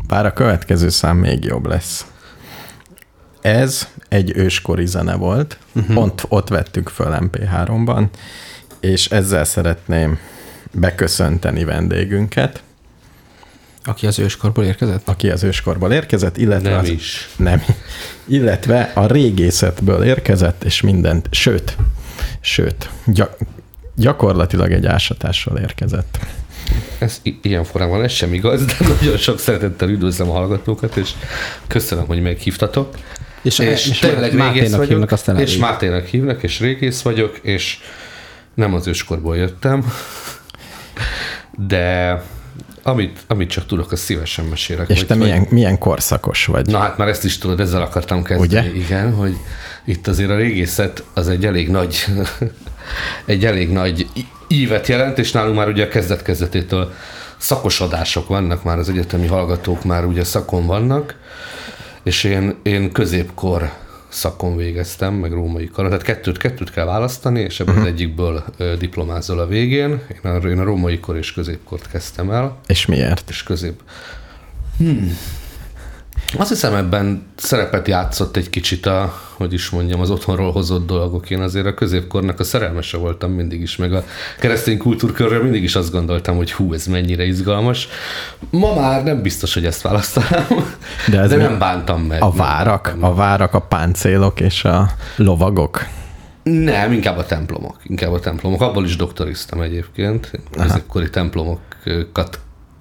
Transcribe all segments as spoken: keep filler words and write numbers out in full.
Bár a következő szám még jobb lesz. Ez egy őskori zene volt, uh-huh. ott, ott vettük föl em pé háromban, és ezzel szeretném beköszönteni vendégünket. Aki az őskorból érkezett? Aki az őskorból érkezett, illetve, nem az, is. Nem, illetve a régészetből érkezett, és mindent, sőt, sőt, gyak, gyakorlatilag egy ásatással érkezett. Ez i- ilyen formában ez sem igaz, de nagyon sok szeretettel üdvözlöm a hallgatókat, és köszönöm, hogy meghívtatok. És, és, és tényleg régész vagyok, hívnak, aztán és Máténak hívnak, és régész vagyok, és nem az őskorból jöttem, de amit, amit csak tudok, azt szívesen mesélek. És te vagy, milyen, milyen korszakos vagy? Na hát már ezt is tudod, ezzel akartam kezdeni. Ugye? Igen, hogy itt azért a régészet az egy elég nagy, egy elég nagy ívet jelent, és nálunk már ugye a kezdet-kezdetétől szakosodások vannak, már az egyetemi hallgatók már ugye szakon vannak, és én, én középkor szakon végeztem, meg római karon, tehát kettőt, kettőt kell választani, és ebből uh-huh. az egyikből ö, diplomázol a végén. Én a, én a római kor és középkort kezdtem el. És miért? És közép. Hmm. Azt hiszem, ebben szerepet játszott egy kicsit a, hogy is mondjam, az otthonról hozott dolgok. Én azért a középkornak a szerelmese voltam mindig is, meg a keresztény kultúrkörről mindig is azt gondoltam, hogy hú, ez mennyire izgalmas. Ma már nem biztos, hogy ezt választanám, de, de nem bántam meg. A várak, bántam a várak, a páncélok és a lovagok? Nem, inkább a templomok. Inkább a templomok. Abból is doktoriztam egyébként. Középkori templomokat.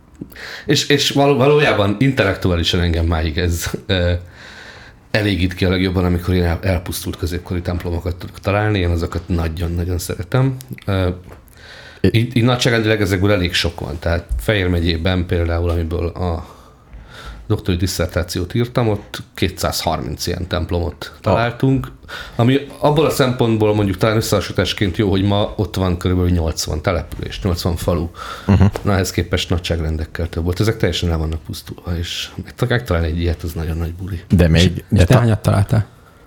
És, és valójában intellektuálisan engem máig ez e, elégít ki a legjobban, amikor én el, elpusztult középkori templomokat tudok találni, én azokat nagyon-nagyon szeretem. E, így, így nagyságrendileg ezekből elég sok van, tehát Fejér megyében például, amiből a doktori disszertációt írtam, ott kétszázharminc ilyen templomot találtunk, ami abból a szempontból mondjuk talán összehasonlításként jó, hogy ma ott van körülbelül nyolcvan település, nyolcvan falu. Uh-huh. Na, ehhez képest nagyságrendekkel több volt. Ezek teljesen el vannak pusztulva, és megtalálni egy ilyet, az nagyon nagy buli. De még... De te hányat találtál?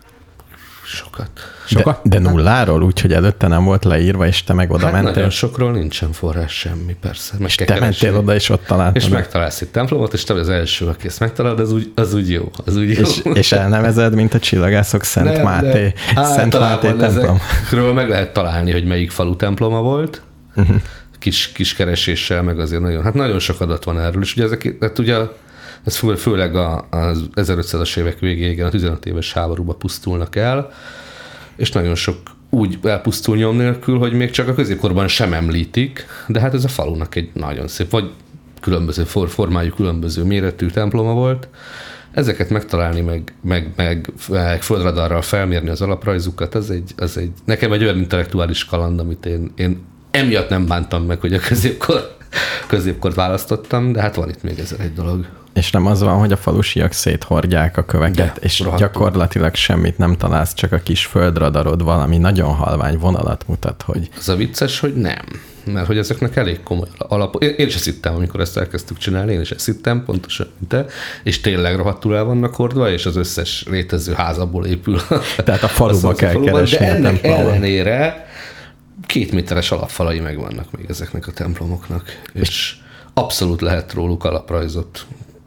Sokat. De, de nulláról, úgyhogy előtte nem volt leírva, és te meg oda hát mentél? nagyon sokról nincsen forrás semmi, persze. Meg és te mentél oda, és ott találtad. És megtalálsz egy templomot, és te az első, aki ezt megtalálod, az úgy, az úgy jó. Az úgy jó. És, és elnevezed, mint a csillagászok Szent nem, Máté, Szent Máté templom. Ezekről meg lehet találni, hogy melyik falu temploma volt. Uh-huh. Kis, kis kereséssel, meg azért nagyon, hát nagyon sok adat van erről, és ugye ezek, hát ugye ez fő, főleg az ezerötszázas évek végéig, a tizenöt éves háborúba pusztulnak el, és nagyon sok úgy elpusztul nyom nélkül, hogy még csak a középkorban sem említik, de hát ez a falunak egy nagyon szép, vagy különböző formájú, különböző méretű temploma volt. Ezeket megtalálni, meg, meg, meg, meg földradarral felmérni az alaprajzukat, az egy, az egy, nekem egy olyan intellektuális kaland, amit én, én emiatt nem bántam meg, hogy a középkor, középkort választottam, de hát van itt még ezer egy dolog. És nem az van, hogy a falusiak széthordják a köveket, de, és rohadtul. Gyakorlatilag semmit nem találsz, csak a kis földradarod valami nagyon halvány vonalat mutat, hogy... Az a vicces, hogy nem. Mert hogy ezeknek elég komoly alap. Én, én is ezt hittem, amikor ezt elkezdtük csinálni, én is ezt hittem, pontosan, mint te, és tényleg rohadtul el vannak hordva, és az összes létező házabból épül. Tehát a faluba kell faluban, keresni. De ennek ellenére két méteres alapfalai megvannak még ezeknek a templomoknak, és abszolút lehet róluk alaprajzot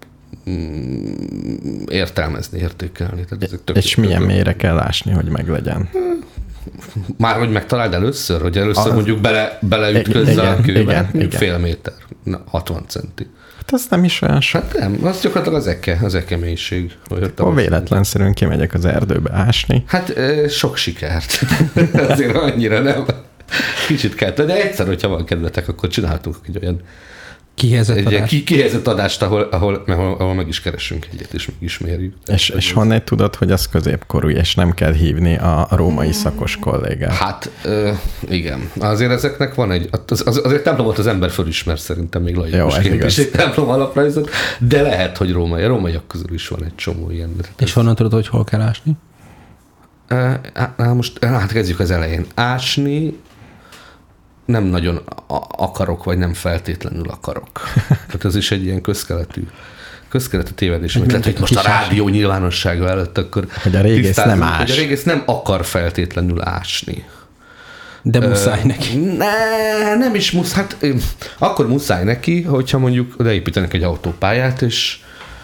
értelmezni, értékelni. Tehát ezek tök, és tök, milyen tök, mélyre kell ásni, hogy meglegyen? Már hogy megtaláld először, hogy először az... mondjuk bele, beleütközze a kőbe, fél méter, na, hatvan centi. Hát az nem is olyan sok. Hát nem, az gyakorlatilag az eke, az eke mélység. Akkor véletlenszerűen kimegyek az erdőbe ásni. Hát sok sikert. Azért annyira nem. Kicsit kell, de egyszer, hogyha van kedvetek, akkor csináltunk egy olyan Kihelyezett egy adást. Kihelyezett adást, ahol, ahol, ahol, ahol meg is keresünk egyet, és megismerjük. És, és honnan tudod, hogy az középkorú, és nem kell hívni a római szakos kollégát? Hát igen. Azért ezeknek van egy, az, az, azért templomot az ember fölismer szerintem még laikusként is egy templom alaprajzot, de lehet, hogy római, a rómaiak közül is van egy csomó ilyen. És honnan tudod, hogy hol kell ásni? Hát most hát kezdjük az elején. Ásni nem nagyon akarok, vagy nem feltétlenül akarok. Tehát ez is egy ilyen közkeletű, közkeletű tévedés. Amit lehet, hogy most a rádió nyilvánossága előtt akkor hogy a régész nem ás. Hogy a régész nem akar feltétlenül ásni. De muszáj Ö, neki. Ne, nem is muszáj. Hát akkor muszáj neki, hogyha mondjuk odaépítenek egy autópályát, és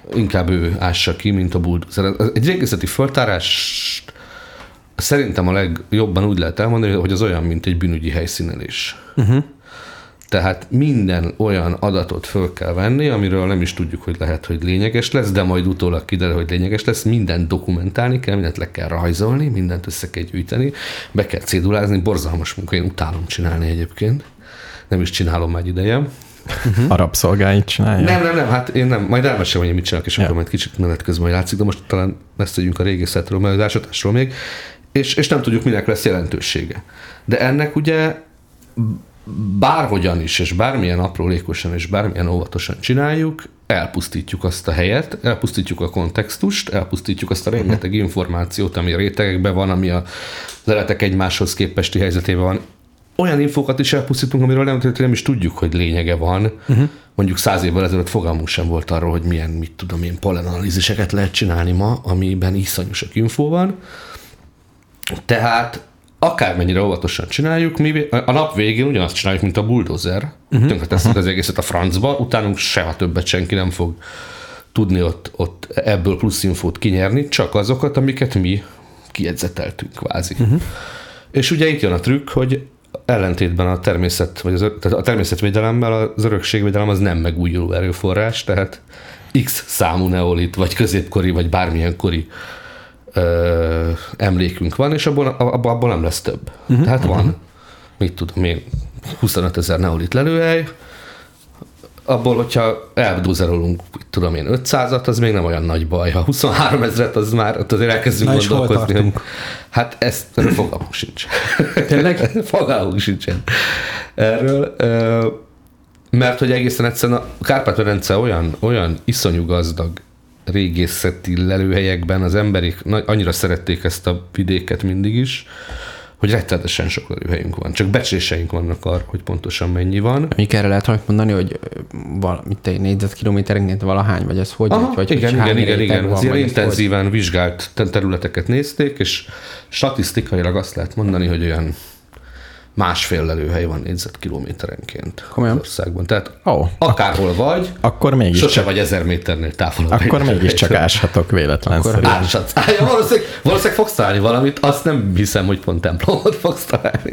inkább ő ássa ki, mint a bulldozer. Egy régészeti föltárást szerintem a legjobban úgy lehet elmondani, hogy az olyan, mint egy bűnügyi helyszínelés. Uh-huh. Tehát minden olyan adatot föl kell venni, amiről nem is tudjuk, hogy lehet, hogy lényeges lesz, de majd utólag kiderül, hogy lényeges lesz, mindent dokumentálni kell, mindent le kell rajzolni, mindent össze kell gyűjteni, be kell cédulázni, borzalmas munka, én utálom csinálni egyébként. Nem is csinálom már egy ideje. Uh-huh. A rabszolgáit csinálja? Nem, nem, nem, hát én nem, majd elmesélem, hogy én mit csinálok, és ja. akkor majd kicsit menet közben majd látszik, de most talán beszéljünk a régészetről, majd az ásatásról még, és, és nem tudjuk, minek lesz jelentősége. De ennek ugye bárhogyan is, és bármilyen aprólékosan, és bármilyen óvatosan csináljuk, elpusztítjuk azt a helyet, elpusztítjuk a kontextust, elpusztítjuk azt a rengeteg információt, ami a rétegekben van, ami az leletek egymáshoz képesti helyzetében van. Olyan infókat is elpusztítunk, amiről nem, nem is tudjuk, hogy lényege van. Uh-huh. Mondjuk száz évvel ezelőtt fogalmunk sem volt arról, hogy milyen, mit tudom én, pollenanalíziseket lehet csinálni ma, amiben iszonyú sok infó van. Tehát akármennyire óvatosan csináljuk, mi a nap végén ugyanazt csináljuk, mint a bulldozer. Uh-huh. Tönkretesszük uh-huh. az egészet a francba, utánunk soha többet senki nem fog tudni ott, ott ebből plusz infót kinyerni, csak azokat, amiket mi kiedzeteltünk kvázi. Uh-huh. És ugye itt jön a trükk, hogy ellentétben a természet, vagy az, tehát a természetvédelemmel az örökségvédelem az nem megújuló erőforrás, tehát X számú neolit, vagy középkori, vagy bármilyen kori ö, emlékünk van, és abból, abból, abból nem lesz több. Uh-huh. Tehát van, uh-huh. mit tudom én, huszonöt ezer neolit lelőhely, abból, hogyha eldózerolunk, tudom én, ötszázat, az még nem olyan nagy baj. Ha huszonhárom ezret, az már ott azért elkezdünk Na gondolkozni. Hogy, hát ezt fogalmunk sincs. Tényleg? Fogalmunk sincsen erről. Mert hogy egészen egyszerűen a Kárpát-medence olyan, olyan iszonyú gazdag régészeti lelőhelyekben az emberek annyira szerették ezt a vidéket mindig is, hogy rettenetesen sok lelőhelyünk van. Csak becsléseink vannak arra, hogy pontosan mennyi van. Még erre lehet valamit mondani, hogy valamit egy négyzetkilométerenként valahány, vagy ez hogy? Aha, vagy igen, hogy igen, igen, igen. Van, az ilyen intenzíven hogy... vizsgált területeket nézték, és statisztikailag azt lehet mondani, hogy olyan másfél lelőhely van négyzetkilométerenként az országban. Tehát oh, akárhol vagy, akkor mégis sose csak, vagy ezer méternél távolabb. Akkor mégiscsak áshatok véletlenszerűen. Áshatsz. Ja, valószínűleg, valószínűleg fogsz találni valamit, azt nem hiszem, hogy pont templomot fogsz találni.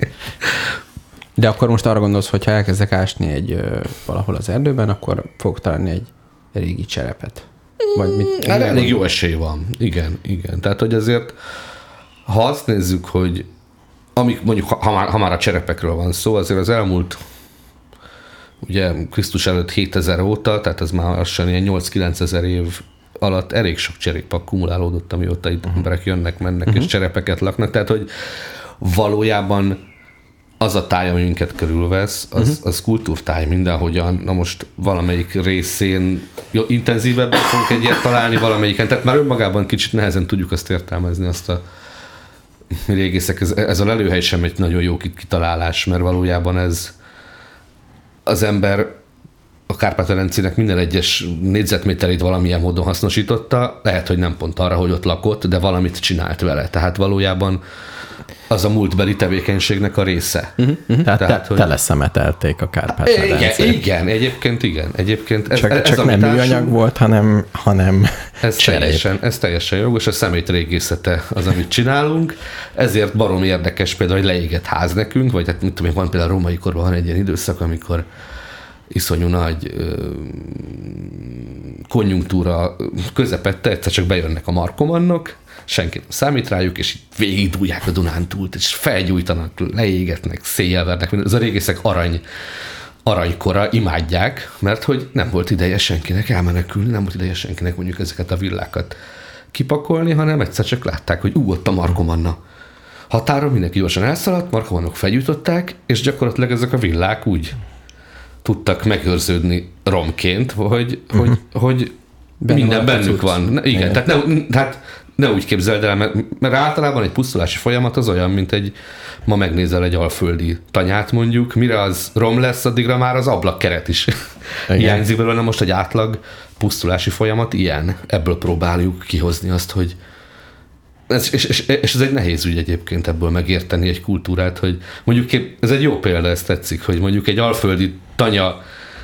De akkor most arra gondolsz, hogy ha elkezdek ásni egy valahol az erdőben, akkor fogok találni egy régi cserepet. Vagy mit? Hát elég jó esély van. Igen, igen. Tehát, hogy azért, ha azt nézzük, hogy amik mondjuk, ha már, ha már a cserepekről van szó, azért az elmúlt ugye Krisztus előtt hétezer óta, tehát ez már lassan ilyen nyolc-kilenc ezer év alatt elég sok cserép akkumulálódott, amióta itt uh-huh. emberek jönnek, mennek uh-huh. és cserepeket laknak. Tehát, hogy valójában az a táj, ami minket körülvesz, az, uh-huh. az kultúrtáj mindenhogyan. Na most valamelyik részén jó, intenzívebben fogunk egy ilyet találni, valamelyiken. Tehát már önmagában kicsit nehezen tudjuk azt értelmezni, azt a régészek, ez, ez a lelőhely sem egy nagyon jó kitalálás, mert valójában ez az ember a Kárpát-medencének minden egyes négyzetméterét valamilyen módon hasznosította, lehet, hogy nem pont arra, hogy ott lakott, de valamit csinált vele. Tehát valójában az a múltbeli tevékenységnek a része. Uh-huh, uh-huh. Tehát, Tehát te, hogy... teleszemetelték a Kárpát-medencét. Igen, igen, egyébként igen. Egyébként ez, csak ez csak nem műanyag volt, hanem, hanem ez teljesen, ez teljesen jogos, a szemét régészete az, amit csinálunk. Ezért barom érdekes például, hogy leégett ház nekünk, vagy hát mit tudom én, van például a római korban van egy ilyen időszak, amikor iszonyú nagy ö, konjunktúra közepette, egyszer csak bejönnek a markomannok, senki nem számít rájuk, és itt végigdúlják a Dunántúlt, és felgyújtanak, leégetnek, széjjelvernek. Ez a régészek arany, aranykora, imádják, mert hogy nem volt ideje senkinek elmenekülni, nem volt ideje senkinek mondjuk ezeket a villákat kipakolni, hanem egyszer csak látták, hogy ú, ott a markomanna. Határon mindenki gyorsan elszaladt, markomannok felgyújtották, és gyakorlatilag ezek a villák úgy tudtak megőrződni romként, hogy, uh-huh. hogy, hogy minden bennük van. Ne, igen, igen. Tehát, ne, tehát ne úgy képzeld el, mert, mert általában egy pusztulási folyamat az olyan, mint egy, ma megnézel egy alföldi tanyát mondjuk, mire az rom lesz, addigra már az ablakkeret is hiányzik belőle. Most egy átlag pusztulási folyamat ilyen. Ebből próbáljuk kihozni azt, hogy ez, és, és, és ez egy nehéz ügy egyébként ebből megérteni egy kultúrát, hogy mondjuk ez egy jó példa, ez tetszik, hogy mondjuk egy alföldi tanya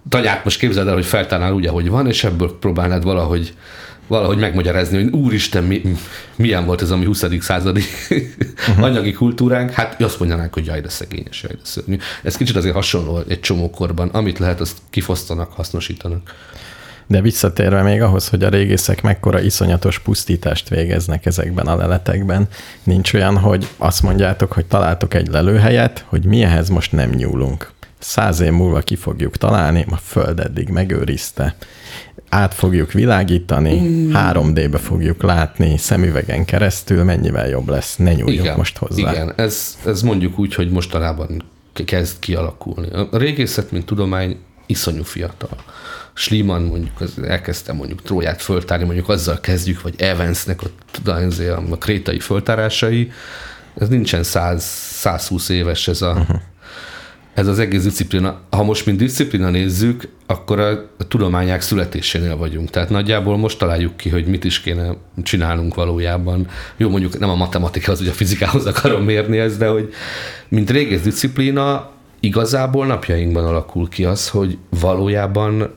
tanyát most képzeld el, hogy feltárnál úgy, ahogy van, és ebből próbálnád valahogy, valahogy megmagyarázni, hogy úristen, mi, milyen volt ez a mi huszadik századi uh-huh. anyagi kultúránk, hát azt mondanánk, hogy jaj, de szegényes, jaj, de szörnyű. Ez kicsit azért hasonló egy csomó korban, amit lehet, azt kifosztanak, hasznosítanak. De visszatérve még ahhoz, hogy a régészek mekkora iszonyatos pusztítást végeznek ezekben a leletekben, nincs olyan, hogy azt mondjátok, hogy találtok egy lelőhelyet, hogy mi ehhez most nem nyúlunk. Száz év múlva ki fogjuk találni, a Föld eddig megőrizte. Át fogjuk világítani, mm. három dé-be fogjuk látni, szemüvegen keresztül, mennyivel jobb lesz, ne nyúljunk igen, most hozzá. Igen, ez, ez mondjuk úgy, hogy mostanában kezd kialakulni. A régészet, mint tudomány, iszonyú fiatal. Schliemann mondjuk az elkezdte mondjuk Tróját föltárni, mondjuk azzal kezdjük, vagy Evansnek ott, a krétai föltárásai, ez nincsen száz, százhúsz éves ez, a, uh-huh. ez az egész disziplína. Ha most mint disziplína nézzük, akkor a, a tudományák születésénél vagyunk. Tehát nagyjából most találjuk ki, hogy mit is kéne csinálnunk valójában. Jó, mondjuk nem a matematikához, vagy a fizikához akarom mérni ezt, de hogy mint régész disziplína igazából napjainkban alakul ki az, hogy valójában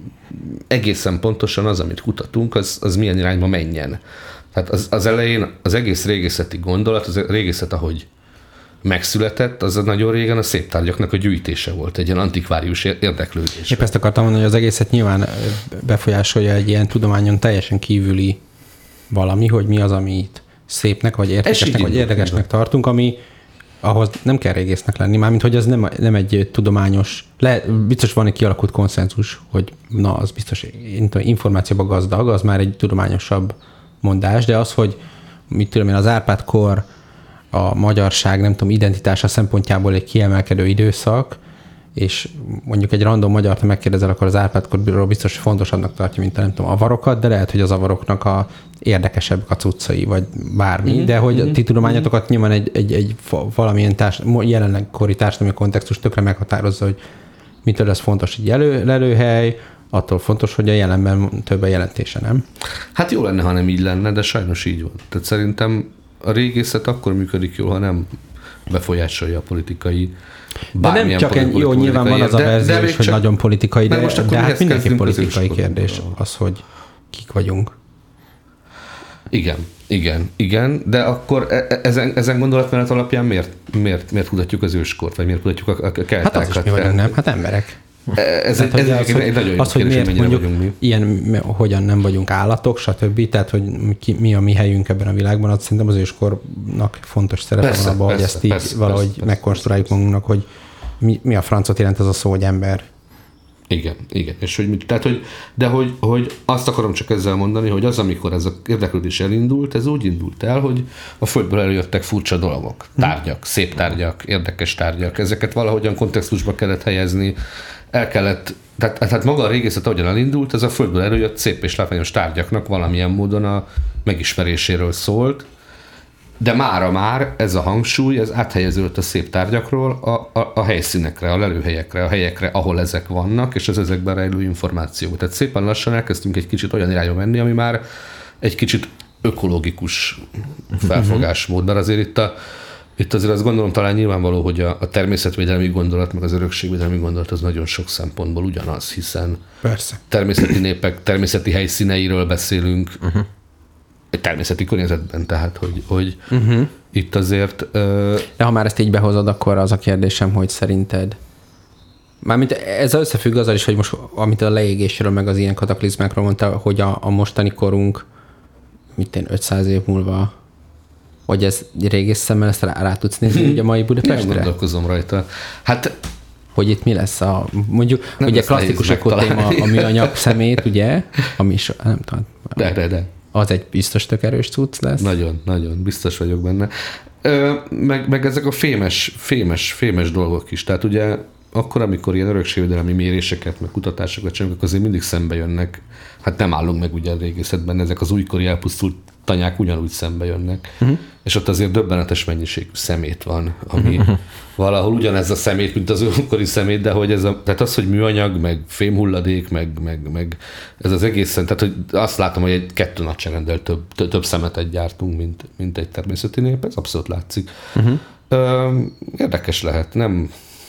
egészen pontosan az, amit kutatunk, az, az milyen irányba menjen. Tehát az, az elején az egész régészeti gondolat, az régészet, ahogy megszületett, az nagyon régen a szép tárgyaknak a gyűjtése volt, egy ilyen antikvárius érdeklődés. Épp ezt akartam mondani, hogy az egészet nyilván befolyásolja egy ilyen tudományon teljesen kívüli valami, hogy mi az, amit szépnek, vagy értékesnek, vagy érdekesnek tartunk, ami ahhoz nem kell régésznek lenni, mármint, hogy ez nem, nem egy tudományos, le, biztos van egy kialakult konszenzus, hogy na, az biztos információban gazdag, az már egy tudományosabb mondás, de az, hogy mit tudom én, az Árpád-kor a magyarság, nem tudom, identitása szempontjából egy kiemelkedő időszak, és mondjuk egy random magyart, ha megkérdezel, akkor az Árpád-korról biztos fontosabbnak tartja, mint a, nem tudom, avarokkat, de lehet, hogy az avaroknak a érdekesebbek a cuccai, vagy bármi, mm-hmm. de hogy mm-hmm. ti tudományotokat nyilván egy, egy, egy valamilyen társ, jelenlegkori társadalmi kontextus tökre meghatározza, hogy mitől ez fontos egy elő, lelőhely, attól fontos, hogy a jelenben több a jelentése, nem? Hát jó lenne, ha nem így lenne, de sajnos így van. Tehát szerintem a régészet akkor működik jól, ha nem befolyásolja a politikai de nem csak egy, jó, nyilván van az a verzió is, hogy nagyon politikai, de, de, de hát mindenki politikai kérdés az, hogy kik vagyunk. Igen, igen, igen, de akkor ezen, ezen gondolatmenet alapján miért, miért, miért kutatjuk az őskort, vagy miért kutatjuk a, a keltákat? Hát az is mi vagyunk, nem? Hát emberek. Ez, tehát, egy, ez az, egy, egy nagyon jó az, kérdés, hogy miért mondjuk mi. Ilyen, hogyan nem vagyunk állatok, stb. Tehát, hogy ki, mi a mi helyünk ebben a világban, az szerintem az őskornak fontos szerepe persze, van abban, hogy ezt így persze, valahogy persze, megkonstruáljuk persze, magunknak, hogy mi, mi a francot jelent ez a szó, hogy ember. Igen, igen. És hogy, tehát, hogy, de hogy, hogy azt akarom csak ezzel mondani, hogy az, amikor ez az érdeklődés elindult, ez úgy indult el, hogy a Földből előjöttek furcsa dolgok, tárgyak, szép tárgyak, érdekes tárgyak, ezeket valahogyan kontextusba kellett helyezni, el kellett, tehát, tehát maga a régészet, ahogyan elindult, ez a Földből előjött szép és látványos tárgyaknak valamilyen módon a megismeréséről szólt, de mára már ez a hangsúly, ez áthelyeződött a szép tárgyakról a, a, a helyszínekre, a lelőhelyekre, a helyekre, ahol ezek vannak, és az ezekben rejlő információk. Tehát szépen lassan elkezdtünk egy kicsit olyan irányba menni, ami már egy kicsit ökológikus felfogásmód, mert azért itt, a, itt azért azt gondolom talán nyilvánvaló, hogy a, a természetvédelmi gondolat, meg az örökségvédelmi gondolat az nagyon sok szempontból ugyanaz, hiszen persze. Természeti népek, természeti helyszíneiről beszélünk, uh-huh. egy természeti környezetben, tehát, hogy, hogy uh-huh. itt azért... Uh... De ha már ezt így behozod, akkor az a kérdésem, hogy szerinted... Mármint ez összefügg azzal is, hogy most, amit a leégésről, meg az ilyen kataklizmákról mondta, hogy a, a mostani korunk, mit én, ötszáz év múlva, hogy ez régész szemmel ezt rá, rá tudsz nézni, ugye a mai Budapestre? Nem gondolkozom rajta. Hát... Hogy itt mi lesz a... Mondjuk, nem ugye klasszikus ökotéma a műanyag szemét, ugye? Ami is... Nem tudom. De, de, de. Az egy biztos tök erős cucc lesz. Nagyon, nagyon, biztos vagyok benne. Ö, meg, meg ezek a fémes, fémes, fémes dolgok is. Tehát ugye akkor, amikor ilyen örökségvédelmi méréseket, meg kutatásokat csinálunk, akkor azért mindig szembe jönnek. Hát nem állunk meg ugye a régészetben, ezek az újkori elpusztult tanyák ugyanúgy szembe jönnek. Uh-huh. És ott azért döbbenetes mennyiségű szemét van, ami uh-huh. valahol ugyanez a szemét, mint az újkori szemét, de hogy ez a, tehát az, hogy műanyag, meg fémhulladék, meg, meg, meg ez az egészen, tehát hogy azt látom, hogy egy kettő nagyságrendel több, több szemetet gyártunk, mint, mint egy természeti nép, ez abszolút látszik. Uh-huh. Ö, érdekes lehet, nem...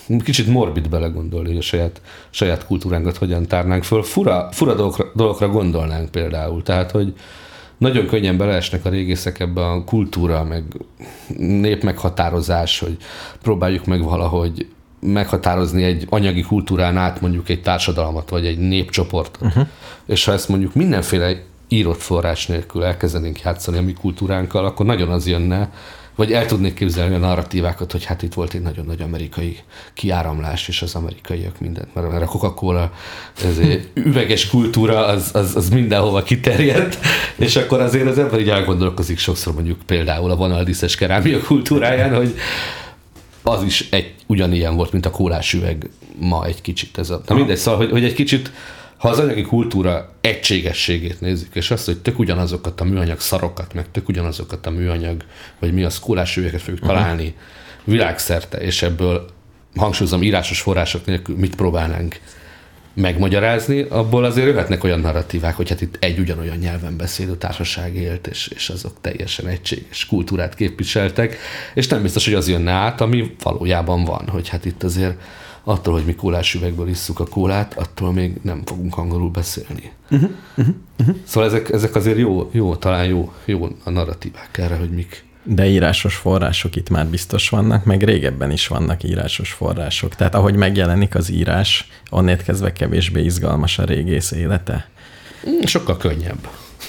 kicsit morbid belegondolni, hogy a saját, saját kultúránkat hogyan tárnánk föl. Fura, fura dolgokra, dolgokra gondolnánk például. Tehát, hogy nagyon könnyen beleesnek a régészek ebbe a kultúra, meg népmeghatározás, hogy próbáljuk meg valahogy meghatározni egy anyagi kultúrán át mondjuk egy társadalmat, vagy egy népcsoportot. Uh-huh. És ha ezt mondjuk mindenféle írott forrás nélkül elkezdenénk játszani a mi kultúránkkal, akkor nagyon az jönne, vagy el tudnék képzelni olyan narratívákat, hogy hát itt volt egy nagyon nagy amerikai kiáramlás, és az amerikaiak mindent, mert a Coca-Cola, ez egy üveges kultúra, az, az, az mindenhova kiterjedt, és akkor azért az ember így elgondolkozik sokszor mondjuk például a vanaldiszes kerámia kultúráján, hogy az is egy ugyanilyen volt, mint a kólás üveg ma egy kicsit. Ez a, na mindegy, szóval, hogy, hogy egy kicsit, ha az anyagi kultúra egységességét nézzük, és azt, hogy tök ugyanazokat a műanyag szarokat, meg tök ugyanazokat a műanyag, vagy mi az kólás üveget fogjuk uh-huh. találni világszerte, és ebből, hangsúlyozom, írásos források nélkül mit próbálnánk megmagyarázni, abból azért jöhetnek olyan narratívák, hogy hát itt egy ugyanolyan nyelven beszélő társaság élt, és, és azok teljesen egységes kultúrát képviseltek, és nem biztos, hogy az jönne át, ami valójában van, hogy hát itt azért attól, hogy mi kólás üvegből isszuk a kólát, attól még nem fogunk angolul beszélni. Uh-huh, uh-huh, uh-huh. Szóval ezek, ezek azért jó, jó, talán jó, jó a narratívák erre, hogy mik. De írásos források itt már biztos vannak, meg régebben is vannak írásos források. Tehát ahogy megjelenik az írás, onnét kezdve kevésbé izgalmas a régész élete. Sokkal könnyebb.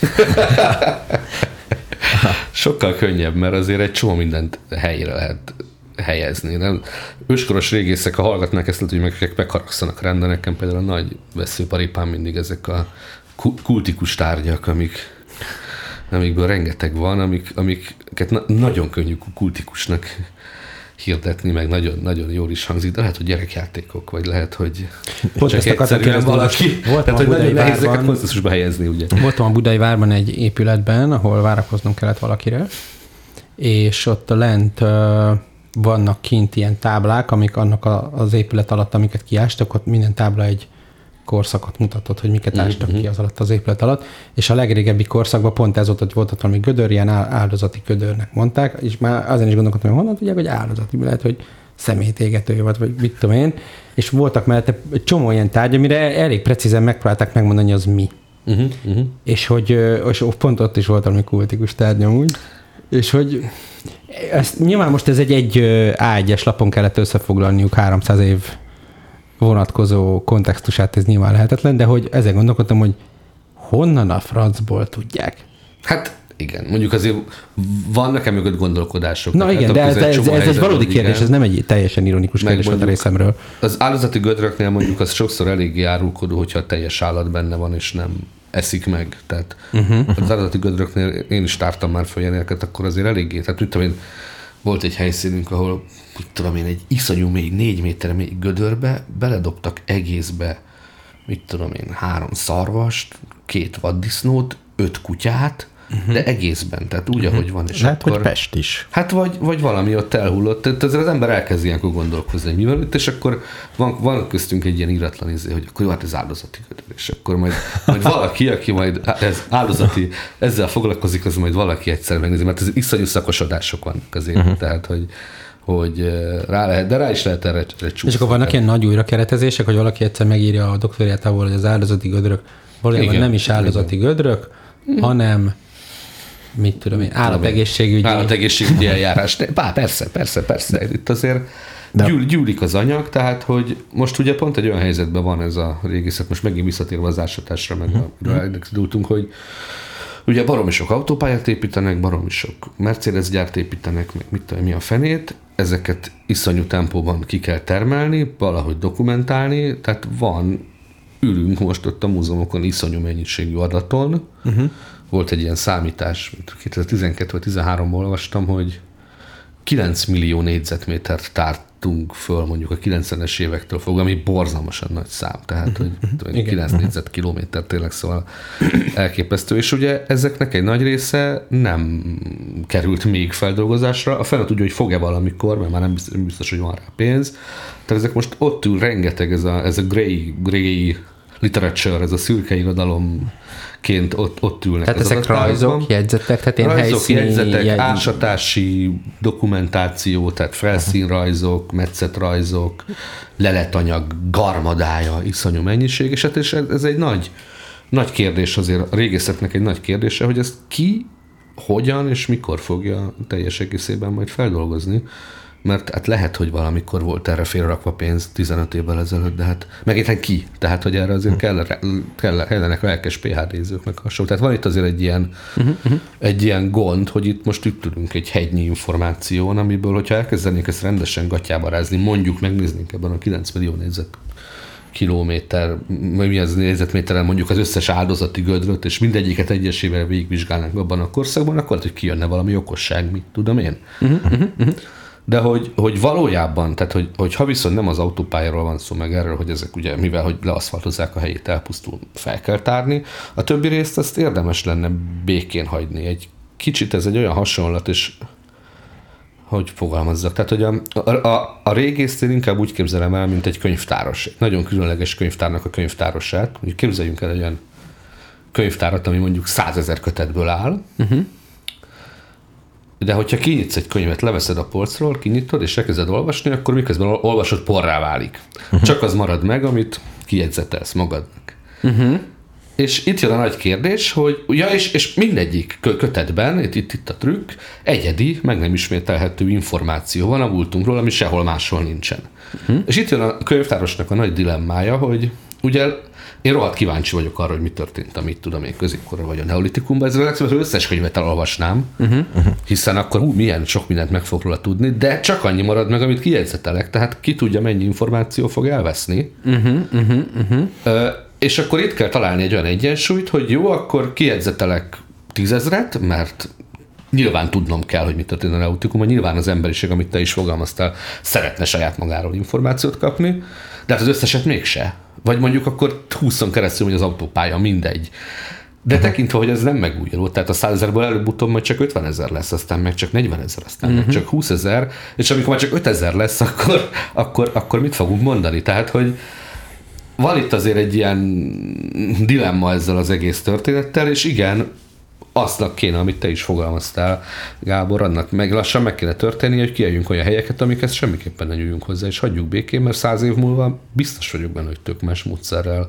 Sokkal könnyebb, mert azért egy csomó mindent helyre lehet helyezni. Nem? Őskoros régészek, ha hallgatnák ezt, hogy meg, megharagszanak rá, de nekem például a nagy veszőparipám mindig ezek a kultikus tárgyak, amik amikből rengeteg van, amik, amiket na- nagyon könnyű kultikusnak hirdetni, meg nagyon, nagyon jól is hangzik, de lehet, hogy gyerekjátékok, vagy lehet, hogy Pont csak egyszerűen valaki. Tehát, hogy nagyon nehéz ezeket kontextusba helyezni, ugye. Voltam a Budai várban egy épületben, ahol várakoznom kellett valakire, és ott lent uh, vannak kint ilyen táblák, amik annak a, az épület alatt, amiket kiástak, ott minden tábla egy korszakot mutatott, hogy miket ástak uh-huh. ki az alatt az épület alatt, és a legrégebbi korszakban pont ez volt, hogy volt valami gödör, ilyen áldozati gödörnek mondták, és már azért is gondolkodtam, hogy honnan tudják, hogy áldozati, lehet, hogy szemétégető volt, vagy mit tudom én, és voltak mellette egy csomó ilyen tárgy, amire elég precízen megpróbálták megmondani, hogy az mi. Uh-huh. Uh-huh. És hogy és pont ott is volt valami kultikus tárgy amúgy, és hogy ezt, nyilván most ez egy egy á egyes lapon kellett összefoglalniuk háromszáz év vonatkozó kontextusát, ez nyilván lehetetlen, de hogy ezen gondolkodtam, hogy honnan a francból tudják? Hát igen, mondjuk azért vannak-e mögött gondolkodások. Na igen, de ez, ez, ez egy valódi kérdés, ez nem egy teljesen ironikus meg kérdés volt a részemről. Az áldozati gödröknél mondjuk az sokszor eléggé árulkodó, hogyha a teljes állat benne van, és nem eszik meg. Tehát uh-huh. az áldozati gödröknél én is tártam már föl ilyeneket, akkor azért eléggé. Tehát mit tudom én, volt egy helyszínünk, ahol mit tudom én, egy iszonyú mély, négy méter mély gödörbe beledobtak egészbe, mit tudom én, három szarvast, két vaddisznót, öt kutyát, uh-huh. de egészben, tehát úgy, uh-huh. ahogy van. És lehet, akkor, hogy Pest is. Hát vagy, vagy valami ott elhullott, tehát azért az ember elkezd ilyenkor gondolkozni, hogy mi van itt, és akkor van, van köztünk egy ilyen íratlan izé, hogy akkor jó, hát ez áldozati gödör, és akkor majd, majd valaki, aki majd ez áldozati, ezzel foglalkozik, az majd valaki egyszer megnézi, mert ez iszonyú szakosodások vannak azért, uh-huh. tehát, hogy hogy rá lehet, de rá is lehet erre csúszni. És akkor vannak ilyen nagy újrakeretezések, hogy valaki egyszer megírja a doktoriátával, hogy az áldozati gödrök valójában igen, nem is áldozati igen. gödrök, mm. hanem mit tudom én, állategészségügyi. Állategészségügyi eljárás. Bár persze, persze, persze. Itt azért gyűl, gyűlik az anyag, tehát hogy most ugye pont egy olyan helyzetben van ez a régészet, most megint visszatérve az ásatásra, meg mm. indultunk, hogy ugye baromi sok autópályát építenek, baromi sok Mercedes gyárt építenek, meg mit tudom, mi a fenét, ezeket iszonyú tempóban ki kell termelni, valahogy dokumentálni, tehát van, ülünk most ott a múzeumokon iszonyú mennyiségű adaton. Uh-huh. Volt egy ilyen számítás, kétezer-tizenkettő vagy tizenháromban olvastam, hogy kilenc millió négyzetmétert tártunk föl mondjuk a kilencvenes évektől fogva, ami borzalmasan nagy szám, tehát uh-huh. hogy uh-huh. kilenc négyzetkilométer tényleg, szóval elképesztő, és ugye ezeknek egy nagy része nem került még feldolgozásra, a fene tudja, hogy fog-e valamikor, mert már nem biztos, biztos hogy van rá pénz, tehát ezek most ott ül rengeteg, ez a, ez a gray, gray literature, ez a szürke irodalomként ott, ott ülnek. Tehát ezek rajzok, jegyzetek, tehát én rajzok, helyszíni... jegyzetek, jegy... ásatási dokumentáció, tehát felszínrajzok, metszetrajzok, leletanyag garmadája, iszonyú mennyiség, és hát ez egy nagy, nagy kérdés azért, a régészetnek egy nagy kérdése, hogy ezt ki, hogyan és mikor fogja teljes egészében majd feldolgozni. Mert hát lehet, hogy valamikor volt erre félrakva pénz tizenöt évvel ezelőtt, de hát megint ki? Tehát, hogy erre azért kell, kell, kellenek lelkes pé há dé-zők meg hasonló. Tehát van itt azért egy ilyen, uh-huh. egy ilyen gond, hogy itt most itt tudunk egy hegynyi információn, amiből, hogyha elkezdenénk ezt rendesen gatyába rázni, mondjuk megnéznénk ebben a kilenc millió négyzet kilométer, vagy mi az négyzetméteren mondjuk az összes áldozati gödröt, és mindegyiket egyesével végigvizsgálnánk abban a korszakban, akkor hogy kijönne valami okosság, mit tudom én. Uh-huh. Uh-huh. De hogy, hogy valójában, tehát hogy, hogy ha viszont nem az autópályáról van szó, meg erről, hogy ezek ugye, mivel hogy leaszfaltozzák a helyét, elpusztul, fel kell tárni, a többi részt azt érdemes lenne békén hagyni. Egy kicsit ez egy olyan hasonlat, és hogy fogalmazzak, tehát hogy a, a, a, a régészt én inkább úgy képzelem el, mint egy könyvtáros. Egy nagyon különleges könyvtárnak a könyvtárosát. Mondjuk képzeljünk el egy olyan könyvtárat, ami mondjuk százezer kötetből áll, uh-huh. De hogyha kinyitsz egy könyvet, leveszed a polcról, kinyitod, és elkezded olvasni, akkor miközben olvasod, porrá válik. Uh-huh. Csak az marad meg, amit kijegyzetelsz magadnak. Uh-huh. És itt jön a nagy kérdés, hogy ja, és, és mindegyik kötetben, itt, itt, itt a trükk, egyedi, meg nem ismételhető információ van a múltunkról, ami sehol máshol nincsen. Uh-huh. És itt jön a könyvtárosnak a nagy dilemmája, hogy ugye én rohadt kíváncsi vagyok arra, hogy mi történt, amit tudom én középkorra vagy a neolitikumban. Ezzel az összes könyvet elolvasnám, uh-huh. hiszen akkor hú, milyen sok mindent meg fog róla tudni, de csak annyi marad meg, amit kijegyzetelek, tehát ki tudja, mennyi információ fog elveszni. Uh-huh, uh-huh, uh-huh. Uh, és akkor itt kell találni egy olyan egyensúlyt, hogy jó, akkor kijegyzetelek tízezret, mert nyilván tudnom kell, hogy mit történt a neolitikumban, nyilván az emberiség, amit te is fogalmaztál, szeretne saját magáról információt kapni, de hát az összeset mégse. Vagy mondjuk akkor húszon keresztül, hogy az autópálya, mindegy. De uh-huh. tekintve, hogy ez nem megújuló, tehát a százezerből előbb-utóbb majd csak ötvenezer lesz, aztán meg csak negyvenezer, aztán uh-huh. meg csak húszezer, és amikor már csak ötezer lesz, akkor, akkor, akkor mit fogunk mondani? Tehát, hogy van itt azért egy ilyen dilemma ezzel az egész történettel, és igen, aztnak kéne, amit te is fogalmaztál, Gábor, annak meg lassan meg kéne történni, hogy kiálljunk olyan helyeket, amikhez semmiképpen ne nyúljunk hozzá, és hagyjuk békén, mert száz év múlva biztos vagyok benne, hogy tök más módszerrel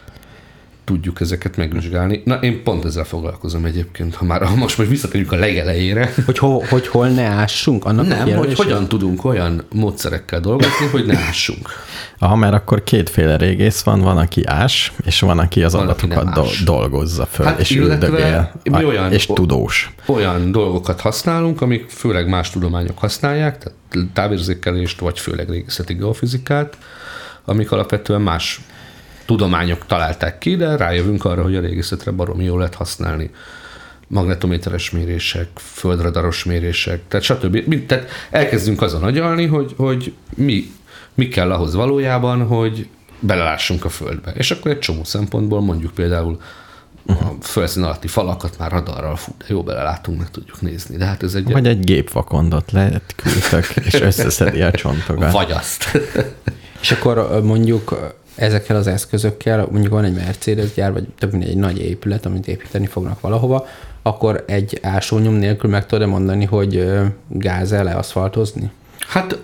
tudjuk ezeket megvizsgálni. Na, én pont ezzel foglalkozom egyébként, ha már most most visszatérjük a legelejére. Hogy, ho, hogy hol ne ássunk? Annak nem, hogy hogyan tudunk olyan módszerekkel dolgozni, hogy ne ássunk. Aha, mert akkor kétféle régész van, van, aki ás, és van, aki az van, adatokat aki do- dolgozza föl, hát, és üldögél, olyan, és tudós. Olyan dolgokat használunk, amik főleg más tudományok használják, tehát távérzékelést, vagy főleg régészeti geofizikát, amik alapvetően más tudományok találták ki, de rájövünk arra, hogy a régészetre baromi jól lehet használni. Magnetométeres mérések, földradaros mérések, tehát stb. Tehát elkezdünk azon agyalni, hogy, hogy mi, mi kell ahhoz valójában, hogy belelássunk a földbe. És akkor egy csomó szempontból mondjuk például a földszín alatti falakat már radarral, fú, de jó belelátunk, meg tudjuk nézni. De hát ez egy... Vagy egy gépvakondot lehet küldtök, és összeszedi a csontokat. Vagy azt. És akkor mondjuk ezekkel az eszközökkel, mondjuk van egy Mercedes gyár, vagy több mint egy nagy épület, amit építeni fognak valahova, akkor egy ásónyom nélkül meg tudod mondani, hogy gáz-e leaszfaltozni? Hát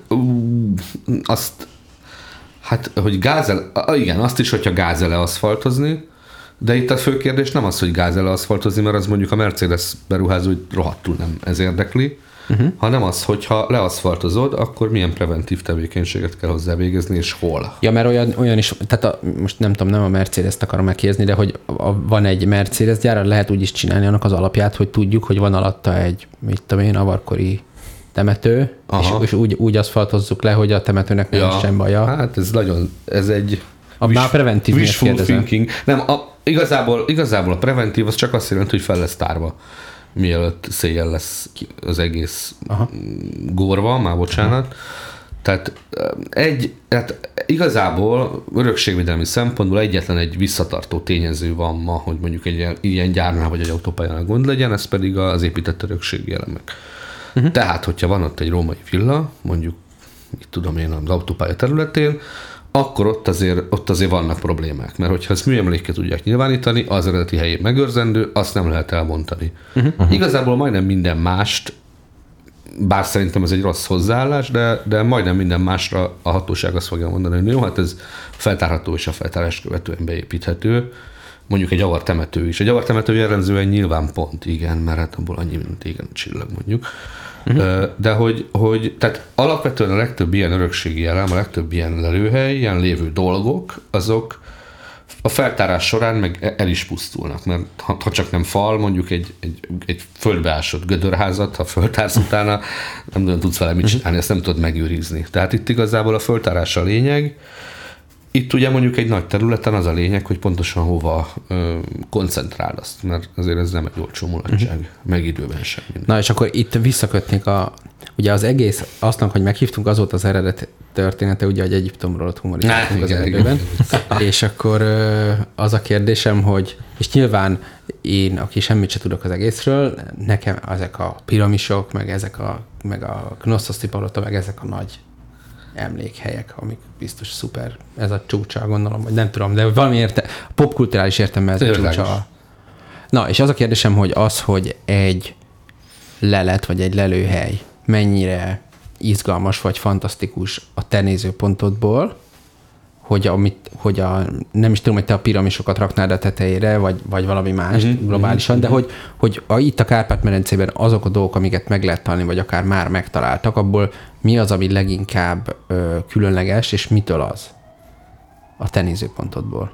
azt, hát, hogy gáz-e, igen, azt is, hogyha gáz-e leaszfaltozni, de itt a fő kérdés nem az, hogy gáz-e leaszfaltozni, mert az mondjuk a Mercedes beruházó rohadtul nem ez érdekli, uh-huh. hanem az, hogyha leaszfaltozod, akkor milyen preventív tevékenységet kell hozzá végezni, és hol. Ja, mert olyan, olyan is, tehát a, most nem tudom, nem a Mercedes-t akarom megkérdezni, de hogy a, van egy Mercedes gyár, lehet úgy is csinálni annak az alapját, hogy tudjuk, hogy van alatta egy, mit tudom én, avarkori temető, és, és úgy, úgy aszfaltozzuk le, hogy a temetőnek nem ja, sem baja. Hát ez nagyon, ez egy a wish, már preventív wishful thinking. Nem, a, igazából, igazából a preventív az csak azt jelenti, hogy fel lesz tárva, mielőtt széjjel lesz az egész Aha. gorva, már bocsánat. Aha. Tehát egy, hát igazából örökségvédelmi szempontból egyetlen egy visszatartó tényező van ma, hogy mondjuk egy ilyen gyárnál vagy egy autópályánál gond legyen, ez pedig az épített örökségi elemek. Uh-huh. Tehát, hogyha van ott egy római villa, mondjuk, mit tudom én, az autópálya területén, akkor ott azért, ott azért vannak problémák. Mert hogyha ezt műemlékkel tudják nyilvánítani, az eredeti helyén megőrzendő, azt nem lehet elbontani. Uh-huh. Igazából majdnem minden mást, bár szerintem ez egy rossz hozzáállás, de, de majdnem minden másra a hatóság azt fogja mondani, hogy jó, hát ez feltárható és a feltárás követően beépíthető. Mondjuk egy avartemető is. Egy avartemető jellemzően nyilván pont, igen, mert hát abból annyi, mint igen, csillag mondjuk. Uh-huh. De hogy, hogy tehát alapvetően a legtöbb ilyen örökségi elem, a legtöbb ilyen lelőhely, ilyen lévő dolgok, azok a feltárás során meg el is pusztulnak, mert ha, ha csak nem fal, mondjuk egy, egy, egy földbeásott gödörházat, ha föltársz utána, nem nagyon tudsz vele mit csinálni, ezt nem tudod megőrizni. Tehát itt igazából a föltárás a lényeg. Itt ugye mondjuk egy nagy területen az a lényeg, hogy pontosan hova ö, koncentrál azt, mert azért ez nem egy olcsó mulatság, uh-huh. meg időben sem. Minden. Na és akkor itt visszakötnék a, ugye az egész, aztnak, hogy meghívtunk, az volt az eredet története, ugye, hogy Egyiptomról ott humorizáltunk az erdőben. És akkor az a kérdésem, hogy, és nyilván én, aki semmit se tudok az egészről, nekem ezek a piramisok, meg ezek a, meg a Knossos palota, meg ezek a nagy emlékhelyek, amik biztos szuper, ez a csúcsa, gondolom, vagy nem tudom, de valami érte, popkulturális értelemben ez a csúcsa. Na, és az a kérdésem, hogy az, hogy egy lelet, vagy egy lelőhely mennyire izgalmas, vagy fantasztikus a te nézőpontodból, hogy, amit, hogy a, nem is tudom, hogy te a piramisokat raknád a tetejére, vagy, vagy valami más mm-hmm. globálisan, mm-hmm. de hogy, hogy a, itt a Kárpát-medencében azok a dolgok, amiket meg lehet találni, vagy akár már megtaláltak, abból mi az, ami leginkább ö, különleges, és mitől az a te nézőpontodból?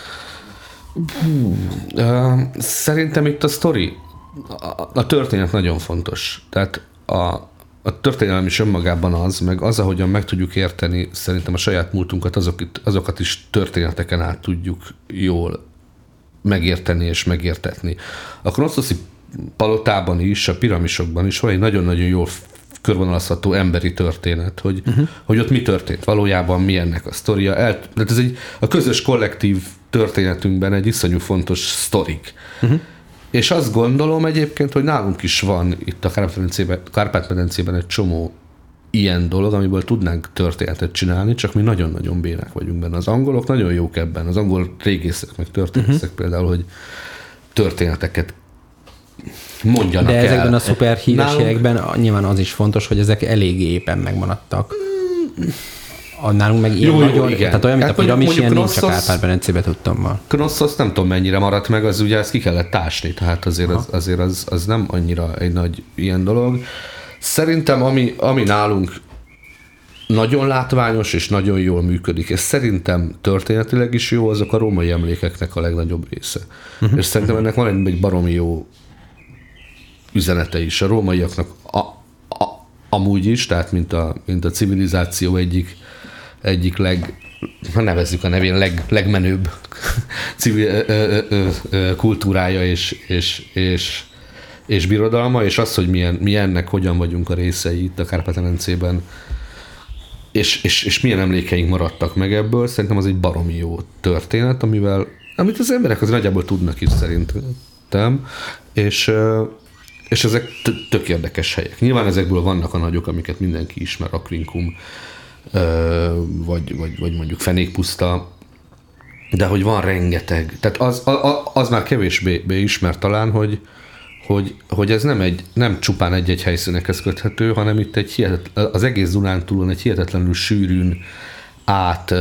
Hú, uh, szerintem itt a sztori, a, a történet nagyon fontos. Tehát a A történelem is önmagában az, meg az, ahogyan meg tudjuk érteni, szerintem a saját múltunkat, azok itt, azokat is történeteken át tudjuk jól megérteni és megértetni. A Knosszoszi palotában is, a piramisokban is van egy nagyon-nagyon jól körvonalazható emberi történet, hogy, uh-huh. hogy ott mi történt valójában, mi ennek a sztoria. El, tehát ez egy, a közös kollektív történetünkben egy iszonyú fontos sztorik. Uh-huh. És azt gondolom egyébként, hogy nálunk is van itt a Kárpát-medencében egy csomó ilyen dolog, amiből tudnánk történetet csinálni, csak mi nagyon-nagyon bénák vagyunk benne. Az angolok nagyon jók ebben, az angol régészek, meg történészek uh-huh. például, hogy történeteket mondjanak el. De ezekben el. a szuper híres nálunk... helyekben nyilván az is fontos, hogy ezek eléggé éppen megmaradtak. Nálunk meg ilyen jó, nagyon, jó, tehát olyan, mint hát a piramis, ilyen nincs a Kárpát-medencében tudtam ma. Knossos nem tudom mennyire maradt meg, az ugye ezt ki kellett tásni, tehát azért, az, azért az, az nem annyira egy nagy ilyen dolog. Szerintem ami, ami nálunk nagyon látványos és nagyon jól működik, és szerintem történetileg is jó, azok a római emlékeknek a legnagyobb része. Uh-huh. És szerintem ennek van egy, egy baromi jó üzenete is. A rómaiaknak a, a, amúgy is, tehát mint a, mint a civilizáció egyik egyik leg, ha nevezzük a nevén, leg, legmenőbb civil, ö, ö, ö, kultúrája és, és, és, és birodalma, és az, hogy milyen, mi ennek hogyan vagyunk a részei itt a Kárpát-medencében, és, és, és milyen emlékeink maradtak meg ebből, szerintem az egy baromi jó történet, amivel, amit az emberek az nagyjából tudnak is szerintem, és, és ezek tök érdekes helyek. Nyilván ezekből vannak a nagyok, amiket mindenki ismer, Aquincum, vagy, vagy, vagy mondjuk Fenékpuszta, de hogy van rengeteg. Tehát az, az, az már kevésbé ismert talán, hogy, hogy, hogy ez nem, egy, nem csupán egy-egy helyszínekhez köthető, hanem itt egy hihetetlen, az egész Dunántúlon egy hihetetlenül sűrűn át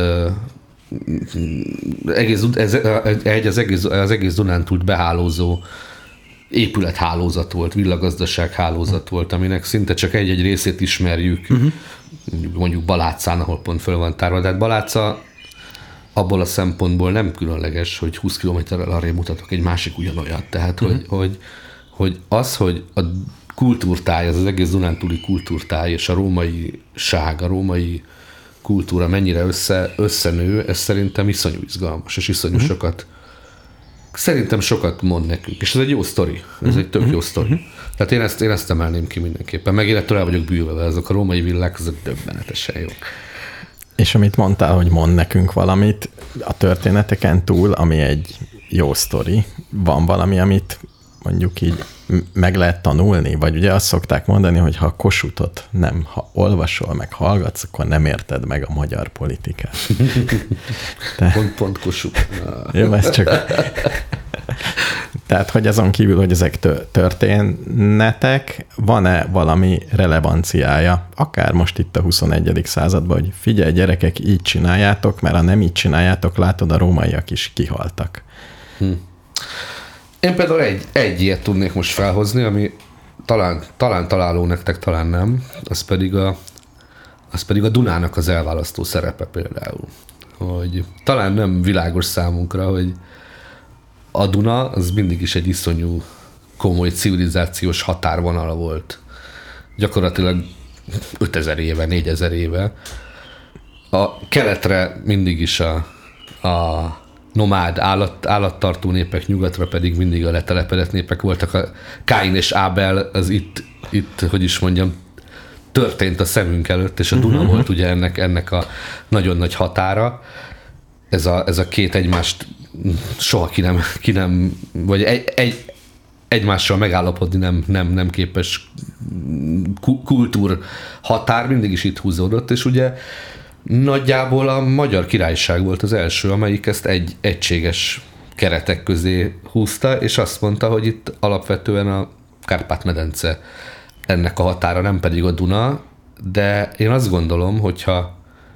egész, ez, egy az egész, az egész Dunántúlt behálózó épülethálózat volt, villagazdaság hálózat volt, aminek szinte csak egy-egy részét ismerjük, uh-huh. mondjuk Balátszán, ahol pont föl van tárva, de hát Baláca abból a szempontból nem különleges, hogy húsz kilométerrel arrébb mutatok egy másik ugyanolyat. Tehát, uh-huh. hogy, hogy, hogy az, hogy a kultúrtáj, az az egész dunántúli kultúrtáj és a római ság, a római kultúra mennyire össze, összenő, ez szerintem iszonyú izgalmas, és iszonyú uh-huh. sokat szerintem sokat mond nekünk, és ez egy jó sztori, ez uh-huh. egy tök jó sztori. Uh-huh. Tehát én ezt, én ezt emelném ki mindenképpen, meg én ettől el vagyok bűvölve, azok a római villák, azok döbbenetesen jók. És amit mondtál, hogy mond nekünk valamit, a történeteken túl, ami egy jó sztori, van valami, amit mondjuk így meg lehet tanulni, vagy ugye azt szokták mondani, hogy ha a Kossuthot nem ha olvasol, meg hallgatsz, akkor nem érted meg a magyar politikát. De... Pont, pont Kossuth. Jó, ez csak... Tehát, hogy azon kívül, hogy ezek történetek, van-e valami relevanciája, akár most itt a huszonegyedik században, hogy figyelj gyerekek, így csináljátok, mert ha nem így csináljátok, látod, a rómaiak is kihaltak. Hm. Én például egy, egy ilyet tudnék most felhozni, ami talán, talán találó nektek, talán nem, az pedig, a, az pedig a Dunának az elválasztó szerepe például. Hogy talán nem világos számunkra, hogy a Duna az mindig is egy iszonyú komoly civilizációs határvonal volt. Gyakorlatilag ötezer éve, négyezer éve. A keletre mindig is a, a nomád állat, állattartó népek, nyugatra pedig mindig a letelepedett népek voltak. A Káin és Ábel az itt, itt, hogy is mondjam, történt a szemünk előtt, és a Duna uh-huh. volt ugye ennek, ennek a nagyon nagy határa. Ez a, ez a két egymást soha ki nem, ki nem vagy egy, egy, egymással megállapodni nem, nem, nem képes kultúr határ mindig is itt húzódott, és ugye nagyjából a Magyar Királyság volt az első, amelyik ezt egy egységes keretek közé húzta, és azt mondta, hogy itt alapvetően a Kárpát-medence ennek a határa, nem pedig a Duna, de én azt gondolom, hogyha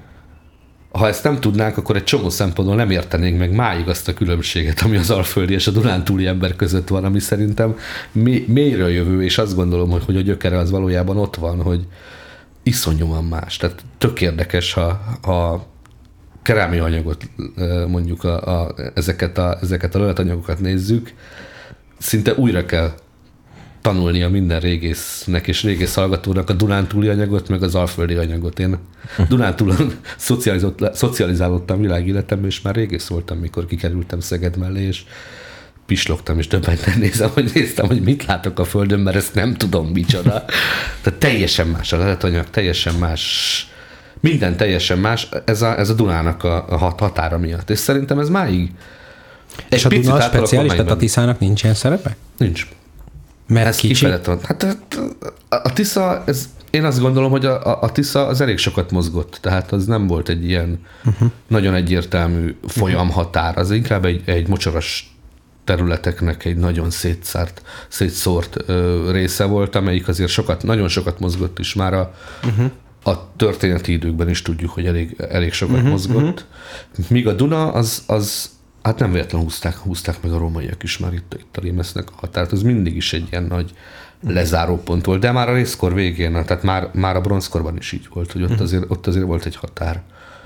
ha ezt nem tudnánk, akkor egy csomó szempontból nem értenénk meg máig azt a különbséget, ami az alföldi és a dunántúli ember között van, ami szerintem mély, mélyről jövő, és azt gondolom, hogy, hogy a gyökere az valójában ott van, hogy iszonyúan más. Tehát tök érdekes, ha, ha kerámia anyagot, mondjuk a, a, ezeket, a, ezeket a leletanyagokat nézzük, szinte újra kell tanulnia minden régésznek és régész hallgatónak a dunántúli anyagot, meg az alföldi anyagot. Én Dunántúlon szocializálódtam világéletemben, és már régész voltam, mikor kikerültem Szeged mellé, és pislogtam, és döbbenten nézem, hogy néztem, hogy mit látok a földön, mert ezt nem tudom micsoda. Tehát teljesen más a leletanyag, teljesen más, minden teljesen más, ez a, ez a Dunának a, a határa miatt. És szerintem ez máig. És a Duna speciális, tehát a Tiszának nincs ilyen szerepe? Nincs. Mert ez kicsi? Hát a, a Tisza, ez, én azt gondolom, hogy a, a, a Tisza az elég sokat mozgott, tehát az nem volt egy ilyen uh-huh. nagyon egyértelmű folyamhatár, az inkább egy, egy mocsaras területeknek egy nagyon szétszárt, szétszórt ö, része volt, amelyik azért sokat, nagyon sokat mozgott is már a, uh-huh. a történeti időkben is tudjuk, hogy elég, elég sokat uh-huh. mozgott. Míg a Duna az, az hát nem véletlenül húzták, húzták meg a rómaiak is már itt, itt a Limesznek a határt. Az mindig is egy ilyen nagy lezárópont volt, de már a részkor végén, tehát már, már a bronzkorban is így volt, hogy ott azért, ott azért volt egy határ.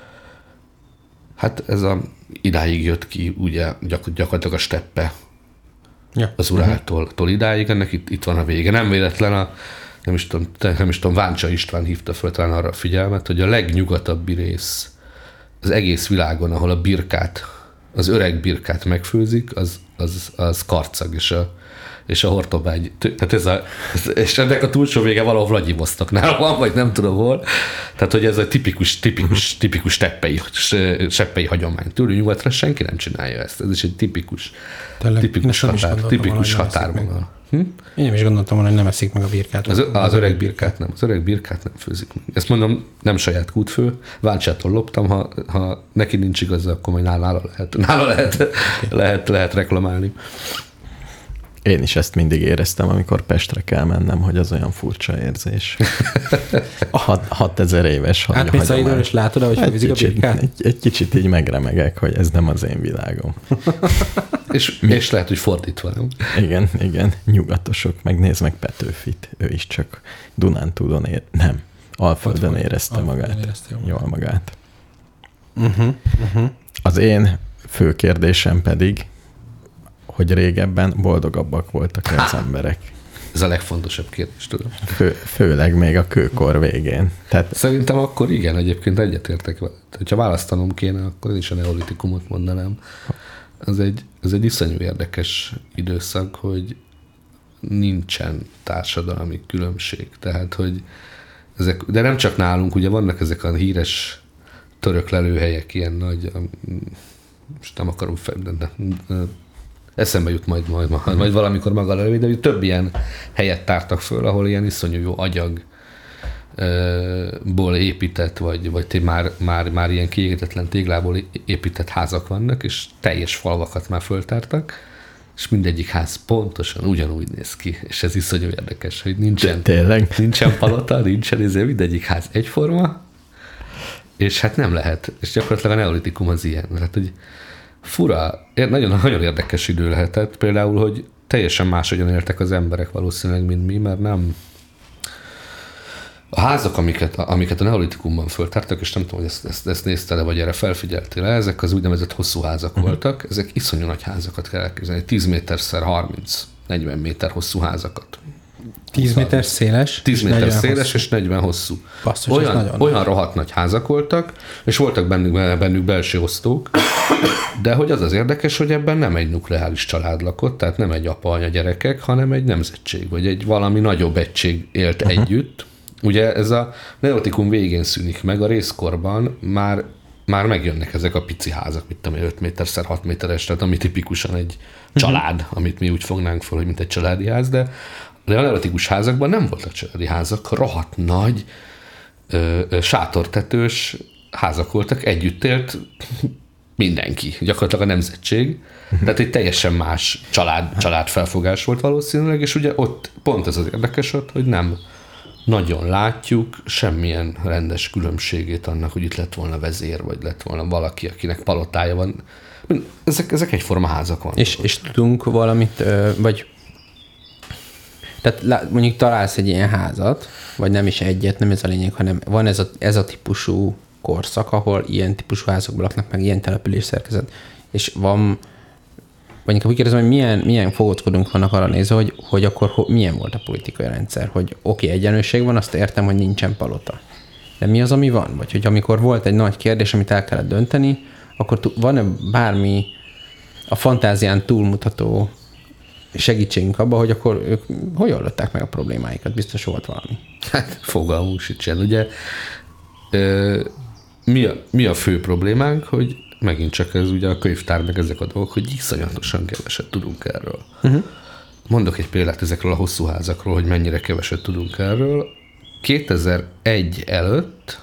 Hát ez a, idáig jött ki, ugye gyakorlatilag a steppe ja. az Uráltól uh-huh. idáig, ennek itt, itt van a vége. Nem véletlen a, nem is tudom, nem is tudom, Váncsa István hívta föl talán arra a figyelmet, hogy a legnyugatabbi rész az egész világon, ahol a birkát, az öreg birkát megfőzik, az, az, az Karcag és a, és a Hortobágy. Tehát ez a, és ennek a túlsó vége valahol Vlagyivosztoknál van, vagy nem tudom hol. Tehát, hogy ez a tipikus, tipikus, tipikus steppei, steppei hagyomány. Tőlünk nyugatra senki nem csinálja ezt. Ez is egy tipikus, Tényleg, tipikus határ, tipikus határvonal. Hm? Én nem is gondoltam volna, hogy nem eszik meg a birkát. Az, az, az öreg birkát nem. Az öreg birkát nem főzik meg. Ezt mondom, nem saját kútfő. Váncsától loptam, ha, ha neki nincs igaza, akkor majd nála lehet, nála lehet, okay. lehet, lehet reklamálni. Én is ezt mindig éreztem, amikor Pestre kell mennem, hogy az olyan furcsa érzés. Hat, hatezer éves hagyomány. Hát mész idő, és látod, hogy főzik a birkát? Egy, egy kicsit így megremegek, hogy ez nem az én világom. és, és lehet, hogy fordítva, nem? Igen, igen. Nyugatosok, megnézd meg Petőfit. Ő is csak Dunántúlon ér... Nem. Alföldön érezte Alföldön magát. Érezte jól, jól magát. Uh-huh, uh-huh. Az én fő kérdésem pedig, hogy régebben boldogabbak voltak Há, az emberek. Ez a legfontosabb kérdés, tudom. Fő, főleg még a kőkor végén. Tehát... Szerintem akkor igen, egyébként egyetértek vele. Ha választanom kéne, akkor én is a neolitikumot mondanám. Ez egy, ez egy iszonyú érdekes időszak, hogy nincsen társadalmi különbség. Tehát, hogy ezek, de nem csak nálunk, ugye vannak ezek a híres török lelőhelyek, ilyen nagy, most nem akarom fel, de, de, eszembe jut majd, majd, majd, majd valamikor maga előtt, de több ilyen helyet tártak föl, ahol ilyen iszonyú jó agyag ból épített, vagy, vagy már, már, már ilyen kiégetetlen téglából épített házak vannak, és teljes falvakat már föltártak, és mindegyik ház pontosan ugyanúgy néz ki, és ez iszonyú érdekes, hogy nincsen, nincsen palota, nincsen, ezért mindegyik ház egyforma, és hát nem lehet, és gyakorlatilag a neolitikum az ilyen, hát hogy fura, nagyon, nagyon érdekes idő lehetett, például, hogy teljesen máshogyan éltek az emberek valószínűleg, mint mi, mert nem a házak, amiket, amiket a neolitikumban föltártak, és nem tudom, hogy ezt, ezt, ezt nézted-e, vagy erre felfigyeltél, ezek az úgynevezett hosszú házak uh-huh. voltak, ezek iszonyú nagy házakat kell elképzelni, tíz méterszer harminc negyven méter hosszú házakat. tíz méter széles? tíz méter széles hosszú. És negyven hosszú. Basszus, olyan, olyan rohadt nagy házak voltak, és voltak bennük, bennük belső osztók, de hogy az az érdekes, hogy ebben nem egy nukleáris család lakott, tehát nem egy apa, anya, gyerekek, hanem egy nemzetség, vagy egy valami nagyobb egység élt uh-huh. együtt. Ugye ez a neolitikum végén szűnik meg, a részkorban már, már megjönnek ezek a pici házak, mit tudom, öt méterszer hat méteres, tehát ami tipikusan egy család, uh-huh. amit mi úgy fognánk fel, hogy mint egy családi ház, de a neolitikus házakban nem voltak családi házak, rohadt nagy, ö, ö, sátortetős házak voltak, együtt élt mindenki, gyakorlatilag a nemzetség, uh-huh. tehát egy teljesen más család, családfelfogás volt valószínűleg, és ugye ott pont ez az érdekes ott, hogy nem nagyon látjuk semmilyen rendes különbségét annak, hogy itt lett volna vezér, vagy lett volna valaki, akinek palotája van. Ezek, ezek egyforma házak vannak. És, és tudunk valamit, vagy tehát mondjuk találsz egy ilyen házat, vagy nem is egyet, nem ez a lényeg, hanem van ez a, ez a típusú korszak, ahol ilyen típusú házakban laknak meg, ilyen település szerkezet, és van, vagy inkább úgy kérdezem, hogy milyen, milyen fogóckodunk vannak arra nézve, hogy, hogy akkor ho, milyen volt a politikai rendszer, hogy oké, okay, egyenlőség van, azt értem, hogy nincsen palota. De mi az, ami van? Vagy hogy amikor volt egy nagy kérdés, amit el kellett dönteni, akkor van-e bármi a fantázián túlmutató segítségünk abban, hogy akkor ők hogy oldották meg a problémáikat? Biztos volt valami. Hát fogalmunk sincsen. Ugye ö, mi, a, mi a fő problémánk, hogy megint csak ez ugye a könyvtár, meg ezek a dolgok, hogy iszonyatosan keveset tudunk erről. Uh-huh. Mondok egy példát ezekről a hosszú házakról, hogy mennyire keveset tudunk erről. kétezer-egy előtt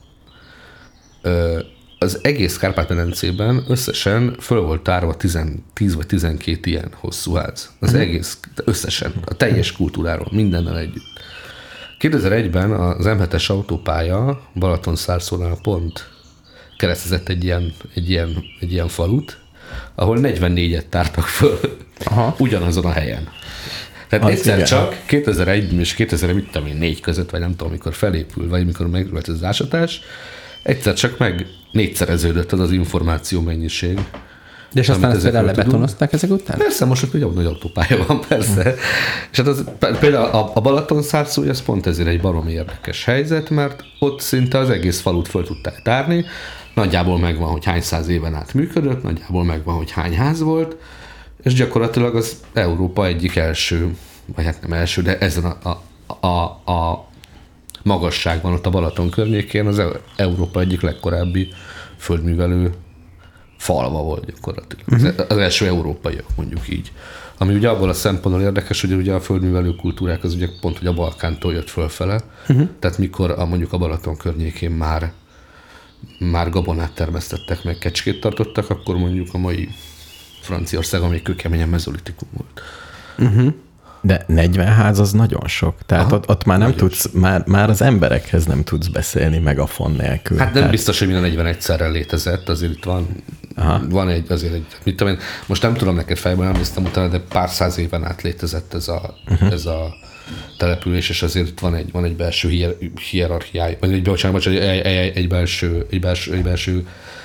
ö, az egész Kárpát-medencében összesen föl volt tárva tíz vagy tizenkét ilyen hosszú ház. Az uh-huh. egész, összesen, a teljes kultúráról, mindennel együtt. kétezer-egyben az em hetes autópálya Balatonszárszónál pont keresztezett egy ilyen, egy, ilyen, egy ilyen falut, ahol negyvennégyet tártak föl Aha. ugyanazon a helyen. Tehát az egyszer igen. csak kétezer-egy és kétezer-négy között, vagy nem tudom, mikor felépül, vagy mikor megült az ásatás, egyszer csak meg négyszereződött az az információ mennyiség. De és aztán ezt például lebetonozták ezek után? Persze, most ott egy nagy autópálya van, persze. És hát az, például a, a Balatonszárszó, ez pont ezért egy baromi érdekes helyzet, mert ott szinte az egész falut föl tudták tárni, nagyjából megvan, hogy hány száz éven át működött, nagyjából megvan, hogy hány ház volt, és gyakorlatilag az Európa egyik első, vagy hát nem első, de ezen a, a, a, a magasságban, ott a Balaton környékén az Európa egyik legkorábbi földművelő falva volt gyakorlatilag. Uh-huh. Az első európaiak, mondjuk így. Ami ugye abból a szempontból érdekes, hogy ugye a földművelő kultúrák az ugye pont, hogy a Balkántól jött fölfele. Uh-huh. Tehát mikor a, mondjuk a Balaton környékén már, már gabonát termesztettek, meg kecskét tartottak, akkor mondjuk a mai Franciaország, amelyik kőkeményen mezolitikum volt. Uh-huh. De negyven ház az nagyon sok. Tehát ott, ott már nem tudsz, már, már az emberekhez nem tudsz beszélni megafon nélkül. Hát nem Tehát... biztos, hogy minden negyvenegyszerrel létezett, azért itt van, van egy, azért egy, mit tudom én, most nem tudom neked fejben, nem néztem utána, de pár száz éven át létezett ez a, uh-huh. ez a település, és azért itt van egy, van egy belső hier, hierarchiája, vagy egy, bocsánat, bocsánat, egy, egy, egy belső, egy belső, egy belső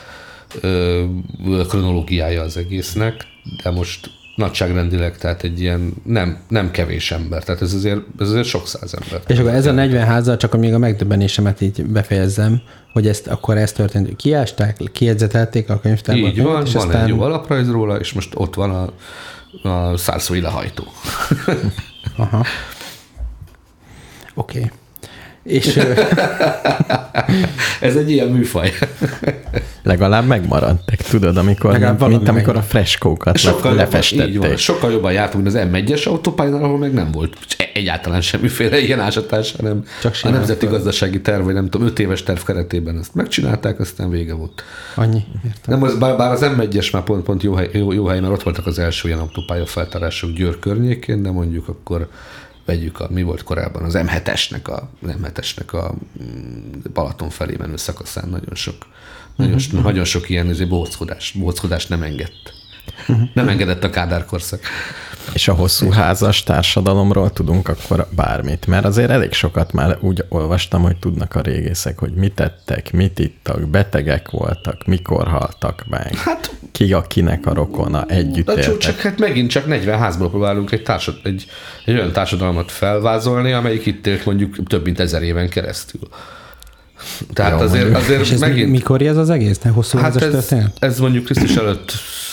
ö, kronológiája az egésznek, de most nagyságrendileg, tehát egy ilyen nem, nem kevés ember. Tehát ez azért, ez azért sok száz ember. És akkor ez a negyven házzal csak még a megdöbbenésemet így befejezzem, hogy ezt akkor ez történt, hogy kiásták, kiedzetelték a könyvtárban. Így van, van aztán... egy jó alaprajz róla, és most ott van a, a szárszói lehajtó. Aha. Oké. Okay. És ez egy ilyen műfaj. Legalább megmaradtak, tudod, amikor, mint, mint amikor a freskókat sokkal lefestették. Jobban, van, sokkal jobban jártunk, mint az em egyes autópályán, ahol meg nem volt egyáltalán semmiféle ilyen ásatás, hanem a nemzeti gazdasági terv, vagy nem tudom, öt éves terv keretében ezt megcsinálták, aztán vége volt. Annyi. Nem, az, bár, bár az em egyes már pont, pont jó, hely, jó, jó hely, mert ott voltak az első ilyen autópálya feltárások Győr környékén, de mondjuk akkor vegyük a, mi volt korábban, az em hetesnek a, em hetesnek a Balaton felé menő szakaszán nagyon sok, nagyon, uh-huh. nagyon sok ilyen bóckodás, bóckodás nem engedett. Uh-huh. Nem engedett a Kádár korszak. És a hosszú házas társadalomról tudunk akkor bármit, mert azért elég sokat már úgy olvastam, hogy tudnak a régészek, hogy mit tettek, mit ittak, betegek voltak, mikor haltak meg, hát, ki a kinek a rokona, együtt éltek. Csak hát megint csak negyven házból próbálunk egy, társad, egy, egy olyan társadalmat felvázolni, amelyik itt élt mondjuk több mint ezer éven keresztül. Tehát jó, azért, azért és ez megint... mikor ez az egész? Ne hosszú hát házas ez, történet? ez mondjuk Krisztus előtt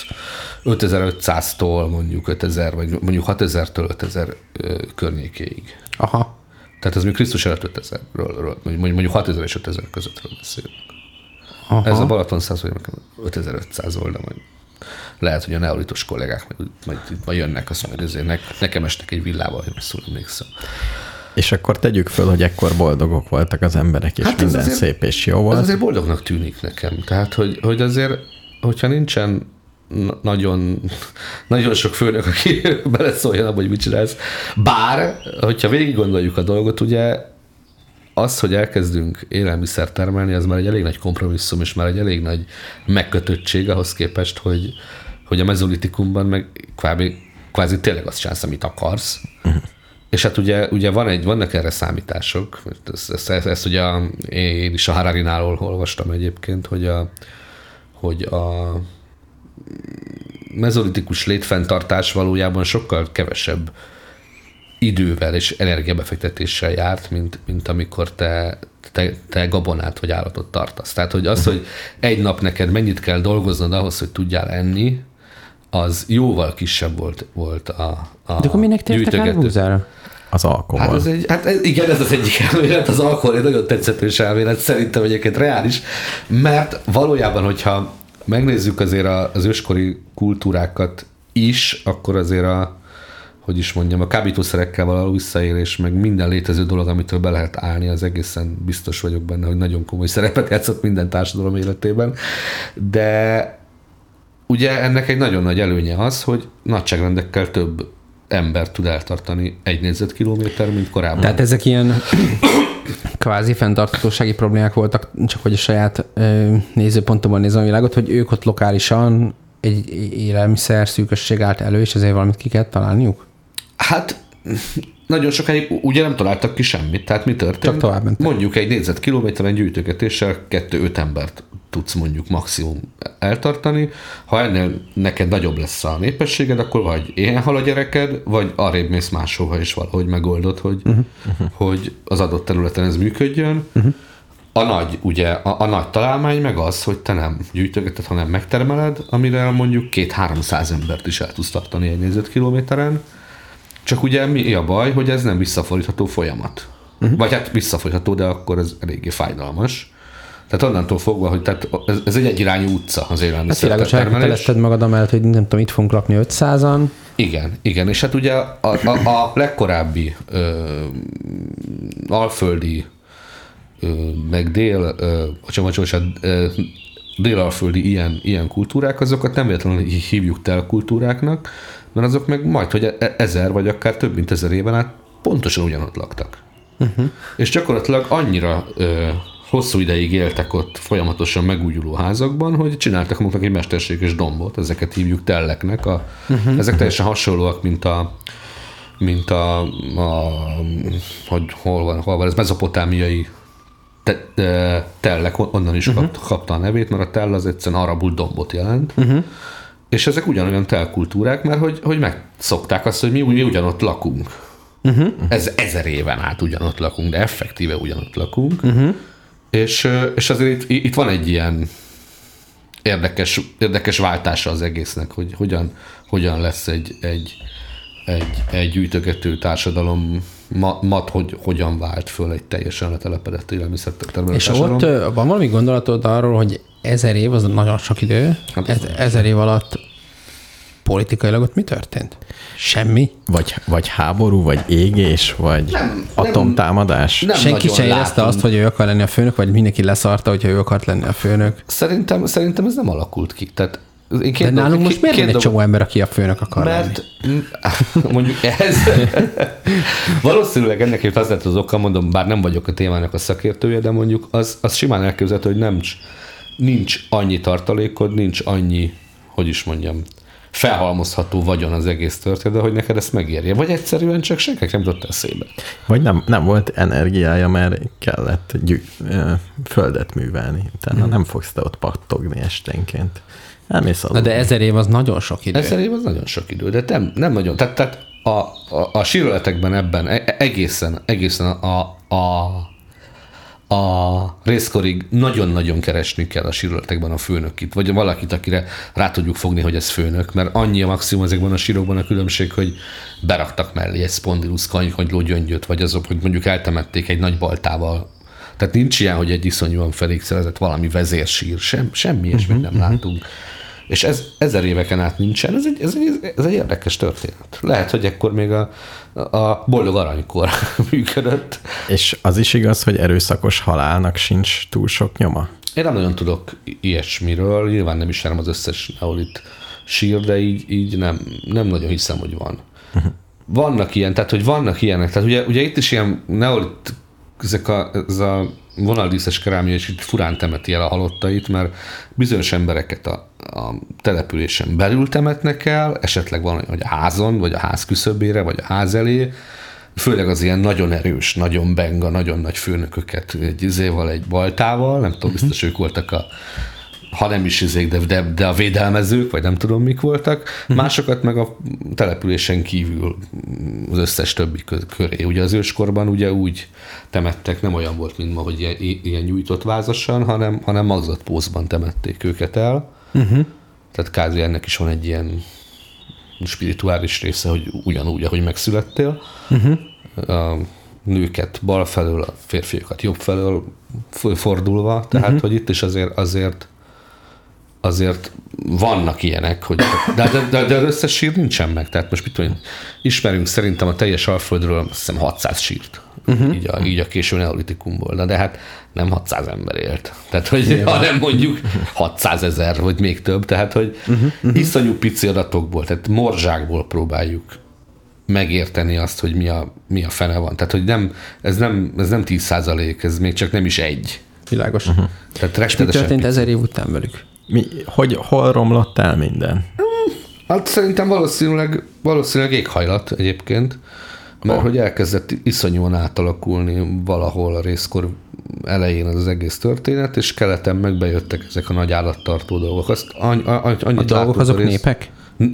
ötezer-ötszáztól mondjuk ötezer, vagy mondjuk hatezertől ötezer környékéig. Aha. Tehát ez még Krisztus előtt ötezerről, mondjuk hatezer és ötezer közöttről beszélünk. Aha. Ez a Balaton száz, vagy ötezer-ötszáz oldal, majd lehet, hogy a neolitos kollégák majd, majd, majd jönnek, azt mondja, hogy ezért nekem estek egy villával, hogy rosszul emlékszem. És akkor tegyük föl, hogy ekkor boldogok voltak az emberek, és hát minden azért, szép és jó volt. Ez azért boldognak tűnik nekem. Tehát, hogy, hogy azért, hogyha nincsen nagyon, nagyon sok főnök, aki beleszóljon abba, hogy mit csinálsz. Bár, hogyha végig gondoljuk a dolgot, ugye az, hogy elkezdünk élelmiszer termelni, az már egy elég nagy kompromisszum, és már egy elég nagy megkötöttség ahhoz képest, hogy, hogy a mezolitikumban meg kvázi, kvázi tényleg azt csinálsz, amit akarsz. Uh-huh. És hát ugye, ugye van egy, vannak erre számítások. Ezt, ezt, ezt, ezt ugye a, én is a Hararinál olvastam egyébként, hogy a, hogy a mezolitikus létfenntartás valójában sokkal kevesebb idővel és energiabefektetéssel járt, mint, mint amikor te, te, te gabonát vagy állatot tartasz. Tehát, hogy az, hogy egy nap neked mennyit kell dolgoznod ahhoz, hogy tudjál enni, az jóval kisebb volt, volt a, a de akkor minek tértek árvúzára? Az alkohol. Hát, ez egy, hát ez, igen, ez az egyik elmélet, az alkohol egy nagyon tetszetős elmélet, szerintem egyébként reális, mert valójában, hogyha megnézzük azért az őskori kultúrákat is, akkor azért a, hogy is mondjam, a kábítószerekkel való visszaélés, meg minden létező dolog, amitől be lehet állni, az egészen biztos vagyok benne, hogy nagyon komoly szerepet játszott minden társadalom életében. De ugye ennek egy nagyon nagy előnye az, hogy nagyságrendekkel több ember tud eltartani egy négyzetkilométer, mint korábban. Tehát ezek ilyen kvázi fenntarthatósági problémák voltak, csak hogy a saját ö, nézőpontomban nézem a világot, hogy ők ott lokálisan egy élelmiszer szűkösség állt elő, és ezért valamit ki kell találniuk? Hát nagyon sokáig ugye nem találtak ki semmit, tehát mi történt? Csak tovább mentek. Mondjuk egy négyzetkilométeren gyűjtögetéssel kettő-öt embert tudsz mondjuk maximum eltartani. Ha ennél neked nagyobb lesz a népességed, akkor vagy éhen hal a gyereked, vagy arrébb mész máshova, és valahogy megoldod, hogy, uh-huh. hogy az adott területen ez működjön. Uh-huh. A nagy, ugye, a, a nagy találmány meg az, hogy te nem gyűjtögeted, hanem megtermeled, amire mondjuk két-háromszáz embert is el tudsz tartani egy négyzetkilométeren. Csak ugye mi a baj, hogy ez nem visszafordítható folyamat. Uh-huh. Vagy hát visszafordítható, de akkor ez eléggé fájdalmas. Tehát onnantól fogva, hogy tehát ez, ez egy egyirányú utca az élelmiszer termelés. Hát elkötelezted magad amellett, hogy nem tudom, itt fogunk lakni ötszázan. Igen, igen, és hát ugye a, a, a legkorábbi ö, alföldi ö, meg dél, ö, bocsánat, bocsánat, ö, délalföldi ilyen, ilyen kultúrák, azokat nem véletlenül hívjuk telkultúráknak, mert azok meg majd, hogy ezer vagy akár több mint ezer éven át pontosan ugyanott laktak. Uh-huh. És gyakorlatilag annyira ö, hosszú ideig éltek ott folyamatosan megújuló házakban, hogy csináltak maguknak egy mesterséges dombot, ezeket hívjuk telleknek. A, uh-huh. Ezek teljesen hasonlóak, mint a, mint a, a hogy hol van, hol van, ez mezopotámiai te, te, tellek, onnan is uh-huh. kapta a nevét, mert a tell az egyszerűen arabul dombot jelent. Uh-huh. És ezek ugyanolyan telkultúrák, mert hogy, hogy megszokták azt, hogy mi, mi ugyanott lakunk. Uh-huh. Ez ezer éven át ugyanott lakunk, de effektíve ugyanott lakunk. Uh-huh. És, és azért itt, itt van egy ilyen érdekes, érdekes váltása az egésznek, hogy hogyan, hogyan lesz egy, egy, egy, egy gyűjtögető társadalom ma, mat hogy, hogyan vált föl egy teljesen letelepedett élelmiszertermelő És társadalom. ott van valami gondolatod arról, hogy ezer év, az nagyon sok idő, Hát ez, ezer év alatt politikailag ott mi történt? Semmi? Vagy, vagy háború, vagy égés, vagy Nem, atomtámadás? nem Senki nagyon sem érezte látunk. azt, hogy ő akar lenni a főnök, vagy mindenki leszarta, hogyha ő akart lenni a főnök. Szerintem, szerintem ez nem alakult ki. Tehát én De nálunk dolog- most miért van egy dolog- csomó ember, aki a főnök akar lenni? Mert mondjuk ez valószínűleg ennek az lett az oka, mondom, bár nem vagyok a témának a szakértője, de mondjuk az, az simán elképzelhető, hogy nem, nincs annyi tartalékod, nincs annyi, hogy is mondjam, felhalmozható vagyon az egész történet, de hogy neked ezt megérje. Vagy egyszerűen csak senkinek nem jutott eszébe. Vagy nem, nem volt energiája, mert kellett gyű, ö, földet művelni. Utána nem fogsz te ott pattogni esténként. Elmész Na aludni. de ezer év az nagyon sok idő. Ezer év az nagyon sok idő, de nem, nem nagyon. Tehát, tehát a, a, a sírületekben ebben e- egészen, egészen a, a, a részkorig nagyon-nagyon keresni kell a sírületekben a főnökit, vagy valakit, akire rá tudjuk fogni, hogy ez főnök, mert annyi a maximum ezekben a sírokban a különbség, hogy beraktak mellé egy spondylus kagyló gyöngyöt, vagy azok, hogy mondjuk eltemették egy nagy baltával. Tehát nincs ilyen, hogy egy iszonyúan felékszerezett valami vezérsír, sem, semmi ilyesmit nem látunk. És ez ezer éveken át nincsen, ez egy, ez egy, ez egy érdekes történet. Lehet, hogy ekkor még a, a boldog aranykor működött. És az is igaz, hogy erőszakos halálnak sincs túl sok nyoma? Én nem nagyon tudok i- ilyesmiről, nyilván nem ismerem az összes neolit sír, de így, így nem, nem nagyon hiszem, hogy van. Vannak ilyen, tehát hogy vannak ilyenek, tehát ugye, ugye itt is ilyen neolit, ezek a, ez a vonaldíszes kerámia, és itt furán temeti el a halottait, mert bizonyos embereket a, a településen belül temetnek el, esetleg van, hogy a házon, vagy a ház küszöbére, vagy a ház elé, főleg az ilyen nagyon erős, nagyon benga, nagyon nagy főnököket egy izéval, egy baltával, nem tudom, biztos ők voltak a, ha nem is izék, de, de, de a védelmezők, vagy nem tudom mik voltak, másokat meg a településen kívül az összes többi köré. Ugye az őskorban ugye úgy temettek, nem olyan volt, mint ma, hogy ilyen, ilyen nyújtott vázasan, hanem, hanem magzott pózban temették őket el. Uh-huh. Tehát kázi ennek is van egy ilyen spirituális része, hogy ugyanúgy, ahogy megszülettél. Uh-huh. A nőket bal felől, a férfiakat jobb felől fordulva, tehát uh-huh. hogy itt is azért, azért azért vannak ilyenek, hogy de, de, de, de összes sír nincsen meg. Tehát most mit tudom, ismerünk szerintem a teljes Alföldről azt hiszem hatszáz sírt. Uh-huh. Így, a, így a késő neolitikumból. De, de hát nem hatszáz ember élt. Tehát, hogy hanem mondjuk hatszázezer, vagy még több. Tehát, hogy uh-huh. Uh-huh. iszonyú pici adatokból, tehát morzsákból próbáljuk megérteni azt, hogy mi a, mi a fene van. Tehát, hogy nem, ez nem, ez nem tíz százalék, ez még csak nem is egy. Világos. Uh-huh. Tehát és mi történt ezer év után velük? Mi, hogy, hol romlott el minden? Hát szerintem valószínűleg, valószínűleg éghajlat egyébként, mert oh. hogy elkezdett iszonyúan átalakulni valahol a részkor elején az egész történet, és keleten meg bejöttek ezek a nagy állattartó dolgok. Azt any, any, a dolgok azok rész... népek?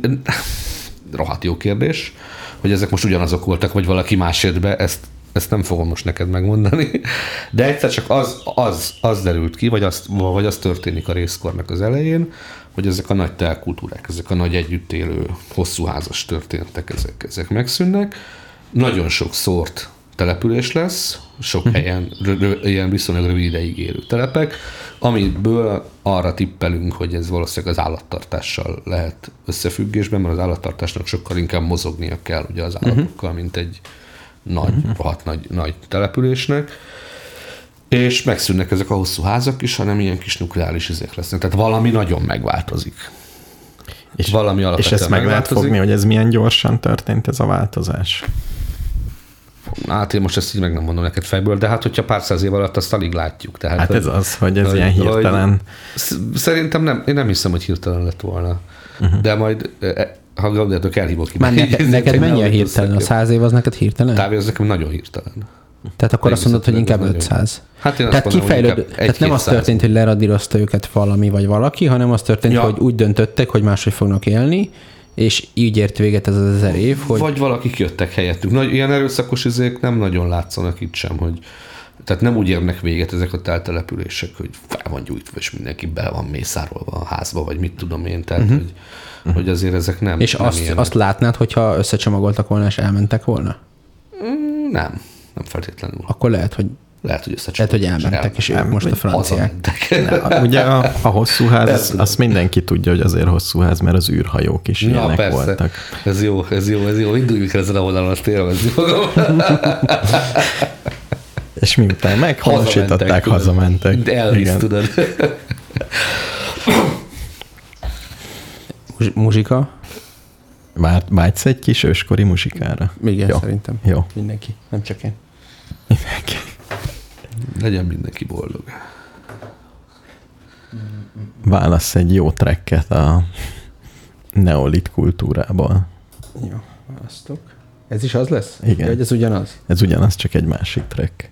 Rohadt jó kérdés, hogy ezek most ugyanazok voltak, vagy valaki más jött be, ezt, ezt nem fogom most neked megmondani. De egyszer csak az, az, az derült ki, vagy az, vagy az történik a részkornak az elején, hogy ezek a nagy telkultúrák, ezek a nagy együtt élő, hosszú házas történetek, ezek, ezek megszűnnek. Nagyon sok szórt település lesz, sok helyen rö, rö, ilyen viszonylag rövid ideig élő telepek, amiből arra tippelünk, hogy ez valószínűleg az állattartással lehet összefüggésben, mert az állattartásnak sokkal inkább mozognia kell ugye az állatokkal, mint egy nagy, rohadt nagy, nagy településnek. És megszűnnek ezek a hosszú házak is, hanem ilyen kis nukleáris izék lesznek. Tehát valami nagyon megváltozik. És, valami és ezt meg lehet fogni, hogy ez milyen gyorsan történt ez a változás? Hát én most ezt így meg nem mondom neked fejből, de hát hogyha pár száz év alatt azt alig látjuk. Tehát, hát ez hogy, az, hogy ez hogy, ilyen hirtelen... Szerintem nem, én nem hiszem, hogy hirtelen lett volna. Uh-huh. De majd, ha gondoljátok, elhívok ki. Már neked, neked mennyi a hirtelen? A száz év az neked hirtelen? Távi, az nekem nagyon hirtelen. Tehát akkor azt mondod, hogy inkább ötszáz. Hát én tehát azt mondom, kifejlőd, tehát nem az történt, hogy leradírozta őket valami vagy valaki, hanem az történt, ja. hogy úgy döntöttek, hogy máshogy fognak élni, és így ért véget ez az ezer év, hogy... Vagy valakik jöttek helyettük. Nagy, ilyen erőszakos izék nem nagyon látszanak itt sem, hogy... Tehát nem úgy érnek véget ezek a teltelepülések, hogy fel van gyújtva, és mindenki bele van mészárolva a házba, vagy mit tudom én. Tehát, uh-huh. hogy, uh-huh. hogy azért ezek nem... És nem azt, azt látnád, hogyha összecsomagoltak volna, és elmentek volna? Mm, Nem, nem feltétlenül. Akkor lehet, hogy Lehet, hogy Lehet, hogy elmentek, és ők most a franciák. Ne, ugye a, a hosszú ház, azt mindenki tudja, hogy azért hosszú ház, mert az űrhajók is ja, ilyenek persze. voltak. Ez jó, ez jó, ez jó. Induljunk ezen a oldalon, azt élvezni magam. És miután meghonosították, hazamentek. De Elvis, tudod. Muzsika? Vágysz egy kis őskori muzsikára? Igen, jó. szerintem. Jó. Mindenki, nem csak én. Mindenki. Legyen mindenki boldog. Válasz egy jó tracket a neolit kultúrából. Jó, választok. Ez is az lesz? Igen. Vagy ez ugyanaz? Ez ugyanaz, csak egy másik track.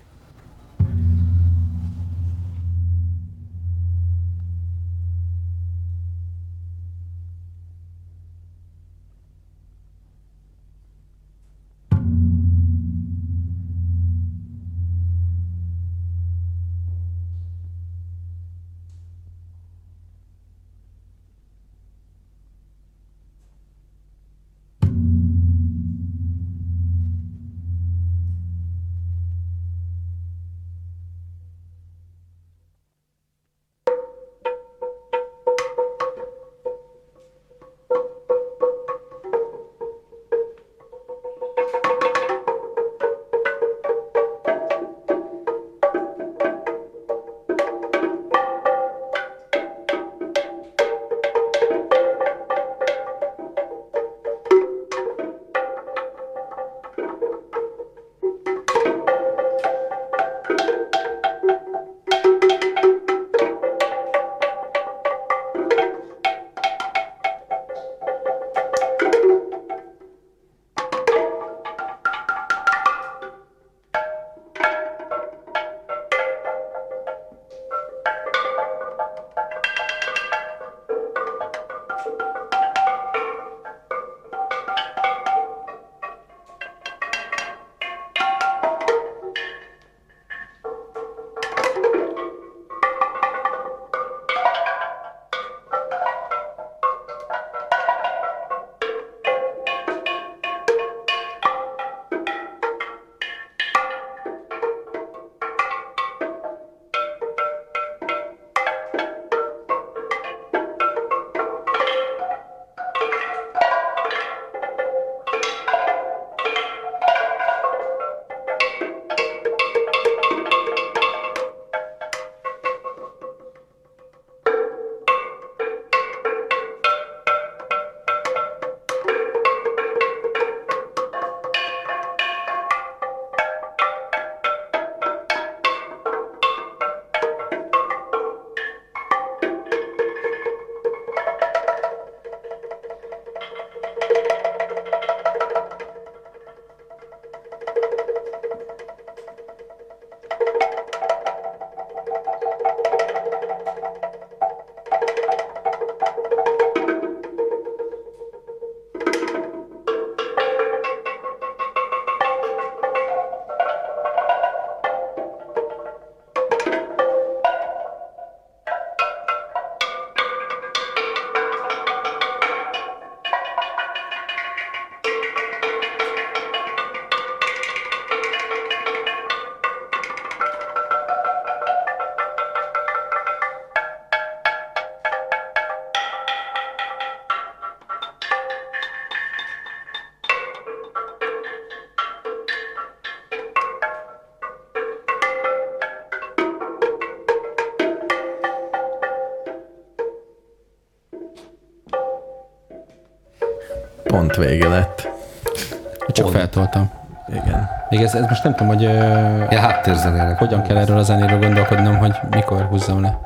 Pont vége lett. Csak Pont. feltoltam. Igen. Még ez, ez most nem tudom, hogy ja, háttérzenének. Hogyan kell erről a zenéről gondolkodnom, hogy mikor húzzam le.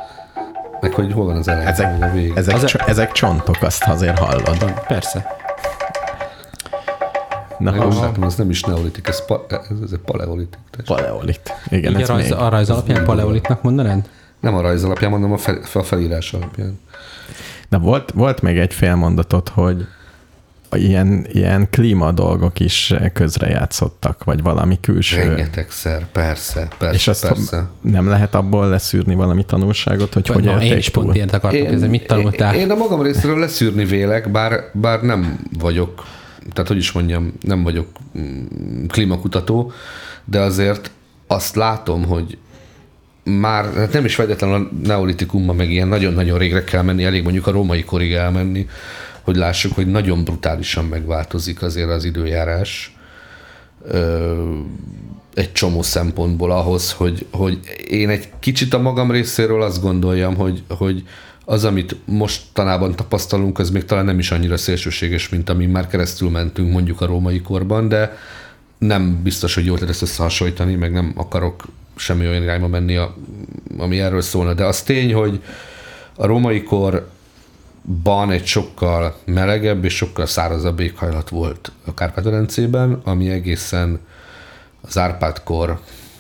Meg hogy hol van az elején, ezek, a vég. Ezek, az cso- ezek csontok, azt azért hallod. Persze. Na, nem is látom, ez nem is neolitik, ez, pa, ez, ez egy paleolitik. Paleolit. Igen, így ez a rajz, még. A rajz alapján paleolitnak mondanád? Nem a rajz alapján, mondom a, fel, a felírás alapján. Na volt, volt még egy fél mondatot, hogy ilyen, ilyen klíma dolgok is közrejátszottak, vagy valami külső. Rengetegszer, persze, persze, és azt persze. Nem lehet abból leszűrni valami tanulságot, hogy hogy élték túl? Én is pont ilyet akartok, ez mit tanultál? Én a magam részéről leszűrni vélek, bár, bár nem vagyok tehát hogy is mondjam, nem vagyok klímakutató, de azért azt látom, hogy már hát nem is feltétlenül a neolitikumban meg ilyen nagyon-nagyon régre kell menni, elég mondjuk a római korig elmenni, hogy lássuk, hogy nagyon brutálisan megváltozik azért az időjárás ö, egy csomó szempontból ahhoz, hogy, hogy én egy kicsit a magam részéről azt gondoljam, hogy, hogy az, amit mostanában tapasztalunk, az még talán nem is annyira szélsőséges, mint amin már keresztül mentünk mondjuk a római korban, de nem biztos, hogy jól lehet ezt összehasonlítani, meg nem akarok semmi olyan irányba menni, a, ami erről szólna. De az tény, hogy a római korban egy sokkal melegebb és sokkal szárazabb éghajlat volt a Kárpát-medencében, ami egészen az Árpád-kor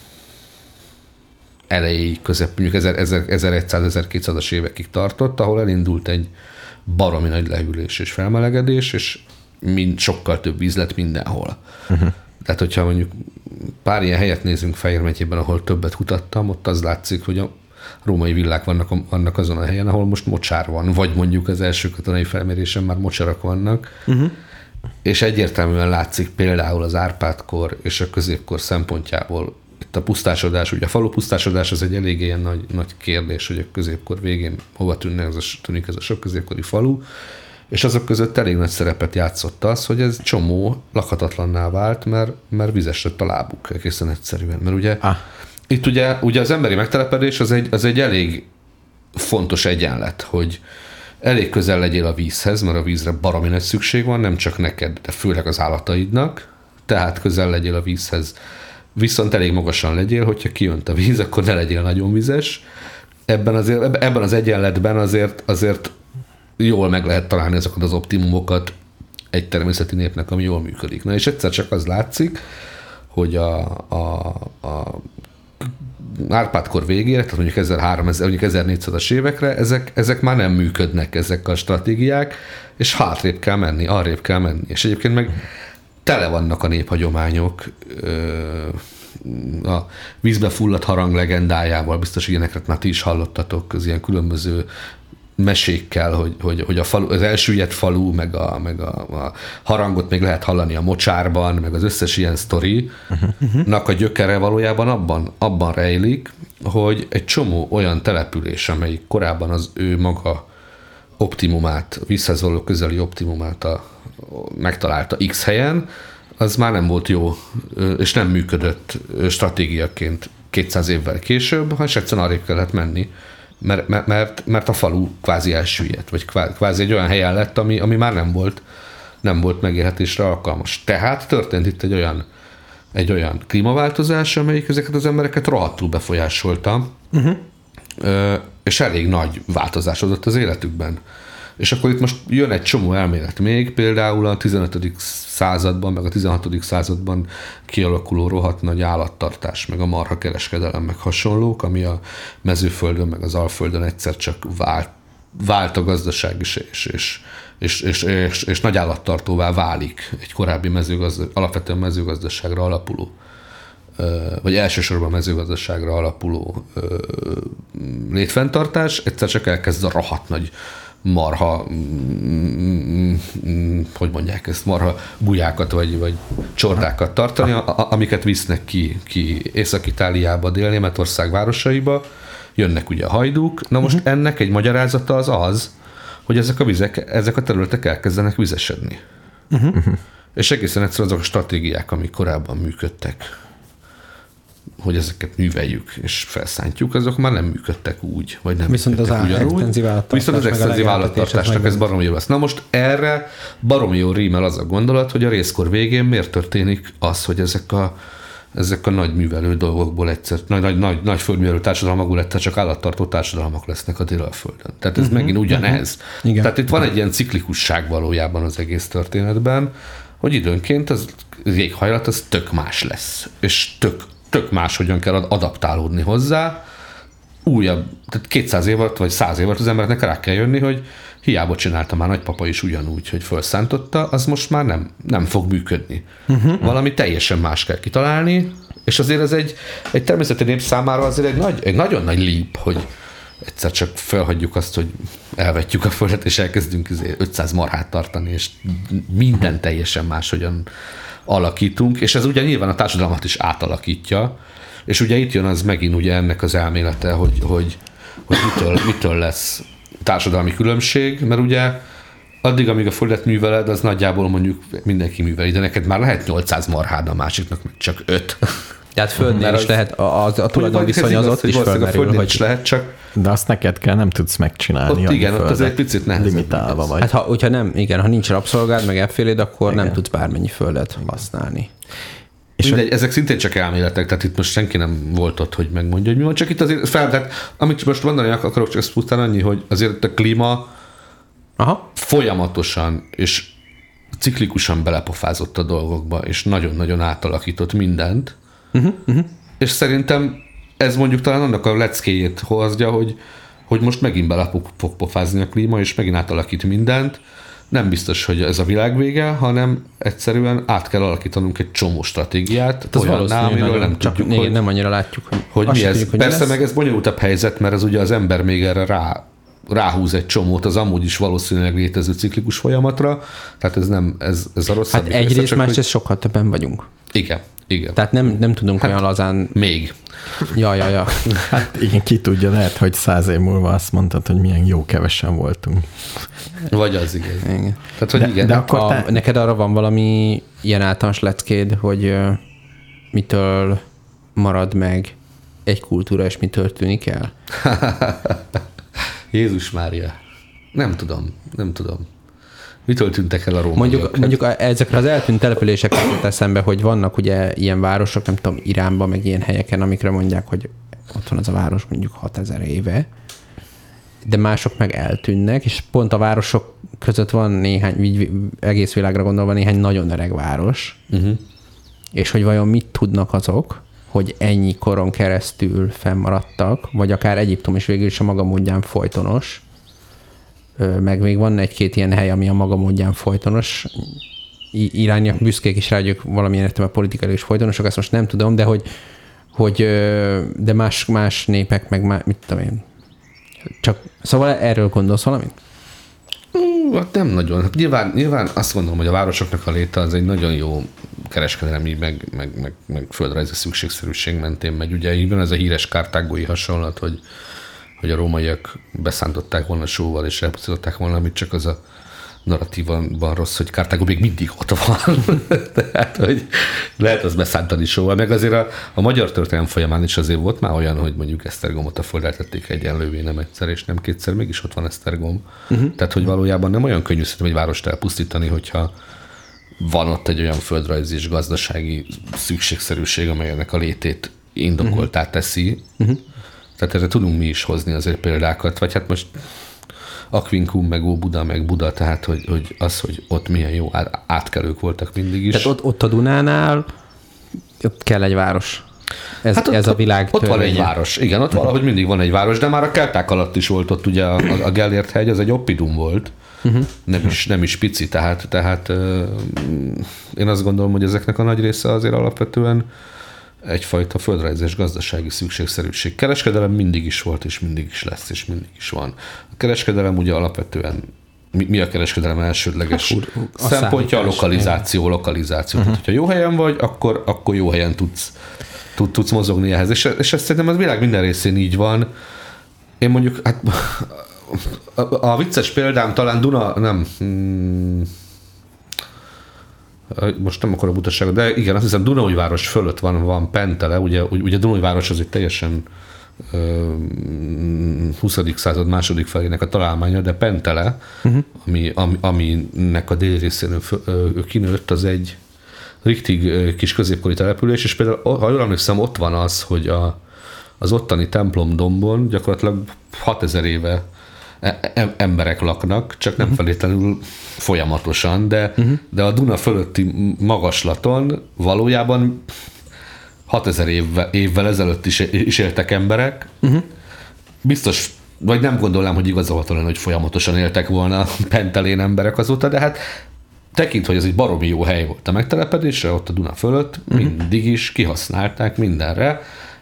elejéig, közep, mondjuk ezerszáz-ezerkétszázas évekig tartott, ahol elindult egy baromi nagy lehűlés és felmelegedés, és mind, sokkal több víz lett mindenhol. Uh-huh. Tehát, hogyha mondjuk pár ilyen helyet nézünk Fejér megyében, ahol többet kutattam, ott az látszik, hogy a római villák vannak, vannak azon a helyen, ahol most mocsár van, vagy mondjuk az első katonai felmérésen már mocsarak vannak, uh-huh. és egyértelműen látszik például az Árpád-kor és a középkor szempontjából itt a pusztásodás, ugye a falu pusztásodás az egy elég ilyen nagy, nagy kérdés, hogy a középkor végén hova tűnne ez a, tűnik ez a sok középkori falu, és azok között elég nagy szerepet játszott az, hogy ez csomó lakhatatlanná vált, mert, mert vizes lett a lábuk egészen egyszerűen. Mert ugye ah. itt ugye, ugye az emberi megtelepedés az egy, az egy elég fontos egyenlet, hogy elég közel legyél a vízhez, mert a vízre baromi nagy szükség van, nem csak neked, de főleg az állataidnak, tehát közel legyél a vízhez, viszont elég magasan legyél, hogyha kijönt a víz, akkor ne legyél nagyon vizes. Ebben, azért, ebben az egyenletben azért, azért jól meg lehet találni azokat az optimumokat egy természeti népnek, ami jól működik. Na és egyszer csak az látszik, hogy a, a, a Árpád-kor végére, tehát mondjuk ezerháromezer, mondjuk ezernégyszázas évekre, ezek, ezek már nem működnek, ezek a stratégiák, és hátrébb kell menni, arrébb kell menni. És egyébként meg tele vannak a néphagyományok, a vízbe fulladt harang legendájával, biztos ilyeneket már ti is hallottatok, az ilyen különböző mesékkel, hogy, hogy, hogy a falu, az elsüllyedt falu, meg, a, meg a, a harangot még lehet hallani a mocsárban, meg az összes ilyen sztorinak a gyökere valójában abban, abban rejlik, hogy egy csomó olyan település, amelyik korábban az ő maga optimumát, vízhez való közeli optimumát a, megtalálta X helyen, az már nem volt jó, és nem működött stratégiaként kétszáz évvel később, ha egyszerűen arrébb kellett menni, mert, mert, mert a falu kvázi elsüllyedt, vagy kvázi egy olyan helyen lett, ami, ami már nem volt, nem volt megélhetésre alkalmas. Tehát történt itt egy olyan, egy olyan klímaváltozás, amelyik ezeket az embereket rohadtul befolyásolta, uh-huh. és elég nagy változás adott az életükben. És akkor itt most jön egy csomó elmélet még, például a tizenötödik században, meg a tizenhatodik században kialakuló rohadt nagy állattartás, meg a marhakereskedelem, meg hasonlók, ami a mezőföldön, meg az alföldön egyszer csak vált, vált a gazdaság is, és, és, és, és, és, és nagy állattartóvá válik egy korábbi mezőgazdaság, alapvetően mezőgazdaságra alapuló, vagy elsősorban mezőgazdaságra alapuló létfenntartás, egyszer csak elkezd a rohadt nagy marha, hogy mondják ezt, marha bujákat vagy, vagy csordákat tartani, amiket visznek ki, ki Észak-Itáliába, Dél-Németország városaiba, jönnek ugye a hajdúk. Na most uh-huh. ennek egy magyarázata az az, hogy ezek a vizek, ezek a területek elkezdenek vizesedni. Uh-huh. És egészen egyszerűen azok a stratégiák, amik korábban működtek, hogy ezeket műveljük és felszántjuk, azok már nem működtek úgy, vagy nem Viszont az extenzív állattartás. Viszont az extenzív állattartásnak ez baromi jó lesz. Na most erre baromi jó rímel az a gondolat, hogy a rézkor végén miért történik az, hogy ezek a, ezek a nagy művelő dolgokból egyszer, nagy, nagy, nagy, nagy földművelő társadalmakból egyszer csak állattartó társadalmak lesznek a Dél-Alföldön. Tehát ez uh-huh, megint ugyanez. Uh-huh. Tehát itt van egy ilyen ciklikusság valójában az egész történetben, hogy időnként az éghajlat az tök más lesz, és tök tök máshogyan kell adaptálódni hozzá, újabb, tehát kétszáz év alatt, vagy száz év alatt az embereknek rá kell jönni, hogy hiába csinálta már nagypapa is ugyanúgy, hogy felszántotta, az most már nem, nem fog működni. Uh-huh. Valami teljesen más kell kitalálni, és azért ez egy, egy természeti nép számára azért egy, nagy, egy nagyon nagy leap, hogy egyszer csak felhagyjuk azt, hogy elvetjük a földet, és elkezdünk ötszáz marhát tartani, és minden teljesen máshogyan alakítunk, és ez ugye nyilván a társadalmat is átalakítja, és ugye itt jön az megint ugye ennek az elmélete, hogy, hogy, hogy mitől, mitől lesz társadalmi különbség, mert ugye addig, amíg a földet műveled, az nagyjából mondjuk mindenki műveli, de neked már lehet nyolcszáz marhád, a másiknak meg csak öt. Tehát földnél is az, lehet, a, a, a tulajdonviszony az ott is fölmerül. Hogy is lehet, csak de azt neked kell, nem tudsz megcsinálni. Ott igen, ott az egy picit nehezebb. Limitálva vagy. Hát ha, hogyha nem, igen, ha nincs rabszolgád, meg elféléd, akkor igen. nem tudsz bármennyi földet használni. És mindegy, ezek szintén csak elméletek, tehát itt most senki nem volt ott, hogy megmondja, hogy mi van, csak itt azért fel, tehát amit most mondani akarok, csak ezt pusztán annyi, hogy azért a klíma Aha. folyamatosan és ciklikusan belepofázott a dolgokba, és nagyon-nagyon átalakított mindent, uh-huh, uh-huh. és szerintem ez mondjuk talán annak a leckéjét hozja, hogy, hogy most megint bele fog pofázni a klíma, és megint átalakít mindent. Nem biztos, hogy ez a világ vége, hanem egyszerűen át kell alakítanunk egy csomó stratégiát, olyannál, amiről nem csak tudjuk, hogy, nem annyira látjuk, hogy, hogy mi ez. Tudjuk, hogy Persze lesz. Meg ez bonyolultabb helyzet, mert az ugye az ember még erre rá, ráhúz egy csomót az amúgy is valószínűleg létező ciklikus folyamatra, tehát ez nem, ez, ez a rosszabb. Hát egyrészt, másrészt hogy... sokkal többen vagyunk. Igen, igen. Tehát nem, nem tudunk hát olyan lazán... Még. Ja, ja, ja. Hát igen, ki tudja, lehet, hogy száz év múlva azt mondtad, hogy milyen jó kevesen voltunk. Vagy az igen. igen. Tehát, hogy de, igen. De a, akkor te... Neked arra van valami ilyen általános leckéd, hogy uh, mitől marad meg egy kultúra, és mitől tűnik el? Jézus Mária. Nem tudom, nem tudom. Mitől tűntek el a rómaiak? Mondjuk, mondjuk a, ezekre az eltűnt településekre jut eszembe, hogy vannak ugye ilyen városok, nem tudom, Iránban, meg ilyen helyeken, amikre mondják, hogy ott van az a város mondjuk hatezer éve, de mások meg eltűnnek, és pont a városok között van néhány, így egész világra gondolva néhány nagyon öreg város, uh-huh. és hogy vajon mit tudnak azok, hogy ennyi koron keresztül fennmaradtak, vagy akár Egyiptom is végül is a maga módján folytonos, meg még van egy-két ilyen hely, ami a maga módján folytonos. Irániak büszkék is rá, hogy ők valamilyen értelemben politikai is folytonosok, ezt most nem tudom, de hogy, hogy de más, más népek, meg más, mit tudom én. Csak, szóval erről gondolsz valamit? Hát nem nagyon. Hát nyilván, nyilván azt gondolom, hogy a városoknak a léte az egy nagyon jó kereskedelmi, meg, meg, meg, meg földrajzi szükségszerűség mentén megy. Ugye így van ez a híres kártágói hasonlat, hogy hogy a rómaiak beszántották volna sóval, és elpusztították volna, amit csak az a narratívban rossz, hogy Kartágó még mindig ott van. Tehát, hogy lehet az beszántani sóval. Meg azért a, a magyar történelem folyamán is azért volt már olyan, hogy mondjuk Esztergomot a földre tették egyenlővé nem egyszer, és nem kétszer, mégis ott van Esztergom. Uh-huh. Tehát, hogy valójában nem olyan könnyű szerintem egy várost elpusztítani, hogyha van ott egy olyan földrajzi és gazdasági szükségszerűség, amely ennek a létét indokoltá teszi. Uh-huh. Tehát erre tudunk mi is hozni azért példákat, vagy hát most Aquincum, meg Óbuda, meg Buda, tehát hogy, hogy az, hogy ott milyen jó átkelők voltak mindig is. Tehát ott, ott a Dunánál ott kell egy város. Ez, hát ott, ez a világ Ott van egy város, igen, ott valahogy mindig van egy város, de már a kelták alatt is volt ott ugye a, a Gellért hegy, az egy oppidum volt, uh-huh. nem, is, nem is pici, tehát, tehát euh, én azt gondolom, hogy ezeknek a nagy része azért alapvetően egyfajta földrajzi és gazdasági szükségszerűség. Kereskedelem mindig is volt, és mindig is lesz, és mindig is van. A kereskedelem ugye alapvetően, mi, mi a kereskedelem elsődleges hát, úr, a szempontja? A lokalizáció, lokalizáció. Uh-huh. Tehát, hogyha jó helyen vagy, akkor, akkor jó helyen tudsz, tud, tudsz mozogni ehhez. És, és ezt szerintem az világ minden részén így van. Én mondjuk, hát a, a vicces példám talán Duna, nem... Hmm, most nem akarok butaságot, de igen, azt hiszem Dunaújváros fölött van, van Pentele, ugye, ugye Dunaújváros az egy teljesen uh, huszadik század második felének a találmánya, de Pentele, uh-huh. ami, ami, aminek a déli részén ő kinőtt, az egy richtig kis középkori település, és például, ha jól emlékszem, ott van az, hogy a, az ottani templomdombon gyakorlatilag hatezer éve emberek laknak, csak nem feltétlenül folyamatosan, de, uh-huh. de a Duna fölötti magaslaton valójában hatezer évvel, évvel ezelőtt is, is éltek emberek. Uh-huh. Biztos, vagy nem gondolnám, hogy igazolhatóan, hogy folyamatosan éltek volna Pentelén emberek azóta, de hát tekintve, hogy ez egy baromi jó hely volt a megtelepedésre, ott a Duna fölött, uh-huh. mindig is kihasználták mindenre,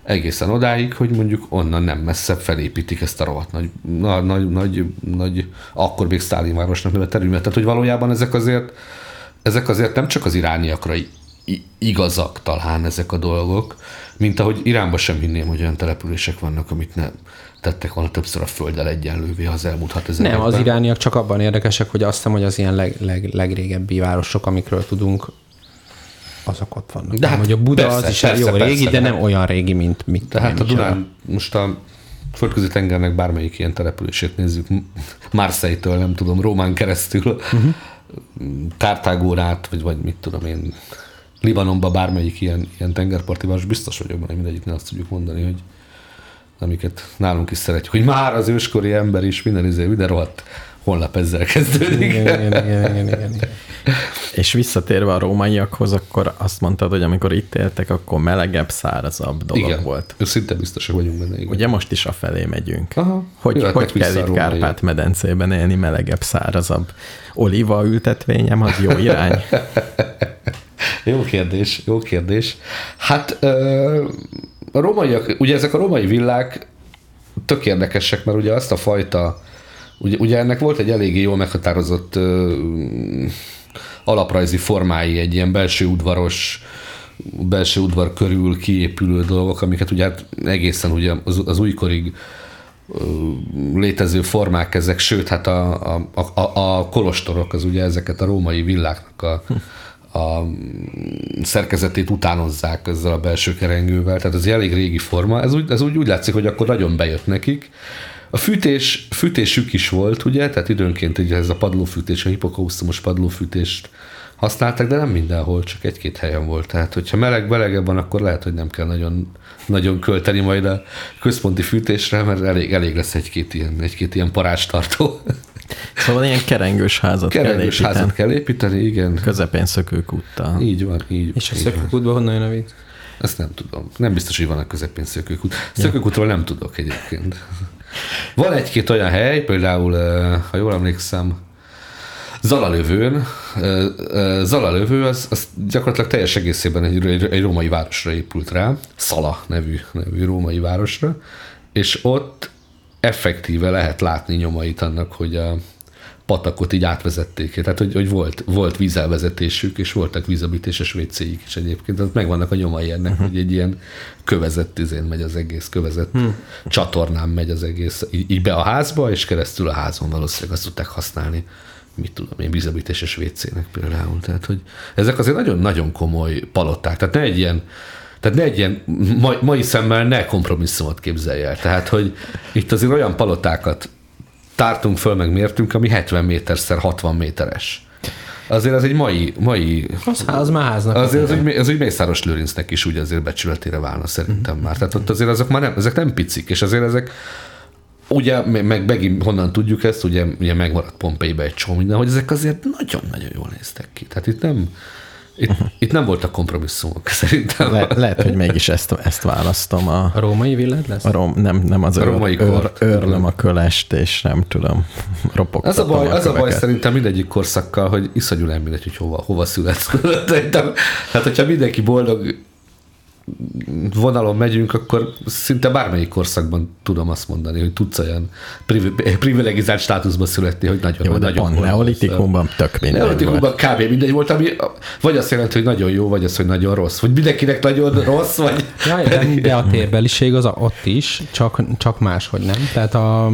egészen odáig, hogy mondjuk onnan nem messzebb felépítik ezt a rohadt nagy, nagy, nagy, nagy, nagy akkor még Sztálinvárosnak nevezett területet. Tehát, hogy valójában ezek azért, ezek azért nem csak az irániakra igazak talán ezek a dolgok, mint ahogy Iránban sem hinném, hogy olyan települések vannak, amit nem tettek volna többször a földdel egyenlővé az elmúlt hatezer évben. Nem, az irániak csak abban érdekesek, hogy azt hiszem, hogy az ilyen leg, leg, legrégebbi városok, amikről tudunk, azok ott vannak. De hát hogy a Buda persze, az is persze, jó persze, régi, de de nem olyan régi, mint mit. Tehát a Dunán, most a Földközi tengernek bármelyik ilyen települését nézzük, Marseille-től, nem tudom, Rómán keresztül, uh-huh. Kartágón át, vagy, vagy mit tudom én, Libanonban bármelyik ilyen, ilyen tengerparti város, biztos vagyok benne, mindegyiknél azt tudjuk mondani, hogy amiket nálunk is szeretjük, hogy már az őskori ember is minden izé, minden rohadt honlap ezzel kezdődik. Igen, igen, igen, igen, igen. És visszatérve a rómaiakhoz, akkor azt mondtad, hogy amikor itt éltek, akkor melegebb, szárazabb dolog igen. volt. Szinte biztosak vagyunk benne. Igen. Ugye most is afelé megyünk. Aha. Hogy, hogy kell itt Kárpát-medencében élni, melegebb, szárazabb? Olívaültetvényem az jó irány? Jó kérdés, jó kérdés. Hát a rómaiak, ugye ezek a római villák tök érdekesek, mert ugye azt a fajta, ugye, ugye ennek volt egy eléggé jól meghatározott uh, alaprajzi formái, egy ilyen belső udvaros, belső udvar körül kiépülő dolgok, amiket ugye hát egészen ugye az, az újkorig uh, létező formák ezek, sőt, hát a, a, a, a kolostorok, az ugye ezeket a római villáknak a a szerkezetét utánozzák ezzel a belső kerengővel, tehát ez egy elég régi forma. Ez úgy, ez úgy, úgy látszik, hogy akkor nagyon bejött nekik. A fűtés, fűtésük is volt, ugye, tehát időnként ugye ez a padlófűtés, a hipokausztumos padlófűtést használták, de nem mindenhol, csak egy-két helyen volt. Tehát, hogyha meleg, melegebb van, akkor lehet, hogy nem kell nagyon, nagyon költeni majd a központi fűtésre, mert elég, elég lesz egy-két ilyen, egy-két ilyen parázstartó. Szóval ilyen kerengős házat kerengős kell építeni. házat kell építeni, igen. Közepén szökőkúttal. Így van, így És a így szökőkútban honnan jön a víz? Ezt nem tudom. Nem biztos, hogy van a közepén szökőkút. Szökőkútról nem tudok egyébként. Van egy-két olyan hely, például, ha jól emlékszem, Zalalövőn. Zalalövő az, az gyakorlatilag teljes egészében egy, egy, egy római városra épült rá, Szala nevű, nevű római városra, és ott effektíve lehet látni nyomait annak, hogy a patakot így átvezették. Tehát, hogy, hogy volt, volt vízelvezetésük, és voltak vízabítéses vécéik is egyébként. Tehát megvannak a nyomai ennek, uh-huh. hogy egy ilyen kövezett tüzén megy az egész, kövezett hmm. csatornán megy az egész, így, így be a házba, és keresztül a házon valószínűleg azt tudták használni, mit tudom én, vízabítéses vécének például. Tehát, hogy ezek azért nagyon-nagyon komoly paloták. Tehát ne egy ilyen Tehát ne egy ilyen mai, mai szemmel ne kompromisszumot képzelj el. Tehát, hogy itt azért olyan palotákat tártunk föl, meg mértünk, ami hetven méterszer hatvan méteres. Azért az egy mai... mai az, az már háznak. Azért az, az, az úgy Mészáros Lőrincnek is úgy azért becsületére válna szerintem már. Tehát ott azért azok már nem, ezek nem picik, és azért ezek ugye, meg megint honnan tudjuk ezt, ugye, ugye megmaradt Pompeibe egy csomó minden, hogy ezek azért nagyon-nagyon jól néztek ki. Tehát itt nem... Itt, uh-huh. itt nem voltak kompromisszumok, szerintem. Le, lehet, hogy mégis ezt, ezt választom. A, a római villád lesz? A rom, nem, nem az a római őr, őr, őrlöm a kölest, és nem tudom, ropogtatom az a baj, a az a baj szerintem mindegyik korszakkal, hogy iszonyú nem mindegy, hogy hova, hova születsz. Hát, hogyha mindenki boldog vonalon megyünk, akkor szinte bármelyik korszakban tudom azt mondani, hogy tudsz olyan privilegizált státuszba születni, hogy nagyon, jó, hogy de nagyon pont neolitikumban tök mindegy neolitikumban kb. Mindegy volt, ami vagy azt jelenti, hogy nagyon jó, vagy az, hogy nagyon rossz. Vagy mindenkinek nagyon rossz, vagy... Ja, de, de a térbeliség az ott is, csak, csak máshogy nem. Tehát a...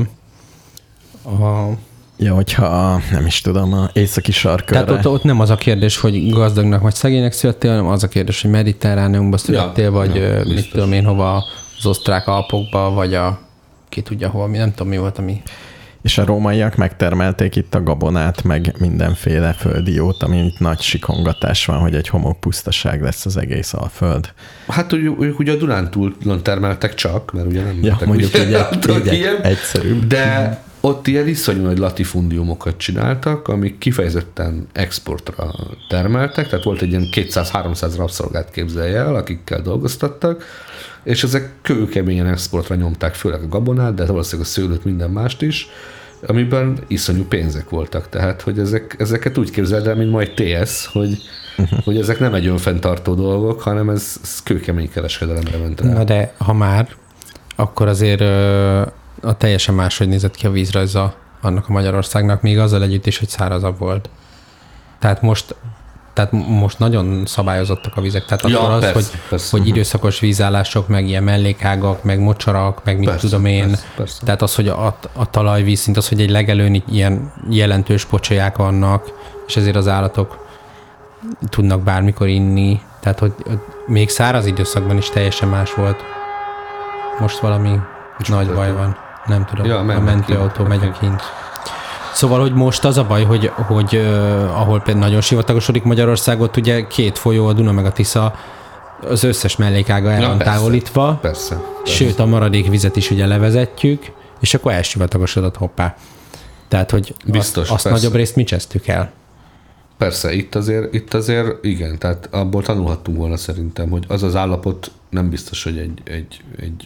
a ja, hogyha nem is tudom, a északi sarkörre. Tehát ott, ott nem az a kérdés, hogy gazdagnak vagy szegénynek születtél, hanem az a kérdés, hogy mediterráneumban születtél, ja, vagy ja, mit biztos. Tudom én hova, az osztrák Alpokba, vagy a ki tudja hol, nem tudom mi volt, ami... És a rómaiak megtermelték itt a gabonát, meg mindenféle földi jót, ami itt nagy sikongatás van, hogy egy homokpusztaság lesz az egész Alföld. Hát ők ugye a Dunántúlon termeltek csak, mert ugye nem ja, mondjuk ugye, ugye, ugye egyszerűbb. De ott ilyen iszonyú nagy latifundiumokat csináltak, amik kifejezetten exportra termeltek, tehát volt egy ilyen kétszáz-háromszáz rabszolgát képzelje el, akikkel dolgoztattak, és ezek kőkeményen exportra nyomták, főleg a gabonát, de valószínűleg a szőlőt, minden mást is, amiben iszonyú pénzek voltak. Tehát, hogy ezek, ezeket úgy képzeld el, mint majd té es, hogy uh-huh. hogy ezek nem egy önfenntartó dolgok, hanem ez, ez kőkemény kereskedelemre ment rá. Na de ha már, akkor azért ö, a teljesen máshogy nézett ki a vízrajza annak a Magyarországnak, még azzal együtt is, hogy szárazabb volt. Tehát most Tehát most nagyon szabályozottak a vizek. Tehát ja, akkor az, persze, hogy, persze. hogy időszakos vízállások, meg ilyen mellékágak, meg mocsarak, meg mit persze, tudom én. Persze, persze. Tehát az, hogy a, a talajvízszint, az, hogy egy legelőn ilyen jelentős pocsolyák vannak, és ezért az állatok tudnak bármikor inni. Tehát, hogy még száraz időszakban is teljesen más volt. Most valami Csak nagy baj van. Nem tudom. Ja, a mentőautó megy a kint. Szóval, hogy most az a baj, hogy, hogy uh, ahol például nagyon sivatagosodik Magyarországot, ugye két folyó, a Duna meg a Tisza, az összes mellékága el van ja, távolítva. Persze, persze. Sőt, a maradék vizet is ugye levezetjük, és akkor elsivatagosodott hoppá. Tehát, hogy Biztos, azt, azt nagyobb részt mi csesztük el. Persze, itt azért, itt azért igen, tehát abból tanulhattunk volna szerintem, hogy az az állapot nem biztos, hogy egy, egy, egy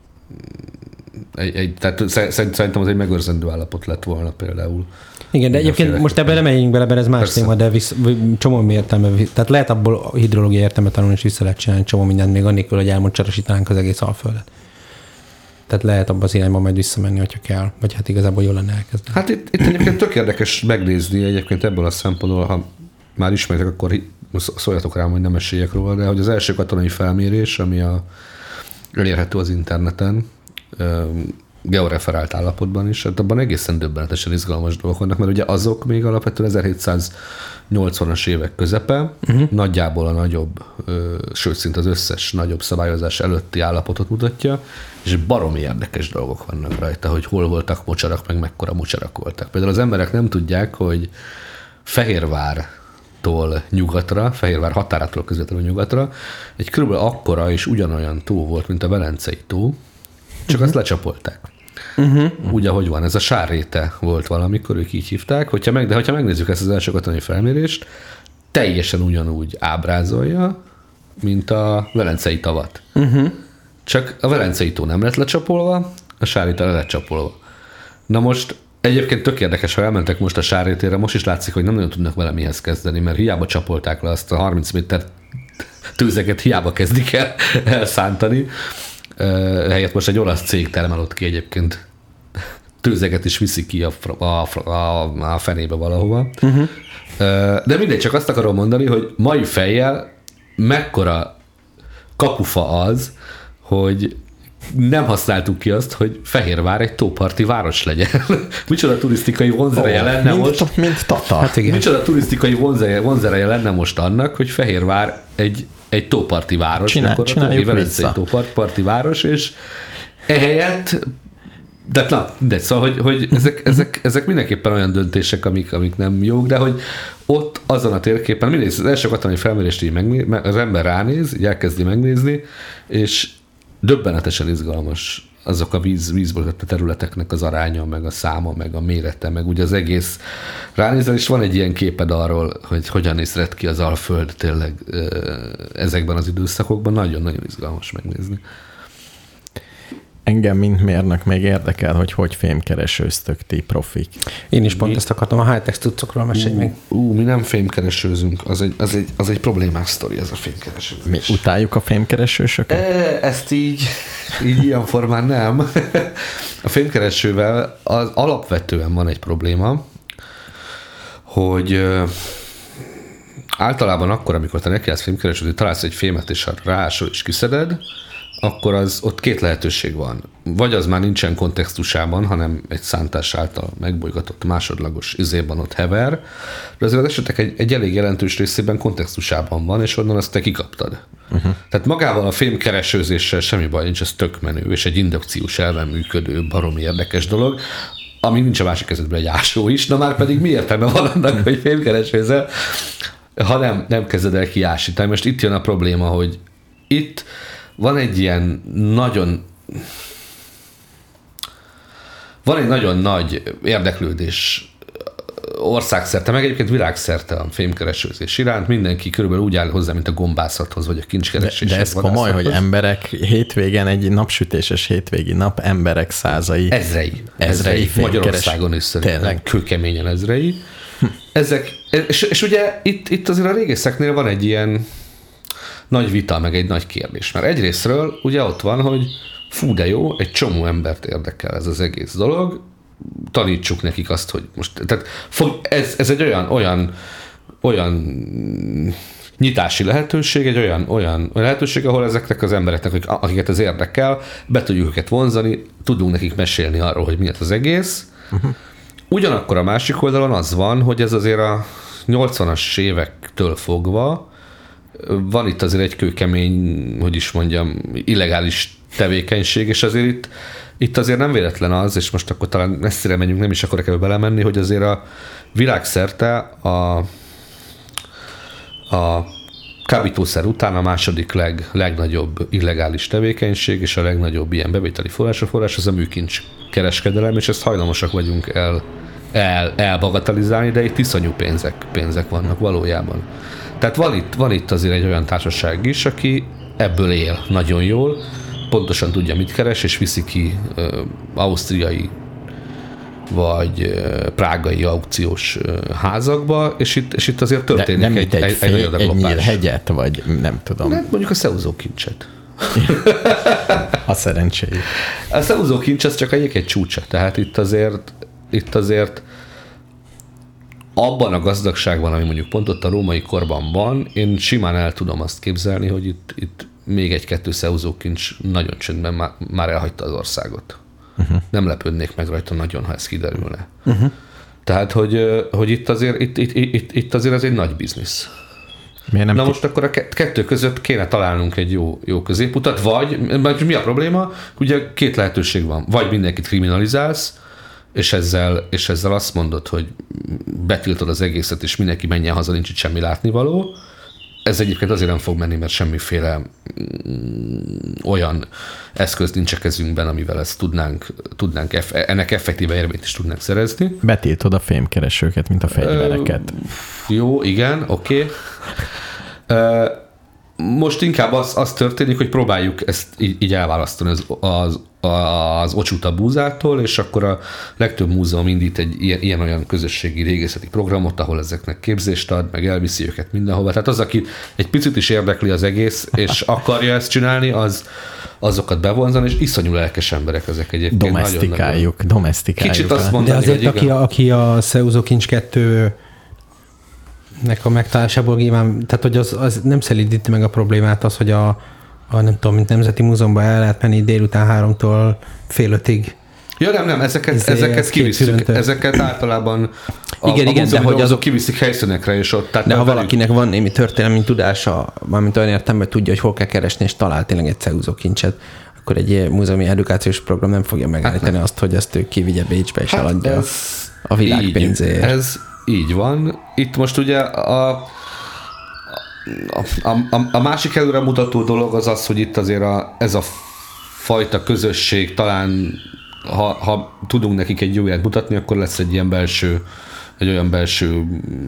Egy, egy, tehát szerintem az egy megőrzendő állapot lett volna például. Igen, de egyébként most ebben nem menjünk bele, mert ez más Persze. téma, de visz, csomó értelme, tehát lehet abból a hidrológiai értelmet tanulni, és vissza lehet csinálni csomó mindent, még annélkül, hogy elmocsarosítanánk az egész Alföldet. Tehát lehet abban az irányban majd visszamenni, hogyha kell, vagy hát igazából jól lenne elkezdeni. Hát itt, itt egyébként tök érdekes megnézni egyébként ebből a szempontból, ha már ismeritek, akkor szóljatok rám, hogy nem esélyek róla, de hogy az első katonai felmérés, ami a, elérhető az interneten, georeferált állapotban is, hát abban egészen döbbenetesen izgalmas dolgok vannak, mert ugye azok még alapvetően ezerhétszáznyolcvanas évek közepe, uh-huh. nagyjából a nagyobb, sőt szinte az összes nagyobb szabályozás előtti állapotot mutatja, és baromi érdekes dolgok vannak rajta, hogy hol voltak mocsarak, meg mekkora mocsarak voltak. Például az emberek nem tudják, hogy Fehérvártól nyugatra, Fehérvár határától közvetlenül nyugatra, egy körülbelül akkora és ugyanolyan tó volt, mint a Velencei tó, csak uh-huh. azt lecsapolták. Uh-huh. Úgy, ahogy van. Ez a Sárréte volt valamikor, ők így hívták. Hogyha meg, de hogyha megnézzük ezt az első katonai felmérést, teljesen ugyanúgy ábrázolja, mint a Velencei tavat. Uh-huh. Csak a Velencei tó nem lett lecsapolva, a Sárréte le lett csapolva. Na most egyébként tök érdekes, ha elmentek most a Sárrétére, most is látszik, hogy nem nagyon tudnak vele mihez kezdeni, mert hiába csapolták le azt a harminc méter tőzeget, hiába kezdik el elszántani. Uh, helyett most egy olasz cég termel ott ki egyébként tőzeget is viszi ki a, a, a, a fenébe valahova. Uh-huh. Uh, de mindegy, csak azt akarom mondani, hogy mai fejjel mekkora kapufa az, hogy nem használtuk ki azt, hogy Fehérvár egy tóparti város legyen. Micsoda turisztikai vonzereje oh, lenne mint, most. Mint Tatar. Hát micsoda turisztikai vonzereje, vonzereje lenne most annak, hogy Fehérvár egy egy tóparti város, Csinál, akkor csináljuk vissza. Egy tóparti város, és ehelyett, de na, de szóval, hogy, hogy ezek, ezek, ezek mindenképpen olyan döntések, amik, amik nem jók, de hogy ott azon a térképen, mindegy, az első katonai felmérést így megnéz, az ember ránéz, így elkezdi megnézni, és döbbenetesen izgalmas azok a víz, vízből a területeknek az aránya, meg a száma, meg a mérete, meg ugye az egész ránézel, és van egy ilyen képed arról, hogy hogyan nézett ki az Alföld tényleg ezekben az időszakokban, nagyon-nagyon izgalmas megnézni. Engem, mint mérnök, még érdekel, hogy hogy fémkeresőztök ti profik. Én is pont mi? Ezt akartam, a high-tech cuccokról mesélj meg. Ú, mi nem fémkeresőzünk, az egy, az egy, az egy problémás sztori, ez a fémkeresőzés. Mi utáljuk a fémkeresősöket? E, ezt így, így ilyen formán nem. A fémkeresővel az alapvetően van egy probléma, hogy általában akkor, amikor te nekiállsz fémkeresőzni, találsz egy fémet, és ha ráásol és kiszeded, akkor az ott két lehetőség van. Vagy az már nincsen kontextusában, hanem egy szántás által megbolygatott másodlagos izében ott hever, de azért az esetek egy, egy elég jelentős részében kontextusában van, és onnan azt te kikaptad. Uh-huh. Tehát magával a fémkeresőzéssel semmi baj nincs, ez tök menő, és egy indukciós elven működő, baromi érdekes dolog, ami nincs a másik kezedben egy ásó is, na már pedig mi értelme van annak, hogy fémkeresőzel, ha nem, nem kezded el kiásítani. Most itt jön a probléma, hogy itt van egy ilyen nagyon van egy nagyon nagy érdeklődés országszerte, meg egyébként világszerte a fémkeresőzés iránt. Mindenki körülbelül úgy áll hozzá, mint a gombászathoz, vagy a kincskereséshez. De, de ez komoly, hogy emberek hétvégen, egy napsütéses hétvégi nap, emberek százai. Ezrei. Ezrei, ezrei Magyarországon is szerintem kőkeményen ezrei. ezek, és, és ugye itt, itt azért a régészeknél van egy ilyen nagy vita, meg egy nagy kérdés. Mert egyrésztről ugye ott van, hogy fú, de jó, egy csomó embert érdekel ez az egész dolog, tanítsuk nekik azt, hogy most, tehát fog, ez, ez egy olyan, olyan, olyan nyitási lehetőség, egy olyan, olyan lehetőség, ahol ezeknek az embereknek, akiket ez érdekel, be tudjuk őket vonzani, tudunk nekik mesélni arról, hogy mi az egész. Uh-huh. Ugyanakkor a másik oldalon az van, hogy ez azért a nyolcvanas évektől fogva van itt azért egy kőkemény, hogy is mondjam, illegális tevékenység, és azért itt, itt azért nem véletlen az, és most akkor talán messzire menjünk, nem is akarok ebbe belemenni, hogy azért a világszerte a, a kábítószer után a második leg, legnagyobb illegális tevékenység, és a legnagyobb ilyen bevételi forrás, a forrás az a műkincs kereskedelem, és ezt hajlamosak vagyunk el, el, elbagatalizálni, de itt iszonyú pénzek, pénzek vannak valójában. Tehát van itt, van itt azért egy olyan társaság is, aki ebből él nagyon jól, pontosan tudja, mit keres, és viszi ki ö, ausztriai vagy ö, prágai aukciós ö, házakba, és itt, és itt azért történik nem egy, egy, egy, fél, egy nagy egy hegyet, vagy nem tudom. Nem, mondjuk a szeúzó kincset. A szerencséjük. A szeúzó kincs az csak egyik egy csúcsa, tehát itt azért, itt azért abban a gazdagságban, ami mondjuk pont ott a római korban van, én simán el tudom azt képzelni, hogy itt, itt még egy-kettő szeúzókincs nagyon csöndben már, már elhagyta az országot. Uh-huh. Nem lepődnék meg rajta nagyon, ha ez kiderülne. Uh-huh. Tehát, hogy, hogy itt, azért, itt, itt, itt, itt azért ez egy nagy biznisz. Na ki... most akkor a kettő között kéne találnunk egy jó, jó középutat, vagy, vagy mi a probléma? Ugye két lehetőség van. Vagy mindenkit kriminalizálsz, és ezzel, és ezzel azt mondod, hogy betiltod az egészet, és mindenki menjen haza, nincs itt semmi látnivaló. Ez egyébként azért nem fog menni, mert semmiféle olyan eszköz nincs a kezünkben, amivel ezt tudnánk, tudnánk ennek effektíve érvényt is tudnánk szerezni. Betiltod a fémkeresőket, mint a fegyvereket. Ö, jó, igen, oké. Okay. Most inkább az, az történik, hogy próbáljuk ezt így, így elválasztani az, az, az ocsuta búzától, és akkor a legtöbb múzeum indít egy ilyen, ilyen-olyan közösségi régészeti programot, ahol ezeknek képzést ad, meg elviszi őket mindenhova. Tehát az, aki egy picit is érdekli az egész, és akarja ezt csinálni, az azokat bevonzani, és iszonyú lelkes emberek ezek egyébként. Domesztikáljuk, nagyon, domesztikáljuk. Kicsit azt mondani, de azért, hogy aki, aki a Szeúzó kincs kettő nek a megtalálásából nyilván, tehát hogy az, az nem szelídíti meg a problémát az, hogy a, a nem tudom, mint Nemzeti Múzeumban el lehet menni délután háromtól fél ötig. Ja, nem, nem, ezeket, ezért ezeket kivisszük, ezeket általában a, igen, a igen, de hogy azok kiviszik helyszínekre, és ott... Tehát de ha velük... valakinek van némi történelmi tudása, mármint olyan értem, hogy tudja, hogy hol kell keresni, és talál tényleg egy Szeúzó kincset, akkor egy múzeumi edukációs program nem fogja megállítani hát azt, hogy ezt ő kivigye Bécsbe, és hát eladja ez a világ így, pénzéért. Ez így van. Itt most ugye a, a, a, a másik előre mutató dolog az az, hogy itt azért a, ez a fajta közösség talán, ha, ha tudunk nekik egy jó jelet mutatni, akkor lesz egy ilyen belső, egy olyan belső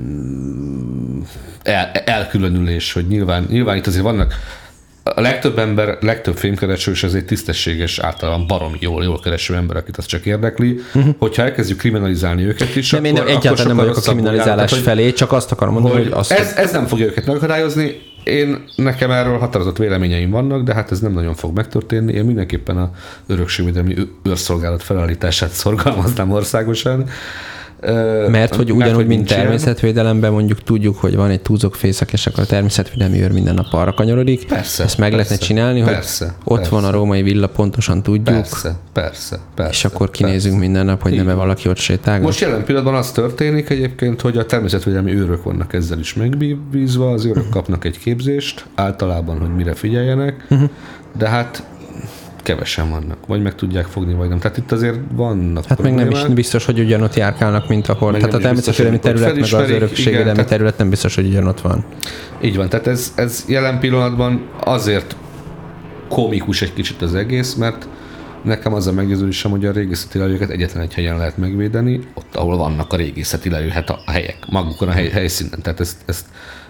el, elkülönülés, hogy nyilván, nyilván itt azért vannak a legtöbb ember, legtöbb filmkereső, és ez egy tisztességes, általában baromi jól, jól kereső ember, akit az csak érdekli, uh-huh. hogyha elkezdjük kriminalizálni őket is, nem, akkor, én egyáltalán nem vagyok a kriminalizálás jár, felé, csak azt akarom mondani, hogy, hogy azt... Ez, ez nem fogja őket megakadályozni. Én, nekem erről határozott véleményeim vannak, de hát ez nem nagyon fog megtörténni. Én mindenképpen a örökségvédelmi őrszolgálat felállítását szorgalmaznám országosan. Mert hogy ugyanúgy, hogy mint természetvédelemben mondjuk tudjuk, hogy van egy túzokfészek, és akkor a természetvédelmi őr minden nap arra kanyarodik. Persze. Ezt meg persze, lehetne csinálni, persze, hogy ott persze. van a római villa, pontosan tudjuk. Persze, persze, persze. És akkor kinézünk persze. minden nap, hogy nem valaki ott sétál. Most jelen pillanatban az történik egyébként, hogy a természetvédelmi őrök vannak ezzel is megbízva, az őrök uh-huh. kapnak egy képzést, általában, hogy mire figyeljenek, uh-huh. de hát kevesen vannak. Vagy meg tudják fogni, vagy nem. Tehát itt azért vannak Hát problémák. Meg nem is biztos, hogy ugyanott járkálnak, mint ahol. Meg tehát a természetvédelmi terület, meg az örökségvédelmi terület nem biztos, hogy ugyanott van. Így van. Tehát ez, ez jelen pillanatban azért komikus egy kicsit az egész, mert nekem az a meggyőződésem, hogy a régészeti lelőket egyetlen egy helyen lehet megvédeni, ott, ahol vannak a régészeti lelő, hát a helyek, magukon a hely, helyszínen. Tehát ezt, ezt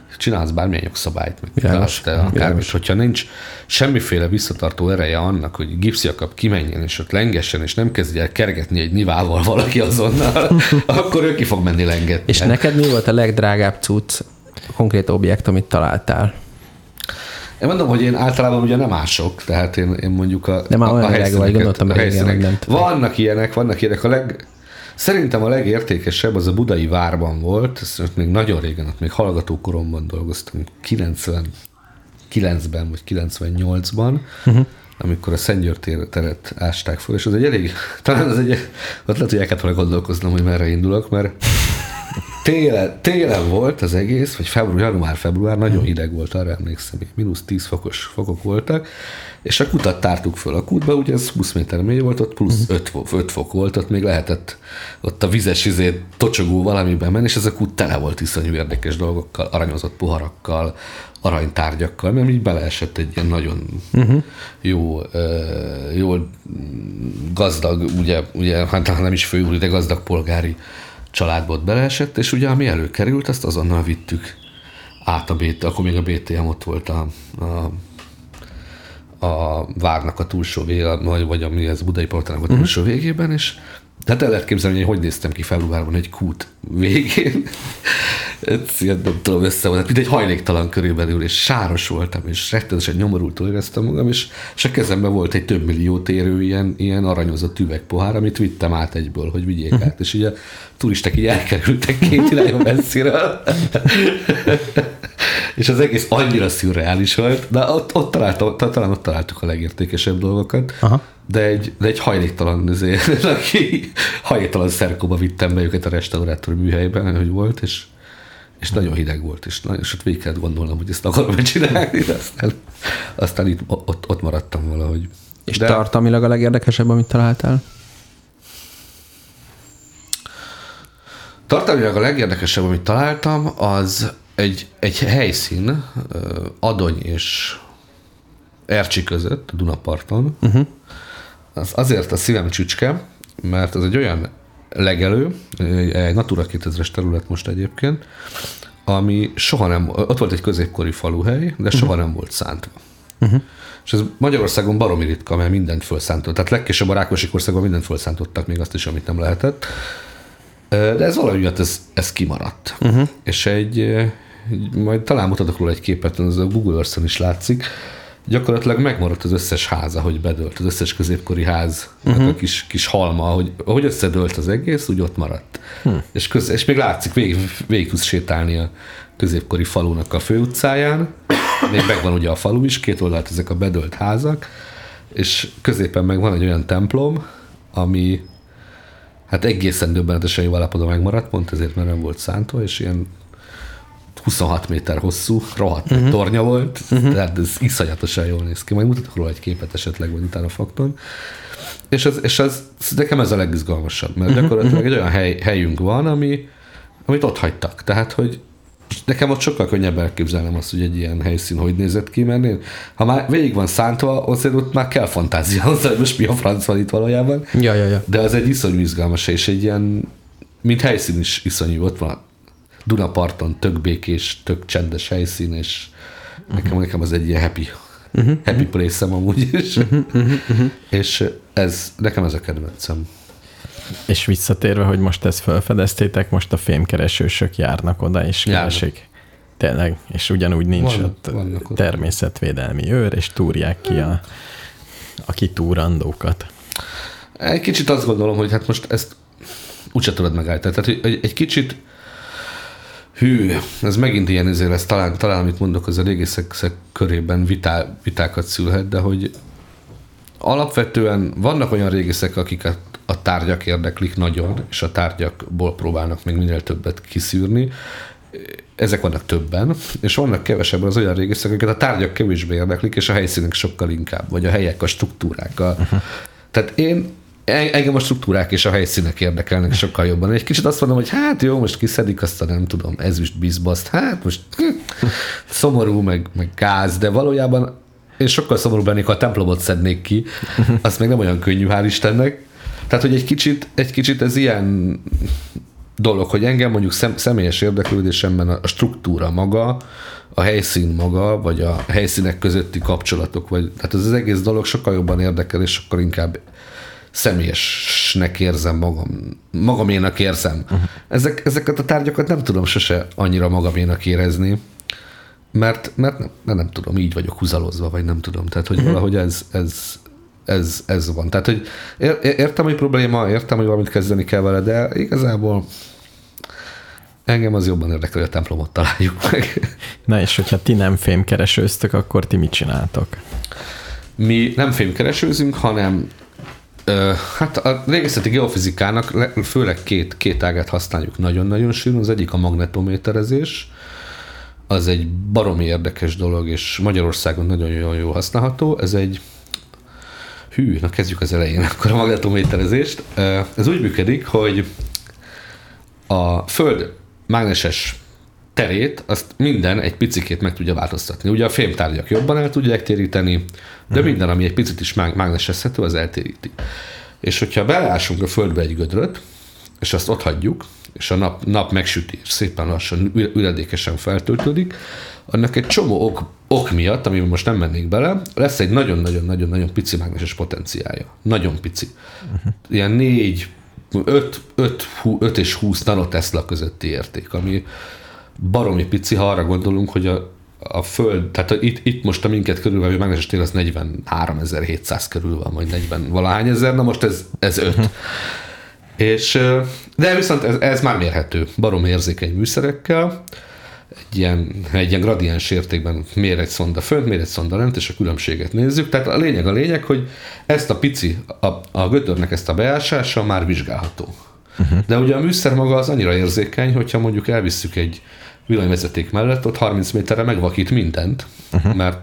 csinálsz bármilyen jogszabályt, meg azt, akármit, hogyha nincs semmiféle visszatartó ereje annak, hogy gipszjakab kimenjen, és ott lengessen, és nem kezdj el kergetni egy nivával valaki azonnal, akkor ő ki fog menni lengetni. És neked mi volt a legdrágább cucc, konkrét objekt, amit találtál? Én mondom, hogy én általában ugye nem ások, tehát én, én mondjuk a, de már a, a helyszíneket, a helyszínek, vannak ilyenek, vannak ilyenek, a leg, szerintem a legértékesebb az a budai várban volt, ezt még nagyon régen, ott még hallgatókoromban dolgoztam, kilencvenkilencben vagy kilencvennyolcban, uh-huh. amikor a Szent György teret ásták fel, és az egy elég, talán az egy, ott lehet, hogy el kellett volna gondolkoznom, hogy merre indulok, mert télen, télen volt az egész, vagy február, január-február, nagyon hideg volt, arra emlékszem, mínusz tíz fokos fokok voltak, és a kutat tártuk föl. A kútba ugye ez húsz méter mély volt, ott plusz öt fok volt, ott még lehetett ott a vizes izé tocsogó valamiben menni, és ez a kút tele volt iszonyú érdekes dolgokkal, aranyozott poharakkal, aranytárgyakkal, mert így beleesett egy ilyen nagyon uh-huh. jó, jó gazdag, ugye, ugye hát nem is főúri, de gazdag polgári családból beleesett, és ugye ami előkerült, azt azonnal vittük át a bé té, akkor még a bé té em ott volt a, a, a várnak a túlsó végében, vagy ami ez Budai Palotának a túlsó uh-huh. végében, és tehát el lehet képzelni, hogy hogy néztem ki februárban egy kút végén. Ez ilyen nem tudom összevolt, mint egy hajléktalan körülbelül, és sáros voltam, és rettenetesen nyomorultul éreztem magam, és, és a kezemben volt egy több milliót érő ilyen, ilyen aranyozott üvegpohár, amit vittem át egyből, hogy vigyék uh-huh. át, és így a turisták így elkerültek két irányba messziről. És az egész annyira szürreális volt, de ott, ott találtam, talán ott találtuk a legértékesebb dolgokat. Aha. De egy, de egy hajléktalan, azért, aki hajléktalan szerkóba vittem be őket a restaurátor műhelyben, hogy volt, és, és nagyon hideg volt, és, nagyon, és ott végig kellett gondolnom, hogy ezt akarom csinálni, de aztán, aztán itt, ott, ott maradtam valahogy. És de, tartalmilag a legérdekesebb, amit találtál? Tartalmilag a legérdekesebb, amit találtam, az egy, egy helyszín, Adony és Ercsi között, a Dunaparton. Uh-huh. Az azért a szívem csücske, mert az egy olyan legelő, egy Natura kétezres terület most egyébként, ami soha nem, ott volt egy középkori faluhely, de soha uh-huh. nem volt szántva. Uh-huh. És ez Magyarországon baromi ritka, mert mindent felszántott. Tehát legkésőbb a Rákosi korszakban mindent felszántottak, még azt is, amit nem lehetett. De ez valahogy ez, ez kimaradt. Uh-huh. És egy, majd talán mutatok róla egy képet, az a Google Earth-en is látszik, gyakorlatilag megmaradt az összes háza, hogy bedőlt, az összes középkori ház, uh-huh. a kis, kis halma, hogy, ahogy összedőlt az egész, úgy ott maradt. Uh-huh. És, köz, és még látszik, végig, végig tudsz sétálni a középkori falunak a főutcáján, még megvan ugye a falu is, két oldalt ezek a bedőlt házak, és középen meg van egy olyan templom, ami hát egészen döbbenetesen jó állapotban megmaradt, pont ezért, mert nem volt szántva, és ilyen huszonhat méter hosszú, rohadt uh-huh. tornya volt, uh-huh. tehát ez iszonyatosan jól néz ki. Majd mutatok róla egy képet esetleg, vagy utána fakton. És, az, és az, nekem ez a legizgalmasabb, mert uh-huh. gyakorlatilag egy olyan hely, helyünk van, ami, amit ott hagytak. Tehát, hogy nekem ott sokkal könnyebb elképzelnem azt, hogy egy ilyen helyszín hogy nézett ki, mert én, ha már végig van szántva, azért ott már kell fantázia hozzá, hogy most mi a franc van itt valójában. Ja, ja, ja. De az egy iszonyú izgalmas, és egy ilyen, mint helyszín is iszonyú, ott van Dunaparton, tök békés, tök csendes helyszín, és uh-huh. nekem, nekem az egy ilyen happy, uh-huh. happy place-em amúgy is. Uh-huh. Uh-huh. És ez, nekem ez a kedvencem. És visszatérve, hogy most ezt felfedeztétek, most a fémkeresősök járnak oda, és keresik. Tényleg, és ugyanúgy nincs vannak, ott vannak természetvédelmi őr, és túrják ki a, a kitúrandókat. Egy kicsit azt gondolom, hogy hát most ezt úgyse tudod megállítani. Tehát egy, egy kicsit hű, ez megint ilyen ezért lesz, talán, talán amit mondok, az a régészek körében vitá, vitákat szülhet, de hogy alapvetően vannak olyan régészek, akiket a tárgyak érdeklik nagyon, és a tárgyakból próbálnak még minél többet kiszűrni. Ezek vannak többen, és vannak kevesebben az olyan régészek, akiket a tárgyak kevésbé érdeklik, és a helyszínek sokkal inkább, vagy a helyek, a struktúrák. A... Uh-huh. Tehát én engem a struktúrák és a helyszínek érdekelnek sokkal jobban. Egy kicsit azt mondom, hogy hát jó, most kiszedik azt a nem tudom, ezüst bizbaszt, hát most szomorú, meg, meg gáz, de valójában én sokkal szomorúbb lennék, ha a templomot szednék ki, azt még nem olyan könnyű, hál' Istennek. Tehát, hogy egy kicsit, egy kicsit ez ilyen dolog, hogy engem mondjuk szem, személyes érdeklődésemben a struktúra maga, a helyszín maga, vagy a helyszínek közötti kapcsolatok, vagy, tehát ez az egész dolog sokkal jobban érdekel, és sokkal inkább személyesnek érzem magam, magaménak érzem. Uh-huh. Ezek, ezeket a tárgyakat nem tudom sose annyira magaménak érezni, mert, mert nem, nem tudom, így vagyok húzalozva, vagy nem tudom. Tehát, hogy uh-huh. valahogy ez, ez, ez, ez van. Tehát, hogy értem, hogy probléma, értem, hogy valamit kezdeni kell vele, de igazából engem az jobban érdekel, hogy a templomot találjuk meg. Na és hogyha ti nem fémkeresőztök, akkor ti mit csináltok? Mi nem fémkeresőzünk, hanem ö, hát a régészeti geofizikának főleg két, két ágát használjuk nagyon-nagyon sűrűn. Az egyik a magnetométerezés, az egy baromi érdekes dolog, és Magyarországon nagyon jól használható. Ez egy hű, na kezdjük az elején akkor a magnetométerezést. Ez úgy működik, hogy a Föld mágneses terét, azt minden egy picikét meg tudja változtatni. Ugye a fémtárgyak jobban el tudják téríteni, de minden, ami egy picit is mágnesezhető, az eltéríti. És hogyha beleásunk a Földbe egy gödröt, és azt ott hagyjuk, és a nap, nap megsüti, és szépen lassan, üledékesen feltöltődik, annak egy csomó ok, ok miatt, amiben most nem mennék bele, lesz egy nagyon-nagyon-nagyon-nagyon pici mágneses potenciálja. Nagyon pici. Uh-huh. Ilyen négy, öt és húsz nanotesla közötti érték, ami baromi pici, ha arra gondolunk, hogy a, a Föld, tehát itt, itt most a minket körülvevő mágneses tér az negyvenháromezer-hétszáz körül van, vagy negyven valahány ezer, na most ez, ez öt. Uh-huh. És, de viszont ez, ez már mérhető, barom érzékeny műszerekkel, egy ilyen, egy ilyen gradiens értékben mér egy szonda fönt, mér egy szonda lent, és a különbséget nézzük. Tehát a lényeg a lényeg, hogy ezt a pici, a, a gödörnek ezt a beásása már vizsgálható. Uh-huh. De ugye a műszer maga az annyira érzékeny, hogyha mondjuk elvisszük egy villanyvezeték mellett, ott harminc méterre megvakít mindent, uh-huh. mert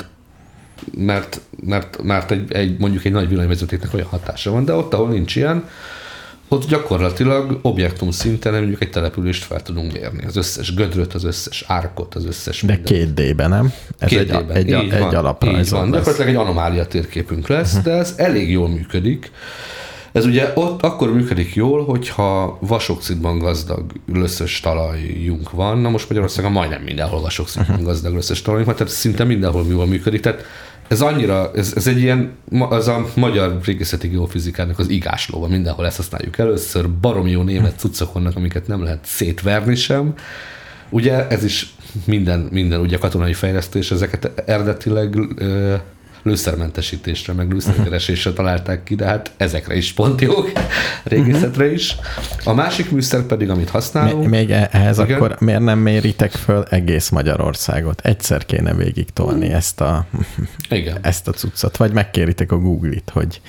mert, mert, mert egy, egy, mondjuk egy nagy villanyvezetéknek olyan hatása van, de ott, ahol nincs ilyen, ott gyakorlatilag objektum szinten mondjuk egy települést fel tudunk mérni. Az összes gödröt, az összes árkot, az összes de mindent. két dé-ben, nem? Ez két egy, dé-ben. egy, egy, egy alaprajzon lesz. Gyakorlatilag egy anomália térképünk lesz, uh-huh. de ez elég jól működik. Ez ugye ott akkor működik jól, hogyha vasoxidban gazdag löszös talajunk van. Na most Magyarországon majdnem mindenhol vasoxidban uh-huh. gazdag löszös talajunk van, tehát szinte mindenhol jól működik. Tehát ez annyira, ez, ez egy ilyen, az a magyar régészeti geofizikának az igáslóva, mindenhol ezt használjuk először, baromi jó német cuccok vannak, amiket nem lehet szétverni sem. Ugye ez is minden, minden ugye katonai fejlesztés, ezeket eredetileg ö, lőszermentesítésre, meg lőszerkeresésre találták ki, de hát ezekre is pont jók, régészetre is. A másik műszer pedig, amit használunk... Még ehhez igen? Akkor miért nem méritek föl egész Magyarországot? Egyszer kéne végig tolni ezt a, igen. ezt a cuccot, vagy megkéritek a Google-it, hogy...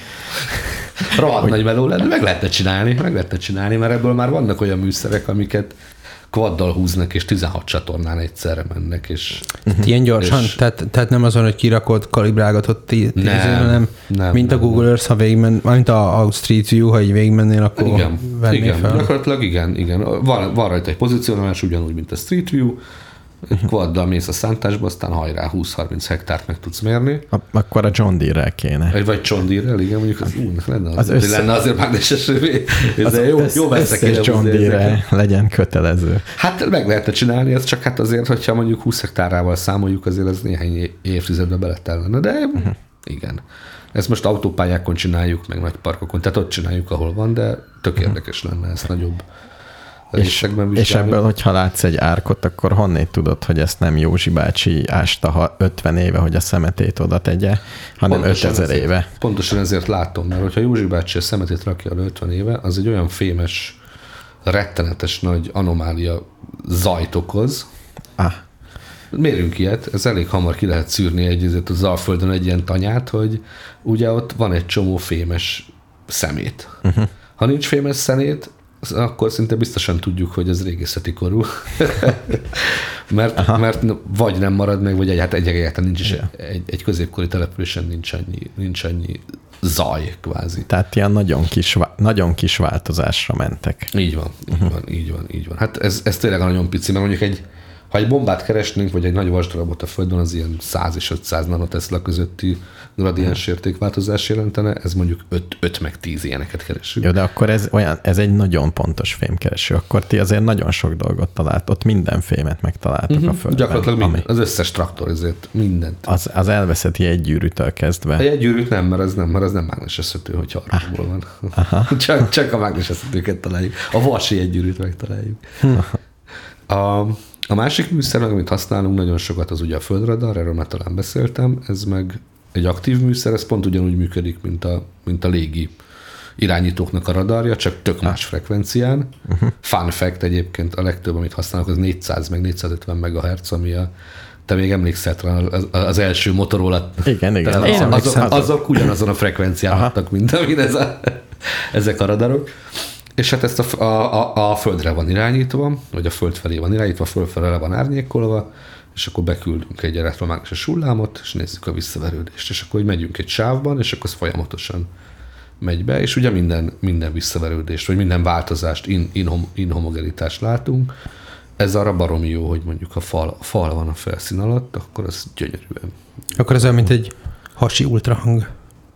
Rohadt hogy... nagy meló lenne, meg lehetne csinálni, meg lehetne csinálni, mert ebből már vannak olyan műszerek, amiket quaddal húznak, és tizenhat csatornán egyszerre mennek, és... Uh-huh. Ilyen gyorsan? És... Tehát, tehát nem azon, hogy kirakod, kalibrálgatod, tí- tíz, nem, hanem nem, mint nem, a Google Earth, ha végigmen, mint a, a Street View, ha így végigmennél, akkor igen, vennél igen, fel. Gyakorlatilag igen, igen. Van, van rajta egy pozícionálás, ugyanúgy, mint a Street View, egy quaddal mész a szántásba, aztán hajrá húsz-harminc hektárt meg tudsz mérni. A, akkor a John Deere-rel kéne. Vagy John Deere-rel, igen, mondjuk az úrnak lenne, az, az össze... lenne azért mágneses övé. Az jó, össz, jó összes John Deere legyen kötelező. Hát meg lehetne csinálni, ez csak hát azért, hogyha mondjuk húsz hektárával számoljuk, azért az néhány évtizedbe beletellene, de uh-huh. igen. Ezt most autópályákon csináljuk, meg nagy parkokon, tehát ott csináljuk, ahol van, de tök uh-huh. érdekes lenne ezt nagyobb. És, és ebből, hogyha látsz egy árkot, akkor honnét tudod, hogy ezt nem Józsi bácsi ásta ötven éve, hogy a szemetét oda tegye, hanem ötezer éve. Pontosan ezért látom, mert hogyha Józsi bácsi a szemetét rakja oda ötven éve, az egy olyan fémes, rettenetes nagy anomália zajt okoz. Ah. Mérünk ilyet, ez elég hamar ki lehet szűrni egy, az Alföldön egy ilyen tanyát, hogy ugye ott van egy csomó fémes szemét. Uh-huh. Ha nincs fémes szemét, akkor szinte biztosan tudjuk, hogy ez régészeti korú. mert, mert vagy nem marad meg, vagy egy, hát egy egyáltalán nincs is, ja. egy, egy középkori településen nincs annyi, nincs annyi zaj, kvázi. Tehát ilyen nagyon kis, nagyon kis változásra mentek. Így van, így uh-huh. van, így van, így van. Hát ez, ez tényleg nagyon pici, mert mondjuk egy Ha egy bombát keresnénk, vagy egy nagy vasdarabot a Földön, az ilyen száz és ötszáz nanotesla közötti gradiens értékváltozás jelentene, ez mondjuk öt meg tíz ilyeneket keresünk. Jó, de akkor ez, olyan, ez egy nagyon pontos fémkereső. Akkor ti azért nagyon sok dolgot talált, ott minden fémet megtaláltok uh-huh. a Földön. Gyakorlatilag minden, az összes traktor, ezért mindent. Az, az elveszeti egy gyűrűtől kezdve. A jegygyűrűt nem, mert az nem, mert az nem mágneseszhető, hogyha arról van. csak, csak a mágneseszhetőket találjuk. A vasi jegygyűrűt megtaláljuk. a, a másik műszer, amit használunk nagyon sokat, az ugye a földradar, erről már talán beszéltem, ez meg egy aktív műszer, ez pont ugyanúgy működik, mint a, mint a légi irányítóknak a radarja, csak tök más frekvencián. Uh-huh. Fun fact egyébként, a legtöbb, amit használnak, az négyszáz meg négyszázötven megahertz, ami a te még emlékszel talán az, az első Motorola. Igen, igen. Az, azok, azok, azok ugyanazon a frekvencián adtak, mint amin ez a, ezek a radarok. És hát ezt a, a, a, a földre van irányítva, vagy a föld felé van irányítva, a föld felé van árnyékolva, és akkor beküldünk egy elektromágneses hullámot, és nézzük a visszaverődést. És akkor megyünk egy sávban, és akkor az folyamatosan megy be, és ugye minden, minden visszaverődést, vagy minden változást, in, in, inhomogenitást látunk. Ez arra baromi jó, hogy mondjuk a fal, a fal van a felszín alatt, akkor az gyönyörűen. Akkor ez olyan, mint egy hasi ultrahang.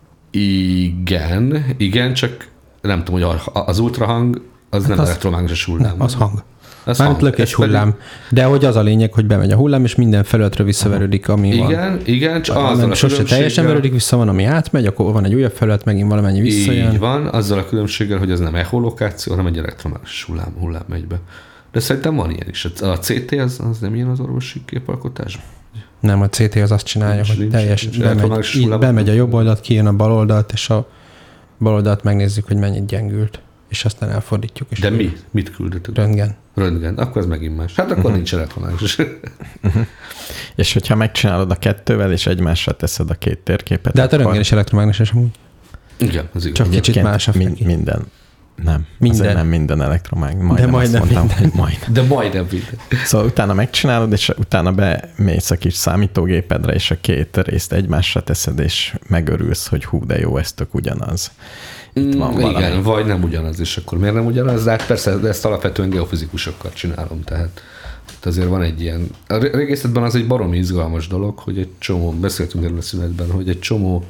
Igen, igen, csak nem tudom, hogy az ultrahang az hát nem az, elektromágneses hullám. Nem, az hang. Mármint lökés hullám. Pedig... De hogy az a lényeg, hogy bemegy a hullám, és minden felületről visszaverődik, ami igen, van. Igen, igen. Csak az nem sose teljesen verődik vissza, van, ami átmegy, akkor van egy újabb felület, megint valamennyi visszajön. Így van, azzal a különbséggel, hogy ez nem echolokáció, hanem egy elektromágneses hullám, hullám megy be. De szerintem van ilyen is. A cé té az, az nem ilyen az orvosi képalkotás? Nem, a cé té az azt csinálja, nincs, hogy nincs, teljesen nincs, bemegy, így bemegy a jobb oldalt, kijön a bal oldalt, és a bal oldalt megnézzük, hogy mennyit gyengült. És aztán elfordítjuk. És de mi? Mit küldötök? Röntgen. Röntgen. Akkor ez megint más. Hát akkor uh-huh. nincs elektromágneses. Uh-huh. És hogyha megcsinálod a kettővel, és egymásra teszed a két térképet. De hát a röntgen is elektromágneses amúgy. Igen, az igaz. Csak kicsit más a min- minden. Nem, minden. nem minden elektromágneses. Majdnem de majdnem azt mondtam, minden. hogy majdnem. De majdnem minden. Szóval utána megcsinálod, és utána bemész a kis számítógépedre, és a két részt egymásra teszed, és megörülsz, hogy hú, de jó, ez tök ugyanaz. Itt van mm, igen, vagy nem ugyanaz, és akkor miért nem ugyanaz? De hát persze, de ezt alapvetően geofizikusokkal csinálom, tehát azért van egy ilyen... A régészetben az egy baromi izgalmas dolog, hogy egy csomó, beszéltünk erről a szünetben, hogy egy csomó